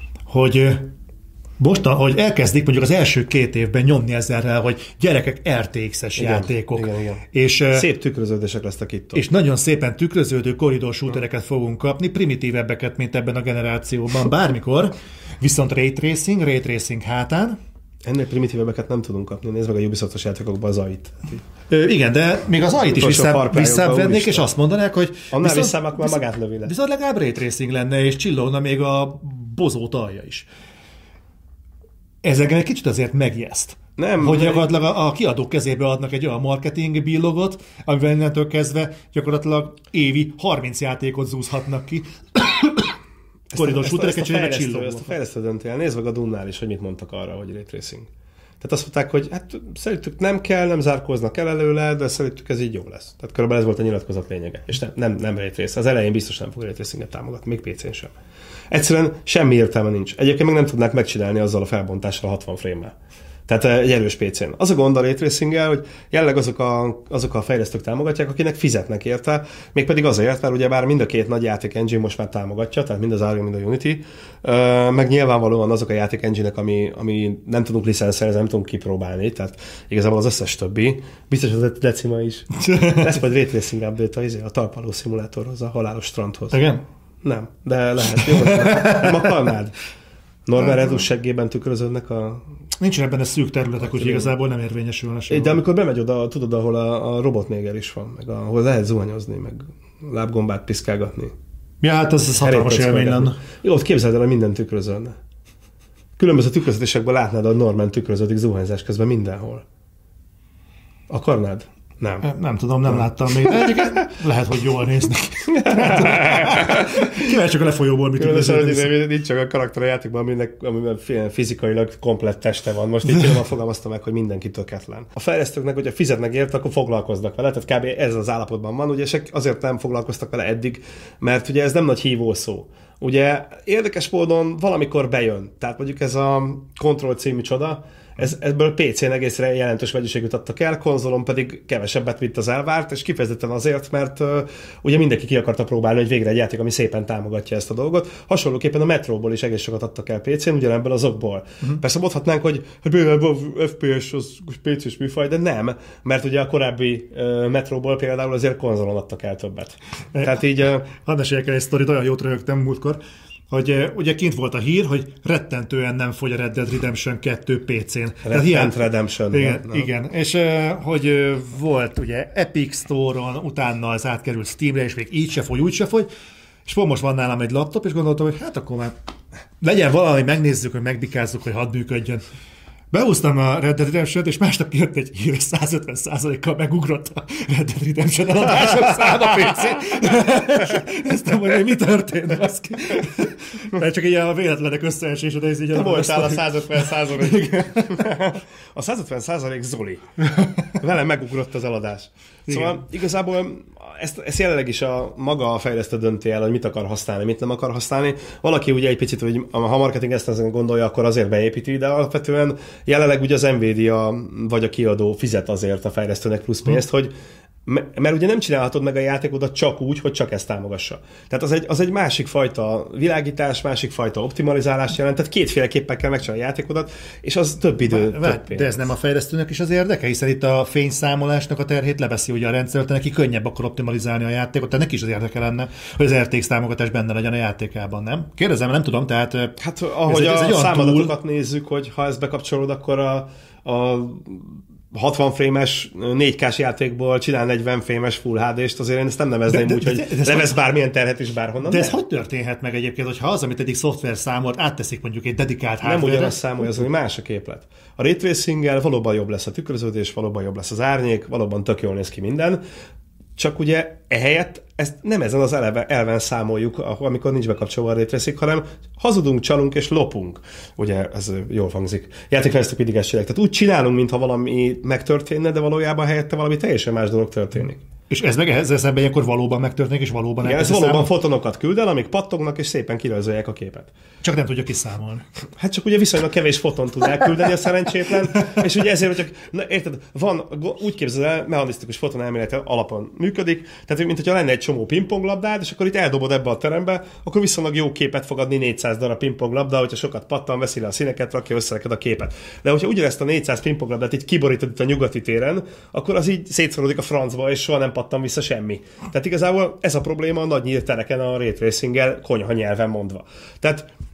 hogy most, hogy elkezdik mondjuk az első két évben nyomni ezerrel, hogy gyerekek er té iksz-es igen, játékok. Igen, igen. És, szép tükröződések lesznek itt. És nagyon szépen tükröződő koridor shootereket fogunk kapni, primitívebbeket, mint ebben a generációban bármikor, viszont Ray Tracing, Ray Tracing hátán, Ennél primitívebbeket nem tudunk kapni. Nézd meg a Ubisoftos játékokban az á i-t. Ö, igen, de még az á i-t is visszavennék, és azt mondanák, hogy annál visszámak már magát lövi le. Viszont legalább ray tracing lenne, és csillogna még a bozót alja is. Ezekben egy kicsit azért megijeszt. Nem, hogy gyakorlatilag a, a kiadók kezébe adnak egy olyan marketing billogot, amivel innentől kezdve gyakorlatilag évi harminc játékot zúzhatnak ki. Korridor shootereket csinálni, meg csillogókat. Ezt a fejlesztő dönti el. Nézd meg a Dunnál is, hogy mit mondtak arra, hogy ray tracing. Tehát azt mondták, hogy hát szerintük nem kell, nem zárkóznak el előle, de szerintük ez így jó lesz. Tehát körülbelül ez volt a nyilatkozat lényege. És nem, nem, nem ray tracing. Az elején biztos nem fog ray tracinget támogatni, még pé cén sem. Egyszerűen semmi értelme nincs. Egyébként meg nem tudnák megcsinálni azzal a felbontással a hatvan frame-mel. Tehát egy erős pé cén. Az a gond a ray tracinggel, hogy jelenleg azok a, azok a fejlesztők támogatják, akinek fizetnek érte, mégpedig azért, mert ugyebár mind a két nagy játék engine most már támogatja, tehát mind az Unreal, mind a Unity, meg nyilvánvalóan azok a játék engine-ek, ami, ami nem tudunk licenszelni, nem tudunk kipróbálni, tehát igazából az összes többi, biztos az a Decima is. Lesz majd ray tracing update a, a talpaló szimulátorhoz, a halálos strandhoz. Igen? Nem, de lehet. Jó, nem akarnád? Norman Redus seggében tükröződnek a... Nincsenek benne szűk területek, úgyhogy igazából nem érvényesülne sem. De amikor bemegy oda, tudod, ahol a, a robotnéger is van, meg ahol lehet zuhanyozni, meg lábgombát piszkálgatni. Ja, hát az, az hatalmas élmény lenne. Jó, ott képzeld el, hogy minden tükröződne. Különböző tükrözésekben látnád, a Norman tükröződik zuhanyzás közben mindenhol. Akarnád? Nem. Nem tudom, nem láttam még. Lehet, hogy jól néznek. Kíváncsi csak a lefolyóból mit tükröződik. Nincs csak a karakter a játékban, aminek, amiben fizikailag komplett teste van. Most így finoman fogalmaztam meg, hogy mindenki tökéletlen. A fejlesztőknek, hogyha fizetnek érte, akkor foglalkoznak vele. Tehát kb. Ez az állapotban van. Ugye azért nem foglalkoztak vele eddig, mert ugye ez nem nagy hívó szó. Ugye érdekes módon valamikor bejön. Tehát mondjuk ez a Control című csoda, Ez, ebből pé cén egészre jelentős mennyiségűt adtak el, konzolon pedig kevesebbet, mint az elvárt, és kifejezetten azért, mert uh, ugye mindenki ki akarta próbálni, hogy végre egy játék, ami szépen támogatja ezt a dolgot. Hasonlóképpen a Metróból is egész sokat adtak el pé cén, ugyanebben azokból. Uh-huh. Persze mondhatnánk, hogy ef pé es az pé cés műfaj, de nem, mert ugye a korábbi uh, Metróból például azért konzolon adtak el többet. E, Tehát így... Uh, hadd meséljek el egy sztorit, olyan jót röhögtem múltkor, hogy ugye kint volt a hír, hogy rettentően nem fogy a Red Dead Redemption kettő pé cén. Rettent ilyen, Redemption. Igen, no. igen. És hogy volt ugye Epic Store-on, utána az átkerült Steamre, és még így se fogy, úgy se fogy, és pont most van nálam egy laptop, és gondoltam, hogy hát akkor már legyen valami, megnézzük, hogy megbikázzuk, hogy hadd működjön. Behúztam a Red Dead Redemption-t, és másnap kijött egy hír, száz ötven százalékkal megugrott a Red Dead Redemption eladások száma pé cén. Ezt nem mondja, hogy mi történt, baszki. Mert csak így a véletlenek összeesése, de ez így... Te voltál a száz ötven százalék. A száz ötven százalék Zoli. Vele megugrott az eladás. Szóval igen. Igazából ezt, ezt jelenleg is a maga a fejlesztő dönti el, hogy mit akar használni, mit nem akar használni. Valaki ugye egy picit, hogy ha a marketing ezt ezen gondolja, akkor azért beépíti, de alapvetően jelenleg ugye az Nvidia vagy a kiadó fizet azért a fejlesztőnek plusz pénzt, hmm. hogy mert ugye nem csinálhatod meg a játékodat csak úgy, hogy csak ezt támogassa. Tehát az egy, az egy másik fajta világítás, másik fajta optimalizálást jelent, tehát kétféleképpen kell megcsinálni a játékodat, és az több idő, Vár, több pénz. De ez nem a fejlesztőnek is az érdeke, hiszen itt a fényszámolásnak a terhét leveszi ugye a rendszer, neki könnyebb akkor optimalizálni a játékot, tehát neki is az érdeke lenne, hogy az er té iksz támogatás benne legyen a játékában, nem? Kérdezem, nem tudom, tehát... Hát ahogy ez, ez a számadatokat túl... nézzük, hogy ha ezt bekapcsolod, akkor a, a hatvan frame-es négy kás játékból csinál negyven frame-es Full há dé-st, azért én ezt nem nevezném de, de, úgy, hogy de, de levesz bármilyen terhet is bárhonnan. De ez hogy történhet meg egyébként, hogyha az, amit eddig szoftver számolt, átteszik mondjuk egy dedikált hardware-re? Nem ugyanazt számolja, az, hogy más a képlet. A ray tracinggel valóban jobb lesz a tükröződés, valóban jobb lesz az árnyék, valóban tök jól néz ki minden, csak ugye ehelyett ezt nem ezen az eleve, elven számoljuk, amikor nincs bekapcsolva a ray tracing, hanem hazudunk, csalunk és lopunk. Ugye ez jól hangzik. Játékfejlesztők mindig ezt csinálják. Tehát úgy csinálunk, mintha valami megtörténne, de valójában helyette valami teljesen más dolog történik. És ez meg ezzel szemben ilyenkor valóban megtörténik, és valóban igen, ez valóban számol... fotonokat küld el, amik pattognak, és szépen kirajzolják a képet. Csak nem tudja kiszámolni. Hát csak ugye viszonylag kevés foton tud elküldeni a szerencsétlen, és ugye ezért, hogy csak, na, érted, van, úgy képzel el, mechanisztikus foton elmélete alapon működik, tehát mint hogyha lenne egy csomó pingponglabdád, és akkor itt eldobod ebbe a terembe, akkor viszonylag jó képet fog adni négyszáz darab pingponglabda, hogyha sokat pattan, veszi le a színeket, rakja össze neked a képet. De hogyha ugyanezt a négyszáz pingponglabdát így kiborítod itt a nyugati téren, akkor az így szétszorodik a francba, és soha nem pattan vissza semmi. Tehát igazából ez a probléma a nagy nyílt tereken a ray tracinggel, konyha nyelven mondva. Tehát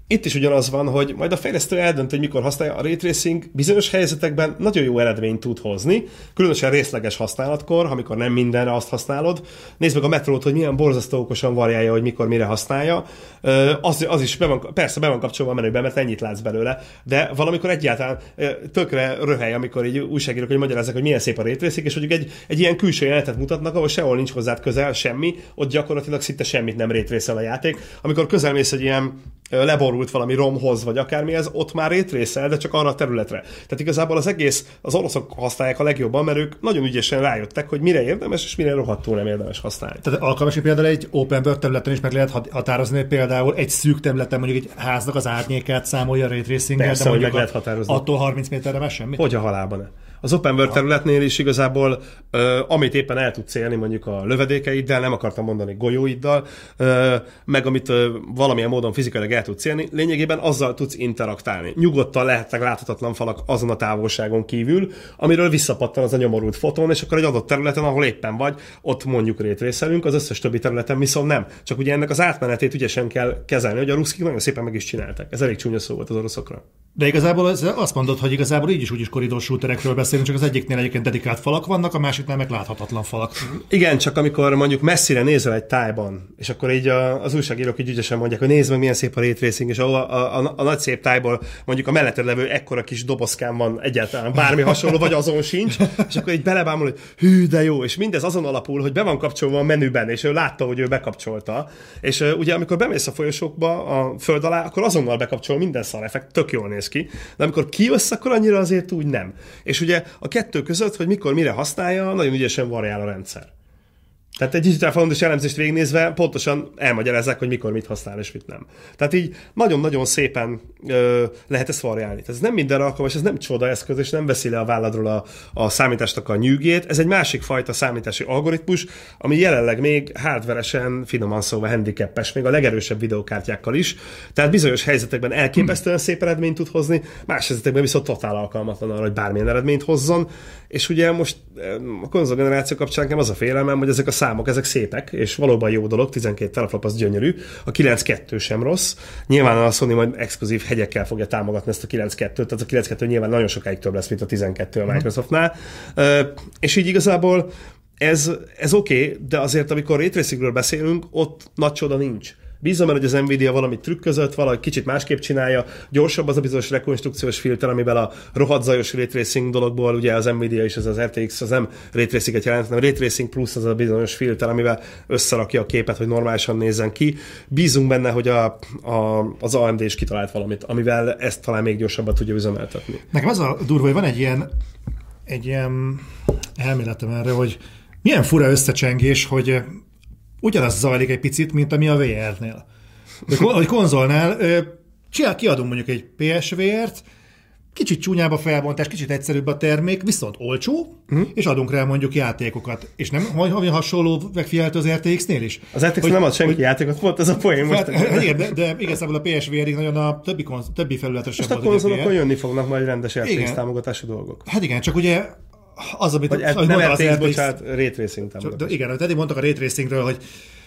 Itt is ugyanaz van, hogy majd a fejlesztő eldönt, hogy mikor használja. A Ray Tracing bizonyos helyzetekben nagyon jó eredményt tud hozni, különösen részleges használatkor, amikor nem mindenre azt használod. Nézd meg a Metrót, hogy milyen borzasztó okosan variálja, hogy mikor mire használja. Az, az is be van, persze be van kapcsolva a menüben, mert ennyit látsz belőle, de valamikor egyáltalán tökre röhely, amikor így újságírók, hogy magyarázzák, hogy milyen szép a Ray Tracing, és mondjuk egy, egy ilyen külső jelenetet mutatnak, ahol sehol nincs hozzád közel semmi, ott gyakorlatilag szinte semmit nem Ray Trace-el a játék. Amikor közelmész egy ilyen leborult valami romhoz, vagy akármi ez, ott már rétrészel, de csak arra a területre. Tehát igazából az egész, az oroszok használják a legjobban, mert ők nagyon ügyesen rájöttek, hogy mire érdemes, és mire rohadtul nem érdemes használni. Tehát alkalmas, például egy open world területen is meg lehet határozni, például egy szűk területen mondjuk egy háznak az árnyékát számolja a ray tracing-el, de mondjuk meg lehet határozni. Attól harminc méterre már semmit? Hogy a halálban ne. Az open world területnél is igazából, ö, amit éppen el tudsz élni, mondjuk a lövedékeiddel, nem akartam mondani golyóiddal, ö, meg amit ö, valamilyen módon fizikailag el tudsz élni, lényegében azzal tudsz interaktálni. Nyugodtan lehetnek láthatatlan falak azon a távolságon kívül, amiről visszapattan az a nyomorult fotón, és akkor egy adott területen, ahol éppen vagy, ott mondjuk rétrészelünk, az összes többi területen viszont nem. Csak ugye ennek az átmenetét ügyesen kell kezelni, hogy a ruszkik nagyon szépen meg is csinálták. Ez elég csúnya szó volt az oroszokra. De igazából azt mondod, hogy igazából így is úgy is koridor shooterekről beszélünk, csak az egyiknél egyébként dedikált falak vannak, a másiknál meg láthatatlan falak. Igen, csak amikor mondjuk messzire nézel egy tájban, és akkor így a, az újságírók így ügyesen mondják, hogy nézd meg, milyen szép a ray tracing, és a, a, a, a nagy szép tájból mondjuk a melletted levő ekkora kis dobozkán van egyáltalán bármi hasonló, vagy azon sincs, és akkor így belebámul, hogy hű, de jó, és mindez azon alapul, hogy be van kapcsolva a menüben, és ő látta, hogy ő bekapcsolta, és uh, ugye amikor bemész a folyosókba a föld alá, akkor azonnal bekapcsol minden szar effekt, tök jól néz ki, de amikor kijössz, akkor annyira azért úgy nem. És ugye a kettő között, hogy mikor mire használja, nagyon ügyesen variál a rendszer. Tehát egy digitál fontos elemzést végignézve pontosan elmagyarázzák, hogy mikor mit használ és mit nem. Tehát így nagyon-nagyon szépen ö, lehet ezt variálni. Tehát ez nem minden alkalmas, ez nem csoda eszköz, és nem veszi le a válladról a, a számításnak a nyűgét. Ez egy másik fajta számítási algoritmus, ami jelenleg még hardveresen, finoman szóval handicapes, még a legerősebb videókártyákkal is. Tehát bizonyos helyzetekben elképesztően szép eredményt tud hozni, más helyzetekben viszont totál alkalmatlan arra, hogy bármilyen eredményt hozzon. És ugye most a konzolgeneráció kapcsán nekem az a félelmem, hogy ezek a számok, ezek szépek, és valóban jó dolog, tizenkét teraflop az gyönyörű, a kilenc kettő sem rossz. Nyilván a Sony majd exkluzív hegyekkel fogja támogatni ezt a kilenc kettőt, tehát a kilenc kettő nyilván nagyon sokáig több lesz, mint a tizenkettő a Microsoftnál. Mm. És így igazából ez, ez oké, okay, de azért amikor ray tracingről beszélünk, ott nagy csoda nincs. Bízom el, hogy az Nvidia valamit trükközött, valahogy kicsit másképp csinálja, gyorsabb az a bizonyos rekonstrukciós filter, amivel a rohadt zajos ray tracing dologból, ugye az Nvidia és az, az er té iksz az nem ray tracinget jelent, hanem ray tracing plusz az a bizonyos filter, amivel összerakja a képet, hogy normálisan nézzen ki. Bízunk benne, hogy a, a, az á em dé is kitalált valamit, amivel ezt talán még gyorsabban tudja üzemeltetni. Nekem az a durva, hogy van egy ilyen, egy ilyen elméletem erre, hogy milyen fura összecsengés, hogy ugyanaz zajlik egy picit, mint ami a vé er-nél. Hogy konzolnál csinál, kiadunk mondjuk egy pé es vé er-t, kicsit csúnyább a felbontás, kicsit egyszerűbb a termék, viszont olcsó, mm. és adunk rá mondjuk játékokat. És nem hogy hasonló megfigyelhető az er té iksz-nél is? Az er té iksz nem ad senki hogy, játékot, volt ez a poén most. Hát, igen, de, de igazából a pé es vé er-ig nagyon a többi, konz, többi felületre sem volt. Most a konzolokon jönni fognak majd rendes er té iksz támogatású dolgok. Hát igen, csak ugye az, amit, vagy amit nem er té iksz, bocsánat, Ray Tracing támogatás. Igen, amit eddig mondtak a Ray Tracingről, hogy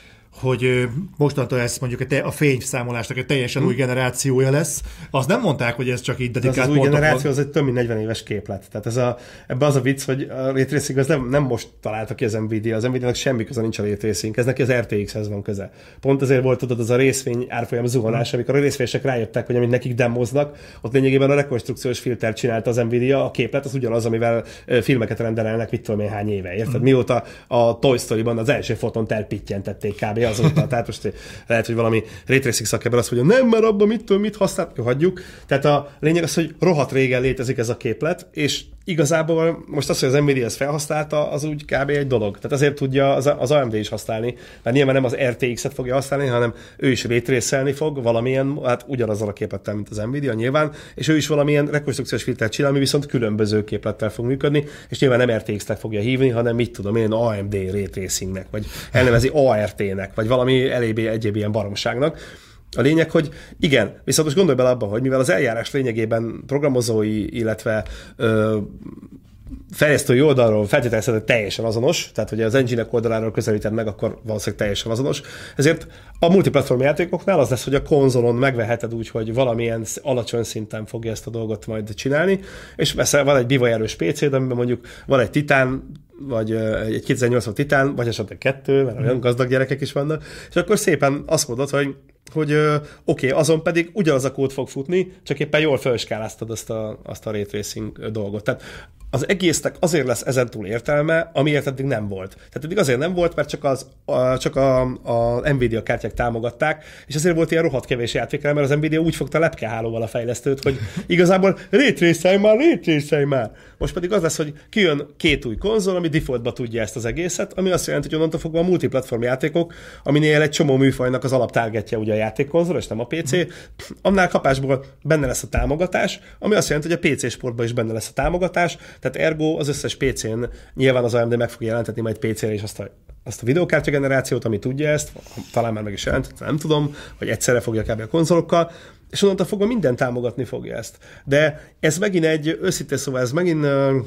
hogy mostantól ez mondjuk a fényszámolásnak egy teljesen hmm. új generációja lesz. Azt nem mondták, hogy ez csak így dedikált az, az új generáció, az egy több mint negyven éves képlet. Tehát ez a, ebben az a vicc, hogy a Ray Tracing az nem, nem most találta ki az Nvidia, az Nvidia-nak semmi köze nincs a Ray Tracing, ez neki az er té iksz-hez van köze. Pont ezért volt tudod az a részvény árfolyam zuhanás, hmm. amikor a részvényesek rájöttek, hogy amit nekik demoznak, ott lényegében a rekonstrukciós filter csinálta az Nvidia, a képlet az ugyanaz, amivel filmeket rendelnek, mit tudom én hány éve, érted? Hmm. Mióta a Toy Story-ban az első fotont elpittyentették kb. Azóta. Tehát most lehet, hogy valami Ray Tracing szakember azt mondja, nem, mert abban mit tudom, mit használt, hagyjuk. Tehát a lényeg az, hogy rohadt régen létezik ez a képlet, és igazából most az, hogy az Nvidia ezt felhasználta, az úgy kb. Egy dolog. Tehát azért tudja az, az á em dé is használni, mert nyilván nem az er té iksz-et fogja használni, hanem ő is Ray Tracelni fog valamilyen, hát ugyanazzal a képlettel, mint az Nvidia nyilván, és ő is valamilyen rekonstrukciós filtert csinál, ami viszont különböző képlettel fog működni, és nyilván nem er té iksz-nek fogja hívni, hanem mit tudom én, á em dé Ray Tracingnek, vagy elnevezi á er té-nek, vagy valami elébb egyéb ilyen baromságnak. A lényeg, hogy igen, viszont most gondolj bele abba, hogy mivel az eljárás lényegében programozói, illetve ö, fejlesztői oldalról feltételezhető, hogy teljesen azonos, tehát hogy az engine-ek oldaláról közelíted meg, akkor valószínűleg teljesen azonos. Ezért a multiplatform játékoknál az lesz, hogy a konzolon megveheted úgy, hogy valamilyen alacsony szinten fogja ezt a dolgot majd csinálni, és veszel, van egy bivaj erős pé cé-d, amiben mondjuk van egy Titán, vagy egy kétezer-nyolcvan Titán, vagy esetleg kettő, mert olyan gazdag gyerekek is vannak, és akkor szépen azt mondod, hogy hogy oké, okay, azon pedig ugyanaz a kód fog futni, csak éppen jól felskáláztad azt a, azt a ray tracing dolgot. Tehát az egésznek azért lesz ezentúl értelme, amiért eddig nem volt. Tehát eddig azért nem volt, mert csak, az, a, csak a, a Nvidia kártyák támogatták, és azért volt ilyen rohadt kevés játékra, mert az Nvidia úgy fogta lepkehálóval a fejlesztőt, hogy igazából ray tracelj már, ray tracelj már. Most pedig az lesz, hogy kijön két új konzol, ami defaultba tudja ezt az egészet, ami azt jelenti, hogy onnantól fogva a multiplatform játékok, aminél egy csomó műfajnak az alaptárgetje ugye a játékkonzol, és nem a pé cé, annál kapásból benne lesz a támogatás, ami azt jelenti, hogy a pé cé sportban is benne lesz a támogatás, tehát ergo az összes pé cén nyilván az á em dé meg fogja jelentetni majd pé cére is azt a, azt a videokártya generációt, ami tudja ezt, talán már meg is jelentett, nem tudom, hogy egyszerre fogja kb. A konzolokkal, és onnantól fogva minden támogatni fogja ezt. De ez megint egy, őszintén szóval ez megint,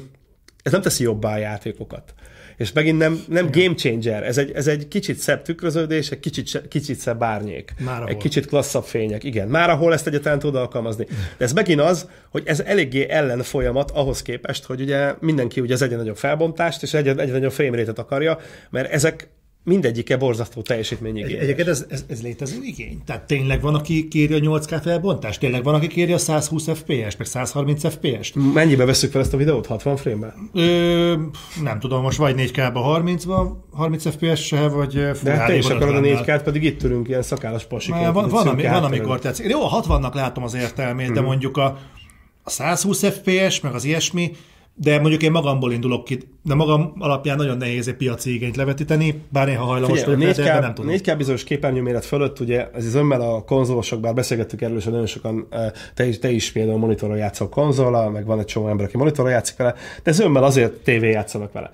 ez nem teszi jobbá a játékokat. És megint nem, nem game changer, ez egy, ez egy kicsit szebb tükröződés, egy kicsit, kicsit szebb árnyék, egy kicsit klasszabb fények. Igen, már ahol ezt egyáltalán tud alkalmazni. De ez megint az, hogy ez eléggé ellen folyamat ahhoz képest, hogy ugye mindenki ugye az egyre nagyobb felbontást és egyre, egyre nagyobb frame rate-et akarja, mert ezek mindegyike borzasztó teljesítményigényes. Egyébként ez, ez, ez létező igény? Tehát tényleg van, aki kéri a nyolc ká felbontást? Tényleg van, aki kéri a száz húsz ef pé es, meg száz harminc ef pé est? Mennyibe veszük fel ezt a videót? hatvan frame-ben? Ö, nem tudom, most vagy négy ká-ba harmincba, harminc ef pé es-sel, vagy Full de te is akarod a négy ká-t, pedig itt ülünk ilyen szakállas pasiként. Van, van, ami, van amikor tetszik. Jó, a hatvannak látom az értelmét, mm. de mondjuk a, a száz húsz ef pé es, meg az ilyesmi, de mondjuk én magamból indulok ki, de magam alapján nagyon nehéz egy piaci igényt levetíteni, bár néha hajlamos vagyok, de, de nem tudom. négy ká bizonyos képernyőméret fölött, ugye ez az önmel a konzolosok, bár beszélgettük erről, és nagyon sokan, te is, te is például monitorral játszol konzollal, meg van egy csomó ember, aki monitorral játszik vele, de ez önmel azért tévé játszanak vele.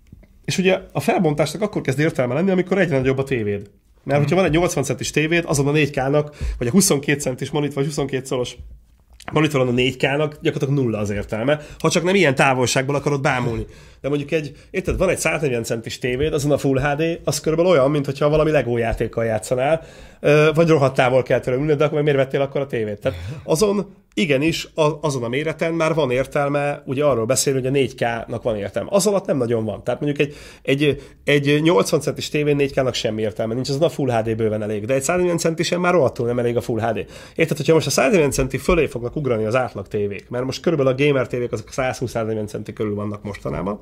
És ugye a felbontásnak akkor kezd értelme lenni, amikor egyre nagyobb a tévéd. Mert mm. hogyha van egy nyolcvan centis tévéd, azon a négy ká-nak, vagy a huszonkét centis monitor, vagy huszonkét szoros monitoron a négy ká-nak gyakorlatilag nulla az értelme, ha csak nem ilyen távolságból akarod bámulni. De mondjuk egy, érted, van egy száznegyven centis tévéd, azon a Full há dé, az körülbelül olyan, mintha valami Lego játékkal játszanál, vagy rohadt távol kell tőle ülni, de akkor meg miért vettél akkor a tévét? Tehát azon igenis, azon a méreten már van értelme, ugye arról beszélni, hogy a négy ká-nak van értelme. Az alatt nem nagyon van. Tehát mondjuk egy, egy, egy nyolcvan centis tévén négy ká-nak semmi értelme nincs, azon a Full há dé bőven elég. De egy száznegyven centisen már rohadtul nem elég a Full há dé. Érted, hogyha most a száznegyven centi fölé fognak ugrani az átlag tévék, mert most körülbelül a gamer tévék azok száz húsz száznegyven centi körül vannak mostanában,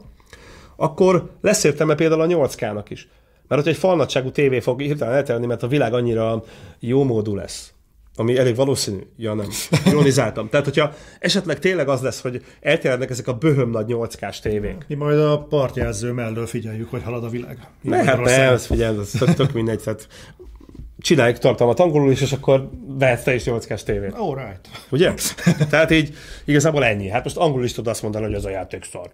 akkor lesz értelme például a nyolc ká-nak is. Mert hogyha egy falnagyságú tévé fog hirtelen elterjedni, mert a világ annyira jó módú lesz, ami elég valószínű. Ja, nem. Ironizáltam. Tehát, hogyha esetleg tényleg az lesz, hogy elterjednek ezek a böhöm nagy nyolc ká-s tévék. Mi majd a partjelző mellől figyeljük, hogy halad a világ. Ne, hát ne, azt figyelj, az tök, tök mindegy. Tehát csináljuk tartalmat angolul is, és akkor vehetsz te is nyolc ká-s tévét. All right. Ugye? Tehát így igazából ennyi. Hát most angolul is tudod azt mondani, hogy az a játék szar.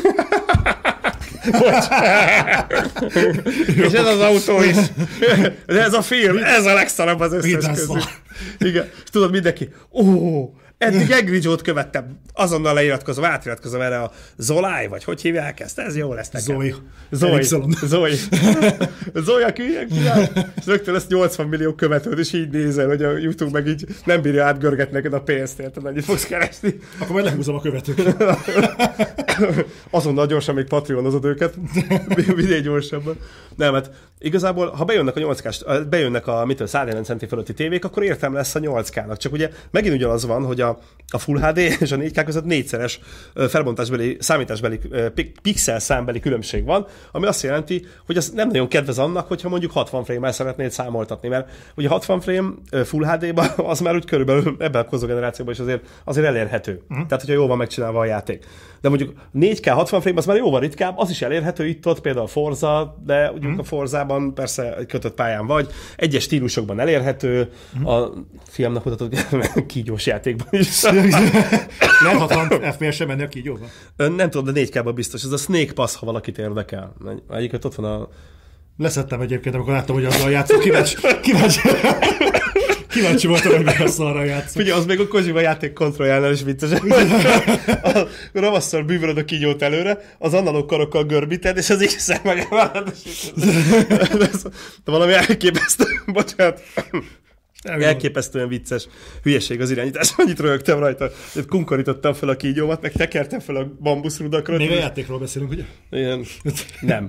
És ez az autó is. De ez a film, ez a legszarabb az összes közül. Igen. És tudod mindenki, ó, eddig Angry Joe-t követtem, azonnal leiratkozom, átiratkozom erre a Zolai, vagy hogy hívják ezt? Ez jó lesz nekem. Zoe. Zoe. Zoe. Zoe, aki ilyen kiáll, és rögtön lesz nyolcvan millió követőd, és így nézel, hogy a YouTube meg így nem bírja átgörgetni neked a pénzt, érted, annyit fogsz keresni. Akkor majd lehúzom a követőket. Azonnal gyorsan még Patreonozod őket, minél gyorsabban. Nem, hát igazából, ha bejönnek a nyolc ká-s, bejönnek a mitől száznegyven centi fölötti tévék, akkor értelme lesz a nyolc ká-nak. Csak ugye megint ugyanaz van, hogy a, a Full há dé és a négy ká között négyszeres felbontásbeli, számításbeli, pixel számbeli különbség van, ami azt jelenti, hogy az nem nagyon kedvez annak, hogyha mondjuk hatvan frame-mel szeretnéd számoltatni, mert ugye hatvan frame Full há dé-ban az már úgy körülbelül ebben a konzolgenerációban is azért, azért elérhető. Uh-huh. Tehát, hogyha jól van megcsinálva a játék. De mondjuk négy ká hatvan frame az már jóval ritkább, az is elérhető itt-ott, például a Forza, de ugye uh-huh. a Forzában persze egy kötött pályán vagy, egyes stílusokban elérhető, uh-huh. a filmnek mutatott kígyós játékban is. Nem hatvan ef pé es sem menni a kígyóban? Nem tudom, de négy ká-ban biztos. Ez a Snake Pass, ha valakit érdekel. Egyiket ott van a... Leszettem egyébként, amikor láttam, hogy azzal játszok. Kíváncsi. Kíváncsi. Kíváncsi voltam, hogy meg a szarra játszom. Ugye, az még a Kojima játék kontrolljánál is vicces. A ravasszal bűvölöd a kígyót előre, az analóg karokkal görbíted, és az X-szel megemeled. De valami elképesztő, bocsánat. Elképesztően vicces hülyeség az irányítás. Annyit röhögtem rajta, hogy kunkorítottam fel a kígyómat, meg tekertem fel a bambuszrudakra. Még a játékról beszélünk, ugye? Ilyen... Nem.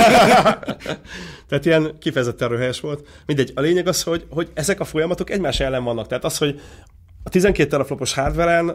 Tehát ilyen kifejezetten röhelyes volt. Mindegy, a lényeg az, hogy, hogy ezek a folyamatok egymás ellen vannak. Tehát az, hogy a tizenkét teraflopos hardveren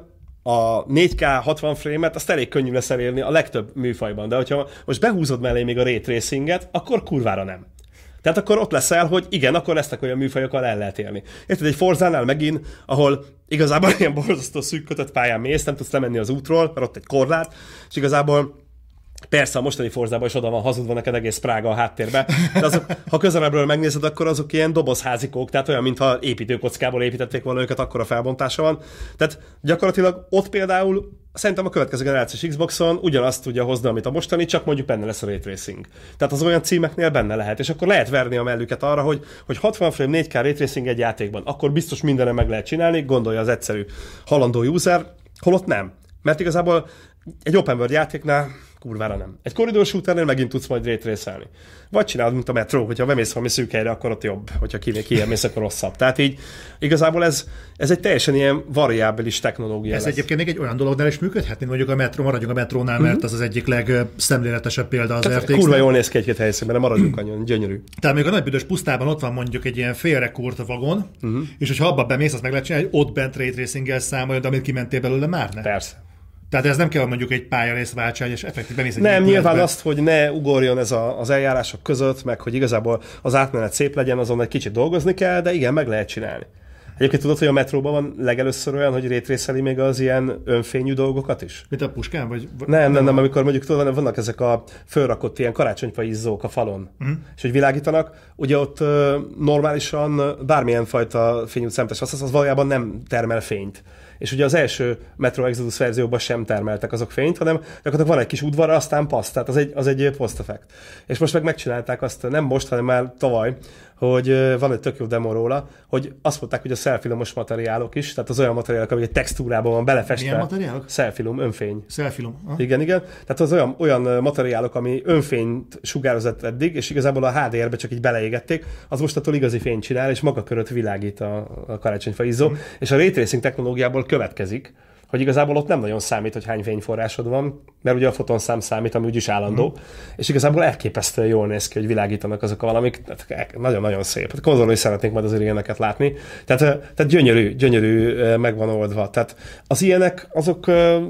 a négy ká hatvan frame-et, azt elég könnyű lesz elérni a legtöbb műfajban. De hogyha most behúzod mellé még a ray tracinget, akkor kurvára nem. Tehát akkor ott leszel, hogy igen, akkor lesznek olyan műfajokkal el lehet élni. Érted, egy Forzánál megint, ahol igazából ilyen borzasztó szűk kötött pályán mész, nem tudsz lemenni az útról, mert ott egy korlát, és igazából persze a mostani Forzában is oda van hazudva neked egész Prága a háttérbe, de azok, ha közelebbről megnézed, akkor azok ilyen dobozházikók, tehát olyan, mintha építőkockából építették volna őket, akkora felbontása van. Tehát gyakorlatilag ott például szerintem a következő generációs Xboxon ugyanazt tudja hozni, amit a mostani, csak mondjuk benne lesz a Ray Tracing. Tehát az olyan címeknél benne lehet, és akkor lehet verni a mellüket arra, hogy, hogy hatvan frame négy ká Ray Tracing egy játékban, akkor biztos mindenre meg lehet csinálni, gondolja az egyszerű halandó user, holott nem. Mert igazából egy open world játéknál kurvára nem. Egy korridor shooternél megint tudsz majd ray tracelni. Vagy csinálod, mint a Metro, hogyha bemész valami szűk helyre, akkor ott jobb, hogyha kimész, akkor rosszabb. Tehát így igazából ez, ez egy teljesen ilyen variábilis technológia. Ez lesz. Egyébként még egy olyan dolognál is működhet, mint mondjuk a Metro, maradjunk a Metrónál, mert az az egyik legszemléletesebb példa az er té iksz. Kurva jól néz ki egy-két helyszínben, de maradjunk annyian, gyönyörű. Tehát még a nagybüdös pusztában ott van mondjuk egy ilyen félrekúrt vagon, uh-huh. és hogyha abba bemész, azt meg lehet csinálni, hogy ott bent ray tracinggel számoljon, de amit kimentél belőle már ne. Persze. Tehát ez nem kell mondjuk egy pályarész váltsány, és effektív bemész egy Nem, nyilván azt, hogy ne ugorjon ez a, az eljárások között, meg hogy igazából az átmenet szép legyen, azon egy kicsit dolgozni kell, de igen, meg lehet csinálni. Egyébként tudod, hogy a metróban van legelőször olyan, hogy rétrészeli még az ilyen önfényű dolgokat is? Mint a puskán? Vagy... Nem, nem, nem, amikor mondjuk tudod, vannak ezek a fölrakott ilyen karácsonyfa izzók a falon, mm. és hogy világítanak, ugye ott uh, normálisan bármilyen fajta fényút szemtes az, az valójában nem termel fényt. És ugye az első Metro Exodus verzióban sem termeltek azok fényt, hanem gyakorlatilag van egy kis udvar, aztán passz, tehát az egy, az egy post-effekt. És most meg megcsinálták azt, nem most, hanem már tavaly, hogy van egy tök jó demo róla, hogy azt mondták, hogy a szelfilomos materiálok is, tehát az olyan materiálok, amik egy textúrában van belefestve. Milyen materiálok? Szelfilom, önfény. Szelfilom. Ah. Igen, igen. Tehát az olyan, olyan materiálok, ami önfényt sugározott eddig, és igazából a há dé er-be csak így beleégették, az most attól igazi fényt csinál, és maga körött világít a, a karácsonyfa izzó. Mm. És a ray tracing technológiából következik, hogy igazából ott nem nagyon számít, hogy hány fényforrásod van, mert ugye a fotonszám számít, ami úgyis állandó, mm. és igazából elképesztően jól néz ki, hogy világítanak azok a valamik, nagyon-nagyon szép. A konzolon is szeretnénk majd azért ilyeneket látni. Tehát, tehát gyönyörű, gyönyörű megvan oldva. Tehát az ilyenek, azok,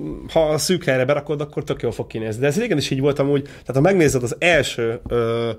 ha a szűk helyre berakod, akkor tök jól fog kinézni. De ez régen is így volt amúgy, tehát ha megnézed az első ö,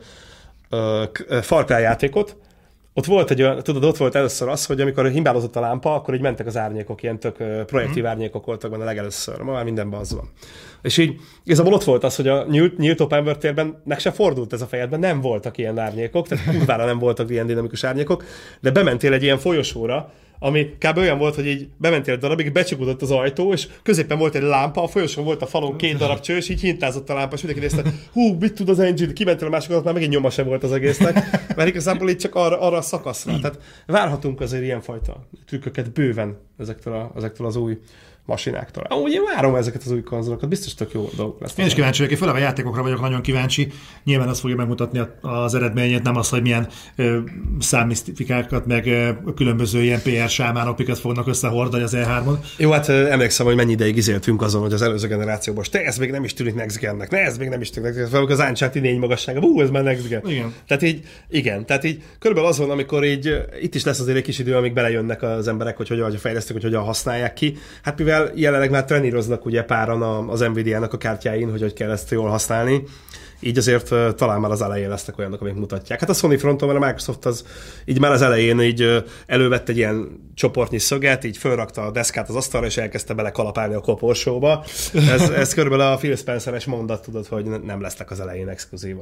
ö, Far Cry játékot, ott volt egy olyan, tudod, ott volt először az, hogy amikor himbálozott a lámpa, akkor így mentek az árnyékok, ilyen tök projektív mm. árnyékok voltak benne legelőször. Ma már mindenben az van. És így igazából ott volt az, hogy a nyílt, nyílt open world térben nek se fordult ez a fejedben, nem voltak ilyen árnyékok, tehát kurvára nem voltak ilyen dinamikus árnyékok, de bementél egy ilyen folyosóra, ami kb. Olyan volt, hogy így bementél egy darabig, becsukódott az ajtó, és középen volt egy lámpa, a folyosón volt a falon két darab cső, és így hintázott a lámpa, és mindenki nézte, hú, mit tud az engine, kimentél a másikat, már megint nyoma sem volt az egésznek, mert igazából itt csak arra, arra a szakaszra. Tehát várhatunk azért ilyenfajta trükköket bőven ezektől, a, ezektől az új masináktól. Amúgy én várom ezeket az új konzolokat, biztos tök jó dolgok lesz. Én is kíváncsi vagyok, főleg a játékokra vagyok nagyon kíváncsi. Nyilván az fogja megmutatni az eredményét, nem az, hogy milyen ö, számmisztifikákat, meg ö, különböző ilyen pé er sámánopikat fognak összehordani az E hármon. Jó, hát emlékszem, hogy mennyi ideig izéltünk azon, hogy az előző generációban, te ez még nem is tűnik next gen-nek, ne ez még nem is tűnik next gen-nek, az Uncharted négy magassága, hú, ez már next gen. Igen. Tehát így, igen, tehát így körülbelül az van, amikor így, itt is lesz azért egy kis idő, amíg belejönnek az emberek, hogy hogyan fejlesztik, hogy hogyan használják ki. Hát mivel jelenleg már treníroznak ugye páran az Nvidia-nak a kártyáin, hogy hogy kell ezt jól használni. Így azért uh, talán már az elején lesznek olyanok, amik mutatják. Hát a Sony fronton, mert a Microsoft az így már az elején így uh, elővette egy ilyen csoportnyi szöget, így fölrakta a deszkát az asztalra, és elkezdte bele kalapálni a koporsóba. Ez, ez körülbelül a Phil Spencer-es mondat, tudod, hogy nem lesznek az elején exkluzívok.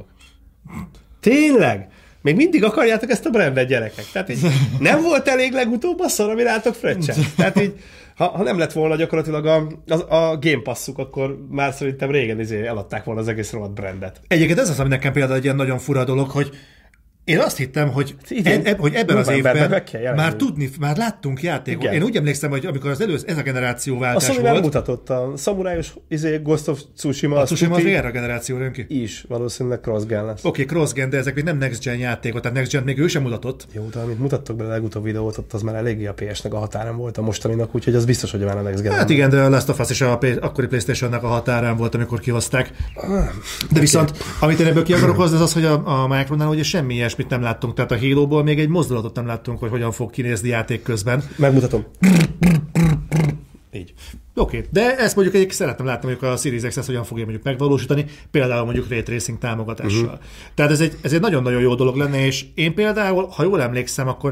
Tényleg? Még mindig akarjátok ezt a brandet, gyerekek? Tehát így nem volt elég legutóbb a szar, ami rátok fröccsen? Tehát így Ha, ha nem lett volna gyakorlatilag a, a, a Game Pass-uk, akkor már szerintem régen izé eladták volna az egész rohadt brandet. Egyébként ez az, ami nekem például egy ilyen nagyon fura dolog, hogy Én azt hittem, hogy, idén, e, hogy ebben az évben már tudni, tudni, már láttunk játékot. Igen. Én úgy emlékszem, hogy amikor az előző, ez a generációváltás volt. A Sony mutatott a szamurájos izé, Ghost of Tsushima. A Tsushima az erre a generáció jön ki? Is, valószínűleg cross-gen lesz. Oké, okay, cross-gen, de ezek még nem next-gen játékok, tehát next-gen még ő sem mutatott. Jó, de amit mutattok bele a legutóbb videót, ott az már eléggé a pé esnek a határán volt a mostaninak, úgyhogy az biztos, hogy már a next-gen. Hát igen, de a Last of Us is a akkori PlayStation-nak a határán volt, amikor kihozták. De viszont, okay. amit én ebből ki akarok hozni, az az, hogy a, a Micronál ugye semmi ilyesmit nem láttunk, tehát a Halo-ból még egy mozdulatot nem láttunk, hogy hogyan fog kinézni játék közben. Megmutatom. Így. Oké, okay. De ezt mondjuk egyébként szeretném látni, hogy a Series X hogyan fogja mondjuk megvalósítani, például mondjuk Ray Tracing támogatással. Uh-huh. Tehát ez egy, ez egy nagyon-nagyon jó dolog lenne, és én például, ha jól emlékszem, akkor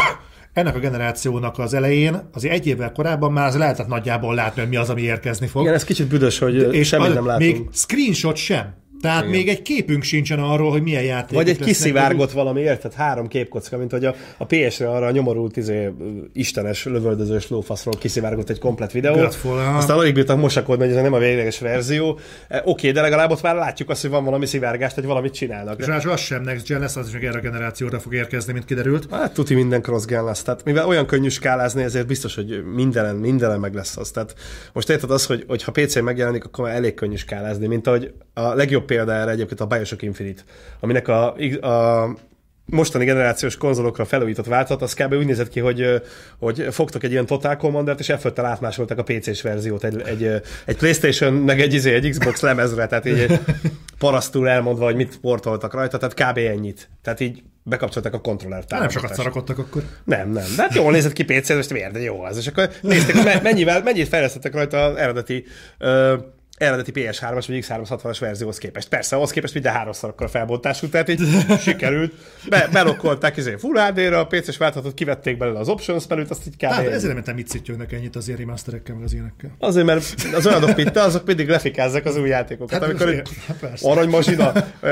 ennek a generációnak az elején, az egy évvel korábban már az lehetett nagyjából látni, hogy mi az, ami érkezni fog. Igen, ez kicsit büdös, hogy de, és semmit nem látunk. Még screenshot sem. Tehát igen. Még egy képünk sincsen arról, hogy milyen játék. Vagy egy kiszivárgott valami, érted? Három képkocka, mint hogy a, a pé esre arra a nyomorult izé, istenes, lövöldözős lófaszról kiszivárgott egy komplet videó. Godfall, aztán alig bírtak mosakodni, hogy ez nem a végleges verzió. E, Oké, okay, de legalább ott már látjuk azt, hogy van valami szivárgást, hogy valamit csinálnak. És ráadásul az sem next gen lesz, az is még erre a generációra fog érkezni, mint kiderült. Hát tuti minden cross-gen lesz. Tehát mivel olyan könnyű skálázni, ezért biztos, hogy mindenen, mindenen meg lesz az. Tehát most érted az, hogy, hogy ha pé cén megjelenik, akkor elég könnyű skálázni, mint ahogy a legjobb példa erre egyébként a Bioshock Infinite, aminek a, a mostani generációs konzolokra felújított változat, az kb. Úgy nézett ki, hogy, hogy fogtak egy ilyen Total Commandert, és F öttel átmásoltak a pé cés verziót egy, egy, egy PlayStation, meg egy, egy Xbox lemezre, tehát így parasztul elmondva, hogy mit portoltak rajta, tehát kb. Ennyit. Tehát így bekapcsolták a kontrollert. Nem sokat szarakodtak akkor. Nem, nem. De hát jól nézett ki pé cén, most miért, de jó az. És akkor nézték, mennyivel, mennyit fejlesztettek rajta az eredeti uh, eredeti pé es hármas vagy iksz háromszázhatvanas verzióhoz képest. Persze, ahhoz képest minden háromszor akkor a felbontású, tehát így sikerült. Be, belokkolták izé Full há dé-re, a pé cés változatot kivették belőle az Options menüt, azt így kb. Hát ezért nem mit szittyögnek ennyit az ilyen remasterekkel, meg az ilyenekkel. Azért, mert az olyanok, mint te, azok mindig lefikázzák az új játékokat. Hát amikor egy aranymazsina,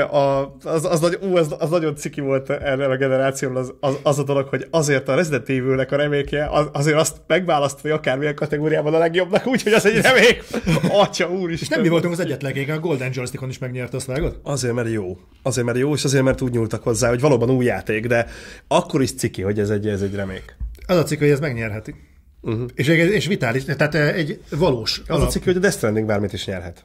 az, az, az, az, az nagyon ciki volt erre a generációról az, az, az a dolog, hogy azért a Resident Evil-nek a remékje, az, azért azt megválasztani akármilyen kategóriában a legjobbnak, úgyhogy az egy remék. Atya úr. És nem mi voltunk az egyetlenek, a Golden Joystickon is megnyerte, azt vágod? Azért, mert jó. Azért, mert jó, és azért, mert úgy nyúltak hozzá, hogy valóban új játék, de akkor is ciki, hogy ez egy, ez egy remék. Az a ciki, hogy ez megnyerheti. Uh-huh. És, és vitális, tehát egy valós. Az alap. A ciki, hogy a Death Stranding bármit is nyerhet.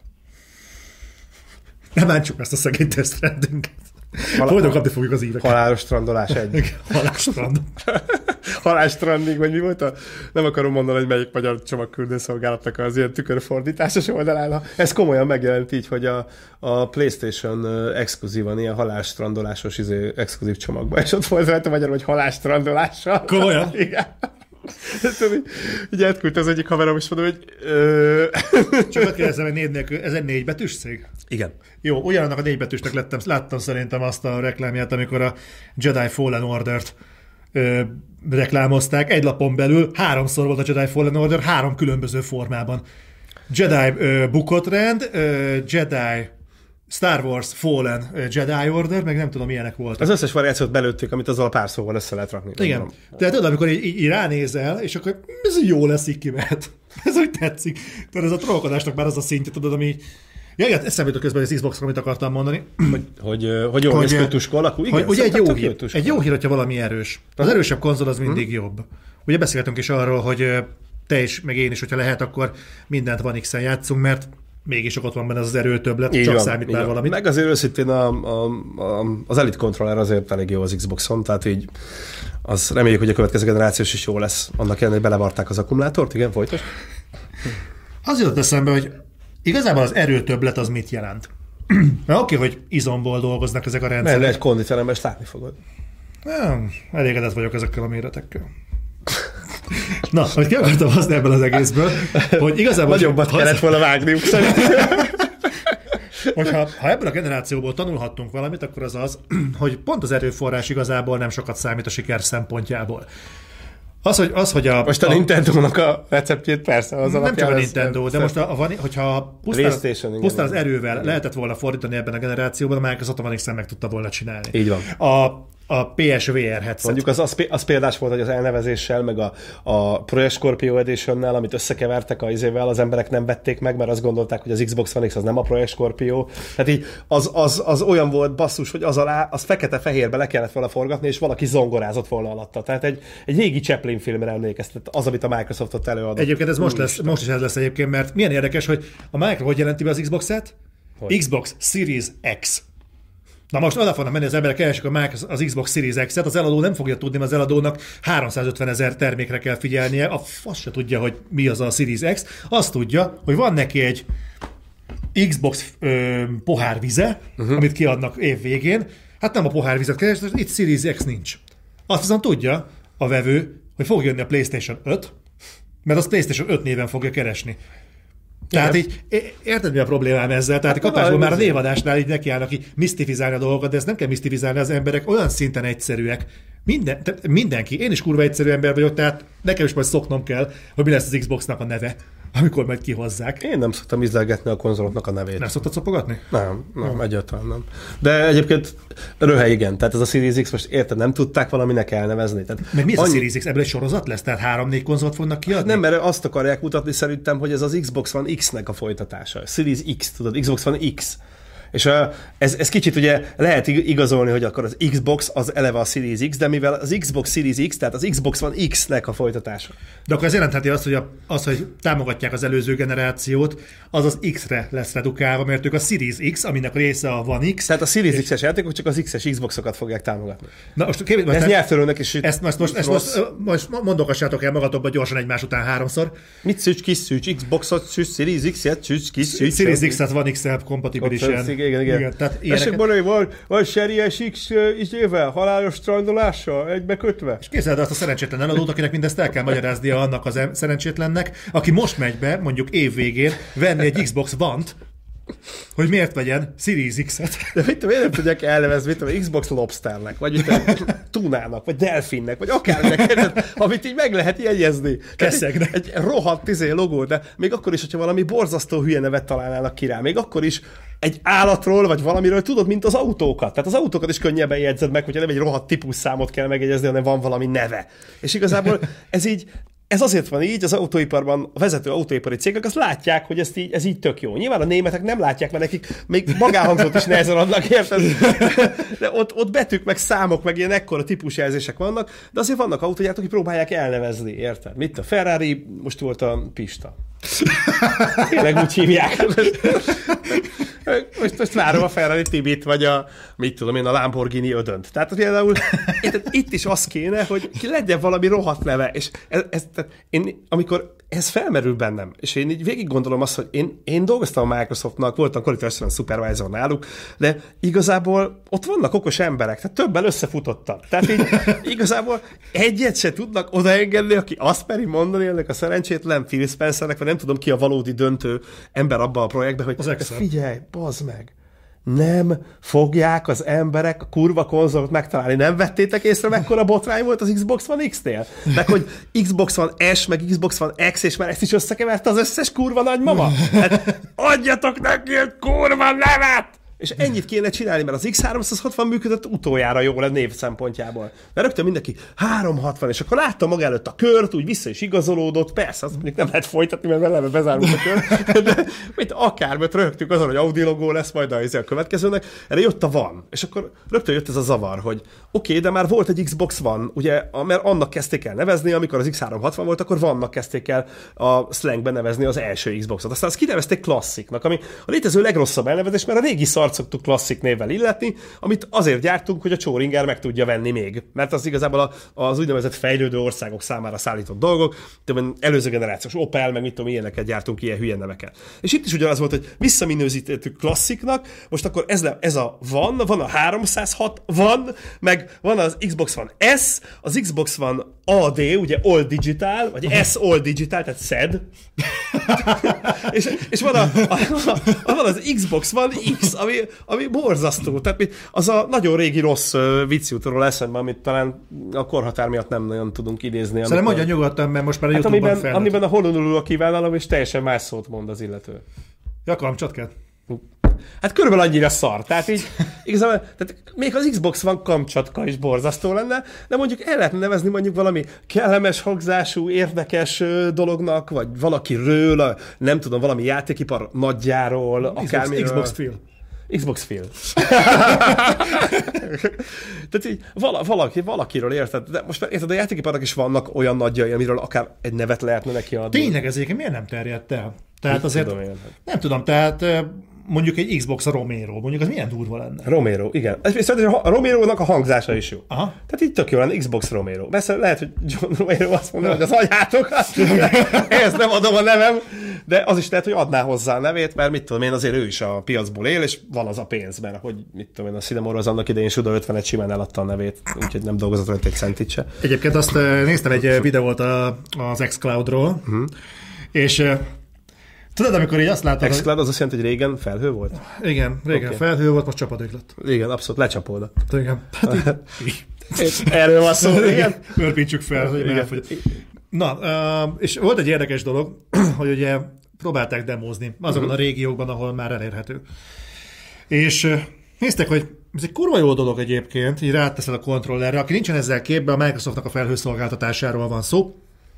Nem bántsuk ezt a szegény Death Strandinget. Hogyan kapni fogjuk az éveket. Halálos strandolás egy. Halálos strandolás. Halálos stranding, vagy mi volt a... Nem akarom mondani, hogy melyik magyar csomagküldőszolgálatnak az ilyen tükörfordításos oldalán. Ez komolyan megjelent így, hogy a, a PlayStation exkluzívan ilyen halálos strandolásos izé, exkluzív csomagban. És ott volt rajta magyarul, hogy halálos strandolással. Komolyan? Igen. Így elküldte az egyik haverom, és mondom, hogy... Ö... Csak kérdezem, hogy négy nélkül, ez egy négybetűs cég? Igen. Jó, ugyanannak a négybetűsnek lettem, láttam szerintem azt a reklámját, amikor a Jedi Fallen Ordert ö, reklámozták. Egy lapon belül háromszor volt a Jedi Fallen Order, három különböző formában. Jedi ö, bukott rend, ö, Jedi Star Wars Fallen Jedi Order, meg nem tudom, milyenek voltak. Az összes variációt belőttük, amit azzal a pár szóval össze lehet rakni. Igen. Tehát tudod, amikor így, így ránézel, és akkor ez jó lesz, így kimehet. Ez úgy tetszik. Tehát ez a trollkodásnak már az a szintje, tudod, ami... Ja, igen, eszembe jutott közben az Xbox-ra, amit akartam mondani. Hogy, hogy, hogy jól néz kötuskó alakú? Igen, hogy egy jó, hír, egy jó hír, hogyha valami erős. Az erősebb konzol az mindig hmm. jobb. Ugye beszélgetünk is arról, hogy te is, meg én is, hogyha lehet, akkor mindent One X-en játszunk, mert mégis ott van benne az, az erőtöbblet, csak van, számít már valamit. Meg azért őszintén a, a, a, az Elite Controller azért elég jó az Xboxon, tehát így az reméljük, hogy a következő generációs is jó lesz. Annak ellenére, hogy belevarták az akkumulátort, igen, folytasd. Az jutott eszembe, hogy igazából az erőtöbblet az mit jelent? Mert oké, hogy izomból dolgoznak ezek a rendszerek. Mert egy konditeremben is látni fogod. Nem, elégedett vagyok ezekkel a méretekkel. Na, hogy ki akartam hozni ebből az egészből, hogy igazából... Nagyobbat ha kellett volna vágniuk szerintem. Hogyha ha ebből a generációból tanulhattunk valamit, akkor az az, hogy pont az erőforrás igazából nem sokat számít a siker szempontjából. Az, hogy, az, hogy a... Most a, a Nintendo-nak a receptjét persze az nem csak a Nintendo, de most a, a, hogyha pusztán, pusztán az erővel igen. lehetett volna fordítani ebben a generációban, a Microsoft a One X-en meg tudta volna csinálni. Így van. A, a pé es vé er headset. Mondjuk az, az, az példás volt, hogy az elnevezéssel, meg a, a Project Scorpio Edition-nel, amit összekevertek az izével, az emberek nem vették meg, mert azt gondolták, hogy az Xbox One X az nem a Project Scorpio. Tehát így az, az, az olyan volt basszus, hogy az alá, az fekete-fehérbe le kellett volna forgatni, és valaki zongorázott volna alatta. Tehát egy, egy régi Chaplin filmre emlékeztet, az, amit a Microsoftot előadott. Egyébként ez most, lesz, most is ez lesz egyébként, mert milyen érdekes, hogy a Microsoft hogy jelenti be az Xbox-et? Hogy? Xbox Series X. Na most oda fognak menni az emberek, keresik a az Xbox Series X-et, az eladó nem fogja tudni, mert az eladónak háromszázötven ezer termékre kell figyelnie, a fasz se tudja, hogy mi az a Series X, azt tudja, hogy van neki egy Xbox ö, pohárvize, uh-huh. amit kiadnak év végén, hát nem a pohárvizet keres, itt Series X nincs. Azt viszont tudja a vevő, hogy fog jönni a PlayStation öt, mert az PlayStation öt néven fogja keresni. Tehát igen. Így, érted mi a problémám ezzel? Tehát hát kapásból már a névadásnál így nekiállnak ki misztifizálni a dolgokat, de ezt nem kell misztifizálni, az emberek olyan szinten egyszerűek. Minden, mindenki, én is kurva egyszerű ember vagyok, tehát nekem is majd szoknom kell, hogy mi lesz az Xboxnak a neve, amikor majd kihozzák. Én nem szoktam izlegetni a konzoloknak a nevét. Nem szoktad szopogatni? Nem, nem, nem. Egyáltalán nem. De egyébként röhe igen, tehát ez a Series X most érted, nem tudták valaminek elnevezni. Tehát meg mi ez annyi... a Series X? Ebből egy sorozat lesz? Tehát három-négy konzolt fognak kiadni? Nem, mert azt akarják mutatni szerintem, hogy ez az Xbox One X-nek a folytatása. Series X, tudod, Xbox One X. És ez, ez kicsit ugye lehet igazolni, hogy akkor az Xbox az eleve a Series X, de mivel az Xbox Series X, tehát az Xbox One X-nek a folytatása. De akkor ez jelentheti azt, hogy, a, az, hogy támogatják az előző generációt, az az X-re lesz redukálva, mert ők a Series X, aminek a része a One X. Tehát a Series és... X-es játékok csak az X-es Xboxokat fogják támogatni. Na most képít, ez nyelvtörőnek is. Ezt most, most, ezt most, most mondokassátok el magatokba gyorsan egymás után háromszor. Mit szűcs, kis szűcs, Xboxot szűcs, Series X-et szűcs, kis szűcs. Series X-et One X-el kompatibilisen. Igen, igen. igen. Tessék mondani, van, van Series X izével, halálos strandolással, egybekötve. És képzeld azt a szerencsétlen eladót, akinek mindezt el kell magyaráznia annak az szerencsétlennek, aki most megy be, mondjuk év végén, venni egy Xbox One-t, hogy miért vegyen Series X-et. De mit tudom, én nem tudják elnevezni, mit tudom, Xbox Lobsternek, vagy mit tudom, Tunának, vagy Delfinnek, vagy akárminek, amit így meg lehet jegyezni. Keszegnek. Egy, egy rohadt izé logó, de még akkor is, hogyha valami borzasztó hülye nevet találnának ki rá, még akkor is egy állatról, vagy valamiről tudod, mint az autókat. Tehát az autókat is könnyebben jegyzed meg, hogyha nem egy rohadt típusszámot kell megjegyezni, hanem van valami neve. És igazából ez így, ez azért van így, az autóiparban, a vezető autóipari cégek azt látják, hogy ezt így, ez így tök jó. Nyilván a németek nem látják, mert nekik még magánhangzót is nehezen adnak, érted? De ott, ott betűk, meg számok, meg ilyen ekkora típusjelzések vannak, de azért vannak autógyártók, akik próbálják elnevezni, érted? Mit a Ferrari, most volt a Pista. Tényleg úgy hívják. Most, most várom a Ferrari Tibit, vagy a, mit tudom én, a Lamborghini Ödönt. Tehát például itt, itt is az kéne, hogy legyen valami rohadt neve, és ez, ez, tehát én, amikor ez felmerül bennem, és én így végig gondolom azt, hogy én, én dolgoztam a Microsoftnak, voltam Quality Assurance Supervisor náluk, de igazából ott vannak okos emberek, tehát többen összefutottak. Tehát így igazából egyet se tudnak odaengedni, aki azt meri mondani ennek a szerencsétlen Phil Spencernek, vagy nem tudom ki a valódi döntő ember abban a projektben, hogy figyelj, bazd meg, nem fogják az emberek a kurva konzolt megtalálni. Nem vettétek észre, mekkora botrány volt az Xbox One X-nél? Meg hogy Xbox One S, meg Xbox One X, és már ezt is összekeverte az összes kurva nagymama? Hát adjatok neki egy kurva nevet! És ennyit kéne csinálni, mert az X háromszázhatvan működött utoljára jól a név szempontjából. Mert rögtön mindenki háromszázhatvan, és akkor látta maga előtt a kört, úgy vissza is igazolódott, persze, azt mondjuk nem lehet folytatni, mert vele bezárult a kör, de mit akár, mert rögtük azon, hogy Audi logó lesz majd a, a következőnek, erre jött a One, és akkor rögtön jött ez a zavar, hogy oké, okay, de már volt egy Xbox One, ugye, mert annak kezdték el nevezni, amikor az X háromszázhatvan volt, akkor One-nak kezdték el a slangben nevezni az első Xboxot. Aztán azt kinevezték klassziknak, ami a létező legrosszabb elnevezés, mert a régi szart szoktuk klasszik névvel illetni, amit azért gyártunk, hogy a Csóringer meg tudja venni még. Mert az igazából az úgynevezett fejlődő országok számára szállított dolgok, tudom, előző generációs Opel, meg mit tudom, ilyeneket gyártunk, ilyen hülye neveket. És itt is ugyanaz volt, hogy visszaminőzítettük klassziknak, most akkor ez, le, ez a van, van a háromszázhat, van, meg van az Xbox One S, az Xbox One á dé, ugye All Digital, vagy S All Digital, tehát es e dé. és, és van, a, a, a, van az Xbox One X, ami, ami borzasztó. Tehát az a nagyon régi rossz uh, vicc jut róla eszembe, amit talán a korhatár miatt nem nagyon tudunk idézni. Szerintem mondja nyugodtan, mert most már a hát YouTube-ban amiben, amiben a Honolulu a kívánalom, és teljesen más szót mond az illető. Jakam, csatkát. Hát körülbelül annyira szar. Tehát így igazából, tehát még az Xbox One Kamcsatka is borzasztó lenne, de mondjuk el lehetne nevezni mondjuk valami kellemes hangzású, érdekes dolognak, vagy valakiről, nem tudom, valami játékipar nagyjáról, akármiről. Xbox Phil. Xbox Phil. Tehát így vala, valaki, valakiről érted, de most érted, a játékiparnak is vannak olyan nagyjai, amiről akár egy nevet lehetne neki adni. Tényleg ezért miért nem terjedt el? Tehát azért, tudom nem tudom, tehát mondjuk egy Xbox a Romero, mondjuk az milyen durva lenne. Romero, igen. Szerintem a Romero-nak a hangzása is jó. Aha. Tehát így tök jó lenne Xbox Romero. Persze lehet, hogy John Romero azt mondja, hogy az anyátok, ezt nem adom a nevem, de az is lehet, hogy adná hozzá a nevét, mert mit tudom én, azért ő is a piacból él, és van az a pénz, mert hogy mit tudom én, a Cinemore az annak idején Suda ötvenet simán eladta a nevét, úgyhogy nem dolgozott rajta egy centit se. Egyébként azt néztem egy videót a, az xCloud-ról, uh-huh. és tudod, amikor így azt látod... xCloud az azt jelenti, hogy régen felhő volt? Igen, régen okay. felhő volt, most csapadék lett. Igen, abszolút lecsapódott. Igen. Hát erről van szó, igen. Örpítsük fel, hogy elfogy. Na, és volt egy érdekes dolog, hogy ugye próbálták demózni azokon uh-huh. a régiókban, ahol már elérhető. És néztek, hogy ez egy kurva jó dolog egyébként, így ráteszed a kontrollerre, aki nincsen ezzel képben, a Microsoftnak a felhőszolgáltatásáról van szó,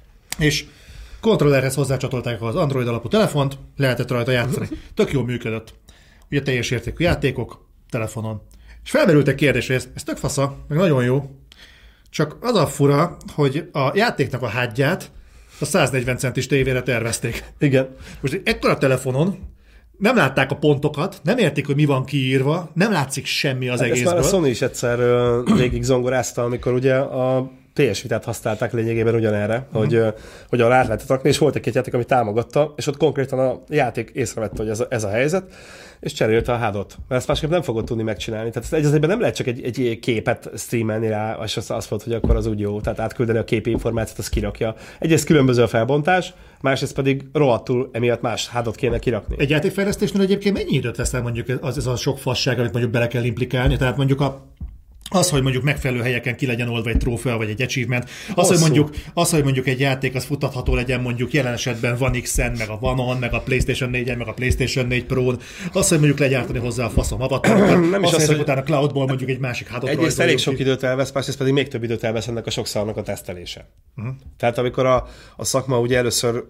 és kontrollerhez hozzácsatolták az Android alapú telefont, lehetett rajta játszani. Tök jól működött. Ugye teljes értékű játékok telefonon. És felmerült egy kérdés, hogy ez, ez tök fasza, meg nagyon jó, csak az a fura, hogy a játéknak a hátját a száznegyven centis tévére tervezték. Igen. Most ekkora telefonon nem látták a pontokat, nem értik, hogy mi van kiírva, nem látszik semmi az hát egészből. Ezt már a Sony is egyszer végig zongorázta, amikor ugye a pé es Vitát használták lényegében ugyanerre, uh-huh. hogy, hogy arra át lehetett rakni, és volt egy-két játék, ami támogatta, és ott konkrétan a játék észrevette, hogy ez a, ez a helyzet, és cserélte a hádot. Mert ezt másképp nem fogod tudni megcsinálni. Tehát ezt egy az egyben nem lehet csak egy, egy képet streamelni rá, és azt, azt mondod, hogy akkor az úgy jó. Tehát átküldeni a képi információt, az kirakja. Egyrészt különböző a felbontás, másrészt pedig rohadtul emiatt más hádot kéne kirakni. Egy játékfejlesztésnél egyébként mennyi időt veszel mondjuk az, ez a sok fasság, amit mondjuk bele kell implikálni? Tehát mondjuk a az, hogy mondjuk megfelelő helyeken ki legyen oldva egy trófea vagy egy achievement, az, hogy mondjuk, az, hogy mondjuk egy játék az futtatható legyen mondjuk jelen esetben One X-en, meg a One-on, meg a PlayStation négyen, meg a PlayStation négy Pro-n, az, hogy mondjuk legyártani hozzá a faszom avatarokat, nem is az, hogy utána cloudból mondjuk egy másik hádot rajzoljuk. Egyrészt elég sok időt elvesz, másrészt pedig még több időt elvesz ennek a sok szarnak a tesztelése. Uh-huh. Tehát amikor a, a szakma ugye először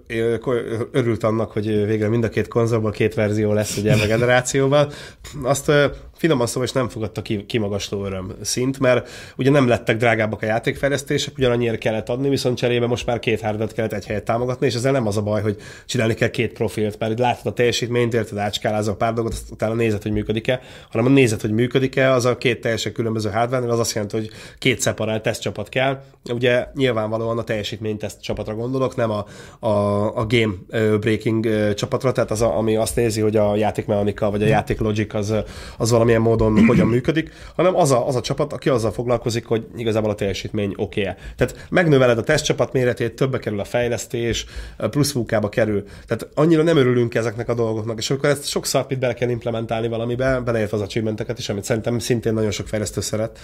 örült annak, hogy végre mind a két konzolból két verzió lesz ugye a generációval, azt finoman szóval is nem fogadta ki, kimagasló öröm szint, mert ugye nem lettek drágábbak a játékfejlesztések, ugyanannyira kellett adni, viszont cserébe most már két hardware-t kellett egy helyet támogatni, és ezzel nem az a baj, hogy csinálni kell két profilt, mert itt látod a teljesítményt, érted, átskálázol pár dolgot, azt utána nézed, hogy működik-e, hanem a nézed, hogy működik-e, az a két teljesen különböző hardware, az azt jelenti, hogy két szeparált tesztcsapat kell. Ugye nyilvánvalóan a teljesítmény tesztcsapatra gondolok, nem a, a, a game breaking csapatra, tehát az, a, ami azt nézi, hogy a játékmechanika vagy a játék logic az, az valamilyen módon hogyan működik, hanem az a, az a csapat, aki azzal foglalkozik, hogy igazából a teljesítmény oké-e. Tehát megnöveled a tesztcsapat méretét, többe kerül a fejlesztés, plusz munkába kerül. Tehát annyira nem örülünk ezeknek a dolgoknak, és akkor ezt sok szarpit bele kell implementálni valamibe, beleértve az achievementeket is, amit szerintem szintén nagyon sok fejlesztő szeret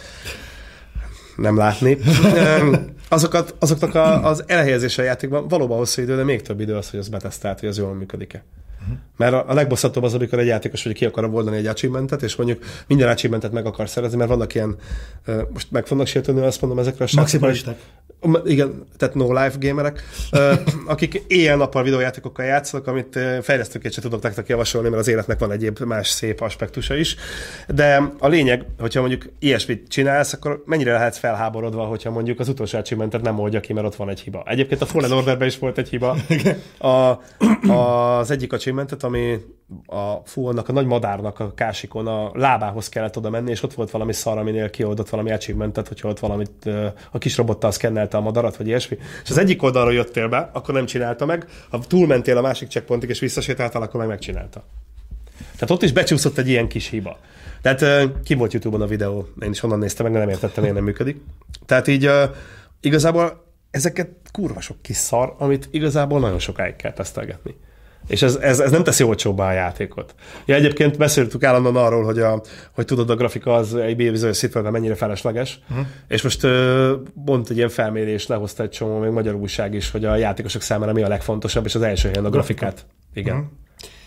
nem látni. Azokat, azoknak a, az elhelyezése a játékban valóban hosszú idő, de még több idő az, hogy az betesztelt, hogy az jól működik-e. Mert a legbosszantóbb az, amikor egy játékos hogy ki akar oldani egy achievementet, és mondjuk minden achievementet meg akar szerezni, mert vannak ilyen, most meg fognak sérteni, azt mondom, ezekre a maximalisták. Igen, tehát no-life gamerek, akik éjjel-nappal videójátékokkal játszanak, amit fejlesztőként sem tudok nektek javasolni, mert az életnek van egyéb más szép aspektusa is. De a lényeg, hogyha mondjuk ilyesmit csinálsz, akkor mennyire lehetsz felháborodva, hogyha mondjuk az utolsó achievementet nem oldja ki, mert ott van egy hiba. Egyébként a Fallen Orderben is volt egy hiba. A, az egyik achievementet, ami a fú, annak a nagy madárnak a kásikon a lábához kellett oda menni, és ott volt valami szar, aminél kioldott valami achievementet, hogyha ott valamit a kis robottal szkennelte a madarat, vagy ilyesmi. És az egyik oldalról jöttél be, akkor nem csinálta meg, ha túlmentél a másik checkpointig, és visszasétáltál, akkor meg megcsinálta. Tehát ott is becsúszott egy ilyen kis hiba. Tehát ki volt YouTube-on a videó, én is onnan néztem meg, de nem értettem, miért nem működik. Tehát így uh, igazából ezeket kurva sok kis szar, amit igazából nagyon sokáig kell tesztelgetni. És ez, ez, ez nem teszi olcsóbbá a játékot. Ja, egyébként beszéltük állandóan arról, hogy, a, hogy tudod, a grafika az egy bizonyos szintben mennyire felesleges, uh-huh. és most uh, pont egy ilyen felmérés lehozta egy csomó, még magyar újság is, hogy a játékosok számára mi a legfontosabb, és az első helyen a grafikát. Igen. Uh-huh.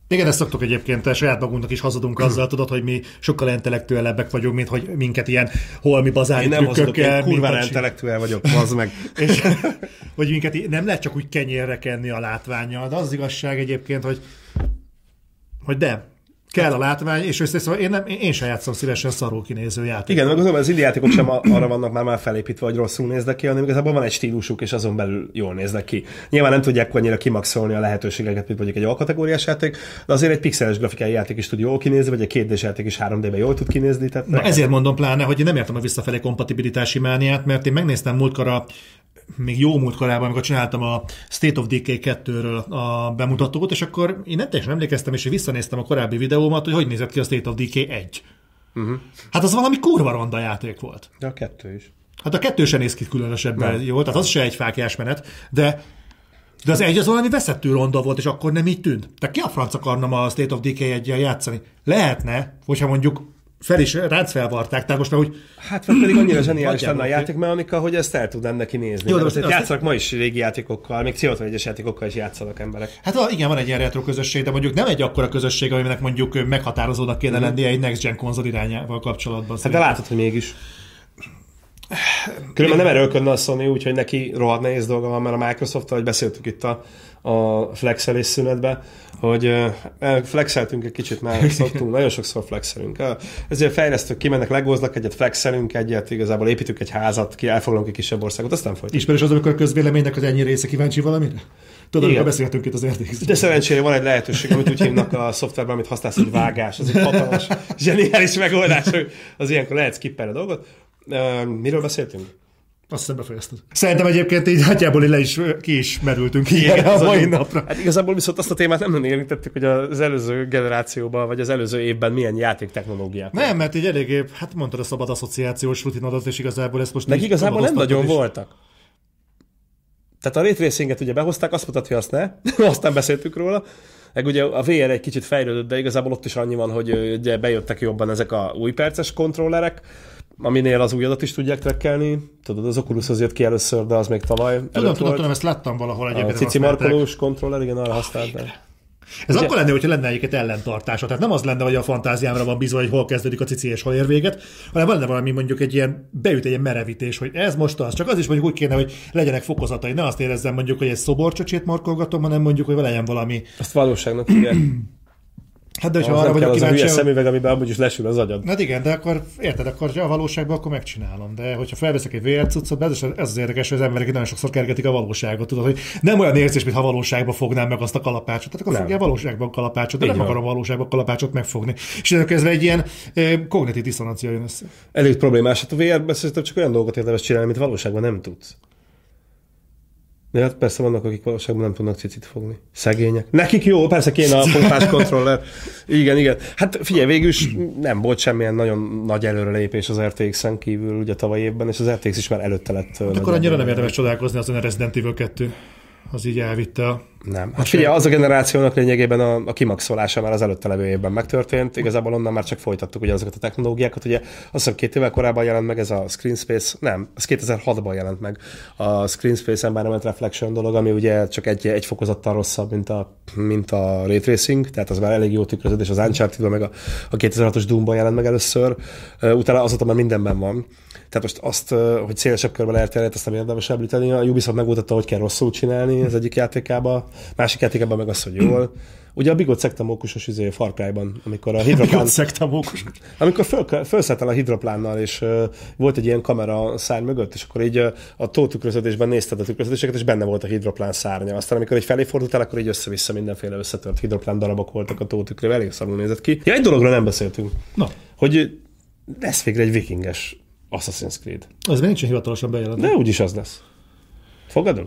Igen, ezt szoktuk egyébként, a saját magunknak is hazudunk azzal, tudod, hogy mi sokkal intellektuellebbek vagyunk, mint hogy minket ilyen holmi bazári trükkökkel. Én nem hazudok, én kurvára intellektuel vagyok, az meg. És, hogy minket nem lehet csak úgy kenyérre kenni a látvánnyal, de az, az igazság egyébként, hogy, hogy de, kell a látvány, és össze, szóval én, nem, én sem játszom szívesen szarul kinéző játékot. Igen, meg gondolom, az indie játékok sem arra vannak már, már felépítve, hogy rosszul néznek ki, hanem igazából van egy stílusuk, és azon belül jól néznek ki. Nyilván nem tudják annyira kimaxolni a lehetőségeket, mint mondjuk egy alkategóriás játék, de azért egy pixeles grafikai játék is tud jól kinézni, vagy egy kétdés játék is három dé-ben jól tud kinézni. Tehát Na, ezért mondom pláne, hogy én nem értem a visszafelé kompatibilitási mániát, mert én megnéztem múltkor a még jó múltkorában, amikor csináltam a State of Decay kettőről a bemutatót, és akkor én nem teljesen emlékeztem, és visszanéztem a korábbi videómat, hogy hogy nézett ki a State of Decay egy. Uh-huh. Hát az valami kurva ronda játék volt. De a kettő is. Hát a kettő sem néz ki különösebben jó, tehát az se egy fáklyás menet, de, de az egy az valami veszettő ronda volt, és akkor nem így tűnt. Tehát ki a franc akarna a State of Decay egyel játszani? Lehetne, hogyha mondjuk fel is ránc felvarták, tehát most már úgy... Hát vagy pedig annyira zseniális lenne a játékmechanika, hogy ezt el tudnám neki nézni. Jó, de most azt játszanak ma is régi játékokkal, még Szióton egyes játékokkal is játszanak emberek. Hát igen, van egy ilyen retro közösség, de mondjuk nem egy akkora közösség, aminek mondjuk meghatározónak kéne mm. lennie egy next gen konzol irányával kapcsolatban. Hát de látod, hogy mégis. Különben nem erőlködne a Sony, úgyhogy neki rohadt nehéz dolga van, mert a Microsoft-tal, hogy beszéltük itt a, a flexelés szünetben, hogy uh, flexeltünk egy kicsit, már szoktunk, nagyon sokszor flexelünk. Uh, ezért fejlesztők kimennek, legóznak egyet, flexelünk egyet, igazából építünk egy házat, ki elfoglalunk egy kisebb országot, aztán folytatjuk. Ismerős az, amikor a közvéleménynek az ennyi része kíváncsi valamire? Tudod, amikor beszélhetünk itt az er té iksz. De szerencsére van egy lehetőség, amit úgy hívnak a szoftverben, amit használsz, hogy vágás. Ez egy hatalmas, zseniális megoldás, hogy az ilyenkor lehet skippelni a dolgot. Uh, miről beszéltünk? Azt hiszem befejezted. Szerintem egyébként így nagyjából le is, ki is merültünk ilyen a mai napra. Hát igazából viszont azt a témát nem érintettük, hogy az előző generációban, vagy az előző évben milyen játéktechnológiák. Nem, mert így eléggé, hát mondtad a szabad asszociációs rutinodat, és igazából ezt most... Meg igazából nem nagyon is voltak. Tehát a Ray Tracinget ugye behozták, azt mutat, hogy azt ne, aztán beszéltük róla. Meg ugye a vé er egy kicsit fejlődött, de igazából ott is annyi van, hogy ugye bejöttek jobban ezek a új perces kontrollerek, aminél az új adat is tudják trekkelni. Tudod, az Oculus az jött ki először, de az még tavaly. Tudom, tudom, tudom, ezt láttam valahol egyébként. A cici markolós kontroller, igen, arra használtam. Ez ugye? Akkor lenne, hogyha lenne egyiket ellentartása. Tehát nem az lenne, hogy a fantáziámra van bízva, hogy hol kezdődik a cici és hol ér véget, hanem lenne valami mondjuk egy ilyen, beüt egy ilyen merevítés, hogy ez most az. Csak az is mondjuk úgy kéne, hogy legyenek fokozatai. Ne azt érezzem mondjuk, hogy egy szoborcsöcsét markolgatom, hanem mondjuk, hogy legyen valami. Azt valóságnak igen. Hát de hogyha arra vagyok kíváncsi... Az a hülye szemüveg, amiben amúgy is lesül az agyad. Hát igen, de akkor érted, akkor a valóságban akkor megcsinálom. De hogyha felveszek egy vé er cuccot, ez, ez az érdekes, hogy az emberek nagyon sokszor kergetik a valóságot. Tudod, hogy nem olyan érzés, mintha valóságban fognám meg azt a kalapácsot. Tehát akkor fogja a valóságban kalapácsot, de így nem van. Akarom valóságban kalapácsot megfogni. És ennek kezdve egy ilyen eh, kognitív diszonancia jön össze. Elég problémás. Hát a vé er-ben szerintem csak olyan dolgokat érdemes csinálni, amit valóságban nem tudsz. De hát persze vannak, akik valóságban nem tudnak cicit fogni. Szegények. Nekik jó, persze kéne a pompás kontroller. Igen, igen. Hát figyelj, végül is nem volt semmilyen nagyon nagy előrelépés az er té iksz-en kívül ugye tavaly évben, és az er té iksz is már előtte lett. Hát akkor annyira nem érdemes csodálkozni azon a Resident Evil kettő. Az így elvitte a... Nem. Hát figyelj, az a generációnak lényegében a, a kimaxolása már az előtte levő évben megtörtént. Igazából onnan már csak folytattuk ugye azokat a technológiákat. Ugye azt hiszem két évvel korábban jelent meg ez a Screen Space, nem, az kétezer-hatban jelent meg a Screen Space Environment Reflection dolog, ami ugye csak egy, egy fokozattal rosszabb, mint a, mint a Ray Tracing, tehát az már elég jó tükröződés, az Uncharted-ben meg a, a kétezer-hatos Doom-ban jelent meg először. Utána azóta már mindenben van. Tehát most azt, hogy szélesebb körben elterjedt, azt nem érdemes említeni. A Ubisoft megmutatta, hogy kell rosszul csinálni az egyik játékában, másik játékában meg az, hogy jól. Ugye a Bigot szektamókusos izé Far Cry-ban, amikor a hidroplán... amikor föl, fölszálltál a hidroplánnal, és uh, volt egy ilyen kamera a szárny mögött, és akkor így uh, a tótükröződésben nézted a tükröződéseket, és benne volt a hidroplán szárnya. Aztán amikor egy felé fordultál, akkor így össze-vissza mindenféle összetört hidroplán darabok voltak a tótükrével, elég szarul nézett ki. Ja, egy dologra nem beszéltünk. Na. Hogy lesz végre egy vikinges Assassin's Creed. Az még nincsen hivatalosan bejelentve. De úgyis az lesz. Fogadunk?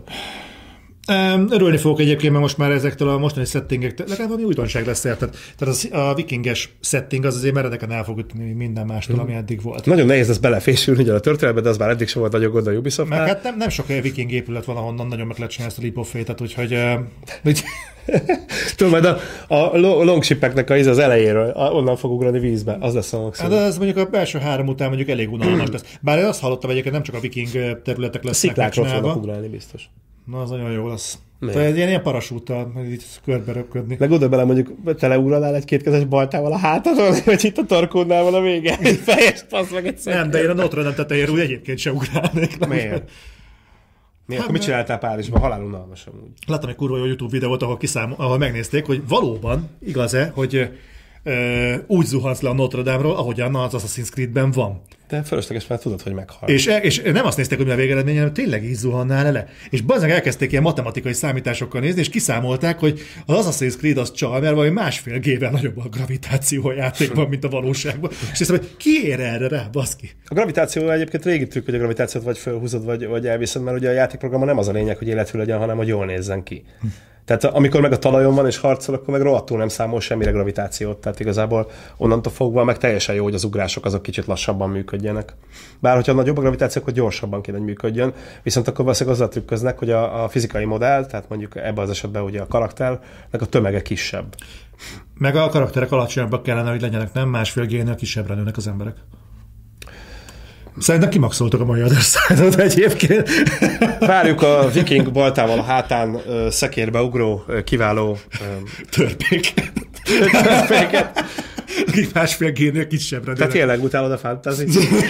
Örülni fogok egyébként, mert most már ezektől a mostani settingektől legalább valami újdonság lesz érted. Tehát az, a vikinges setting az azért meredeken el fog ütni minden mástól, ami eddig volt. Nagyon nehéz lesz belefésülni ugye a történetbe, de az már eddig sem volt nagyon gond a Ubisoft. Meg hát nem, nem sok viking épület van, ahonnan nagyon meg lehet csinálni ezt a Leap of Faith-et, úgyhogy... Uh, Tudom, majd a, a longshipeknek az, az elejéről, onnan fog ugrani vízbe, az lesz a maximum. Hát ez mondjuk a belső három után mondjuk elég unalmas lesz. Bár én azt hallottam egyébként, nem csak a viking területek lesznek megcsinálva. Sziklákról fognak ugrálni biztos. Na, az nagyon jó lesz. Tehát egy ilyen, ilyen parasúttal, hogy így körbe röpködni. Meg oda bele mondjuk teleúralnál egy kétkezes baltával a hátadon, hogy itt a tarkódnál van a vége. Fejest passz meg egyszer. Nem, de én a Notre Dame tetejéről úgy egyébként se ugrálnék. Miért? Mi, akkor mit csináltál Párizsban? Halálunalmas amúgy. Láttam egy kurva jó YouTube videót, ahol, kiszám, ahol megnézték, hogy valóban igaz-e, hogy ö, úgy zuhansz le a Notre Dame-ról, ahogyan az Assassin's Creed-ben van. De fölösleges, mert tudod, hogy meghal. És, és nem azt nézték, hogy mi a végeredménye, hanem tényleg így zuhannál le. És bazdmeg elkezdték ilyen matematikai számításokkal nézni, és kiszámolták, hogy az Assassin's Creed az csal, mert valami másfél gével nagyobb a gravitáció a játékban, mint a valóságban. És hiszem, hogy ki ér erre rá, baszki? A gravitáció egyébként régi trükk, hogy a gravitációt vagy fölhúzod, vagy, vagy elviszed, mert ugye a játékprogramban nem az a lényeg, hogy életű legyen, hanem hogy jól nézzen ki. Tehát amikor meg a talajon van és harcol, akkor meg rohadtul nem számol semmire gravitációt. Tehát igazából onnantól fogva meg teljesen jó, hogy az ugrások azok kicsit lassabban működjenek. Bár hogyha nagyobb a gravitáció, akkor gyorsabban kéne, hogy működjön. Viszont akkor valószínűleg azzal trükköznek, hogy a, a fizikai modell, tehát mondjuk ebben az esetben ugye a karakternek a tömege kisebb. Meg a karakterek alacsonyabbak kellene, hogy legyenek, nem másfél génél kisebbre nőnek az emberek. Szerintem kimaxoltak a mai Other egyébként. Várjuk a viking baltával a hátán uh, szekérbe ugró, uh, kiváló uh, törpéket. törpéket. Akik másfél génél kisebbre nőnek. Tehát tényleg utálod a fantasy?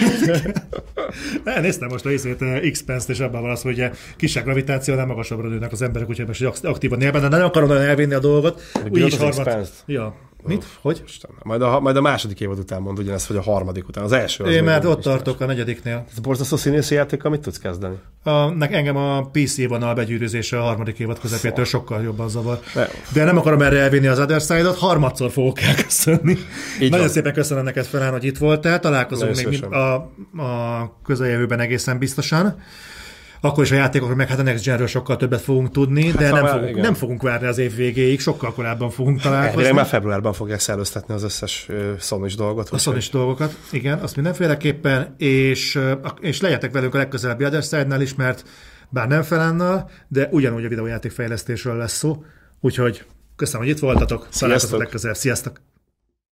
Ne, néztem most a részét X-Pence-t, és abban van az, hogy kisebb gravitáció, nem magasabbra nőnek az emberek, úgyhogy most aktívan élben, de nem akarom nagyon elvinni a dolgot. Úgy is harmad... Ja. Mit? Uf, hogy? Istenem. Majd a, majd a második évad után mond ugyanezt, vagy a harmadik után. Az első. Az én már ott tartok a negyediknél. Ez borzasztó színészi játékkal mit tudsz kezdeni? A, engem a pé cé vonal begyűrűzése a harmadik évad közepétől sokkal jobban zavar. De, De nem akarom erre elvinni az Other Side-ot, harmadszor fogok elköszönni. Nagyon van. Szépen köszönöm neked, Ferán, hogy itt voltál. Találkozunk még a, a közeljövőben egészen biztosan. Akkor is a játékokról, meg hát a Next Gen-ről sokkal többet fogunk tudni, de hát, nem, már, fogunk, nem fogunk várni az év végéig, sokkal korábban fogunk találkozni. Elvileg már februárban fogják szellőztetni az összes uh, Sony-s dolgot. A Sony-s dolgokat, igen, azt mindenféleképpen, és, és legyetek velünk a legközelebbi Other Side-nál is, mert bár nem Felánnal, de ugyanúgy a videójátékfejlesztésről lesz szó, úgyhogy köszönöm, hogy itt voltatok, találkozunk legközelebb, sziasztok!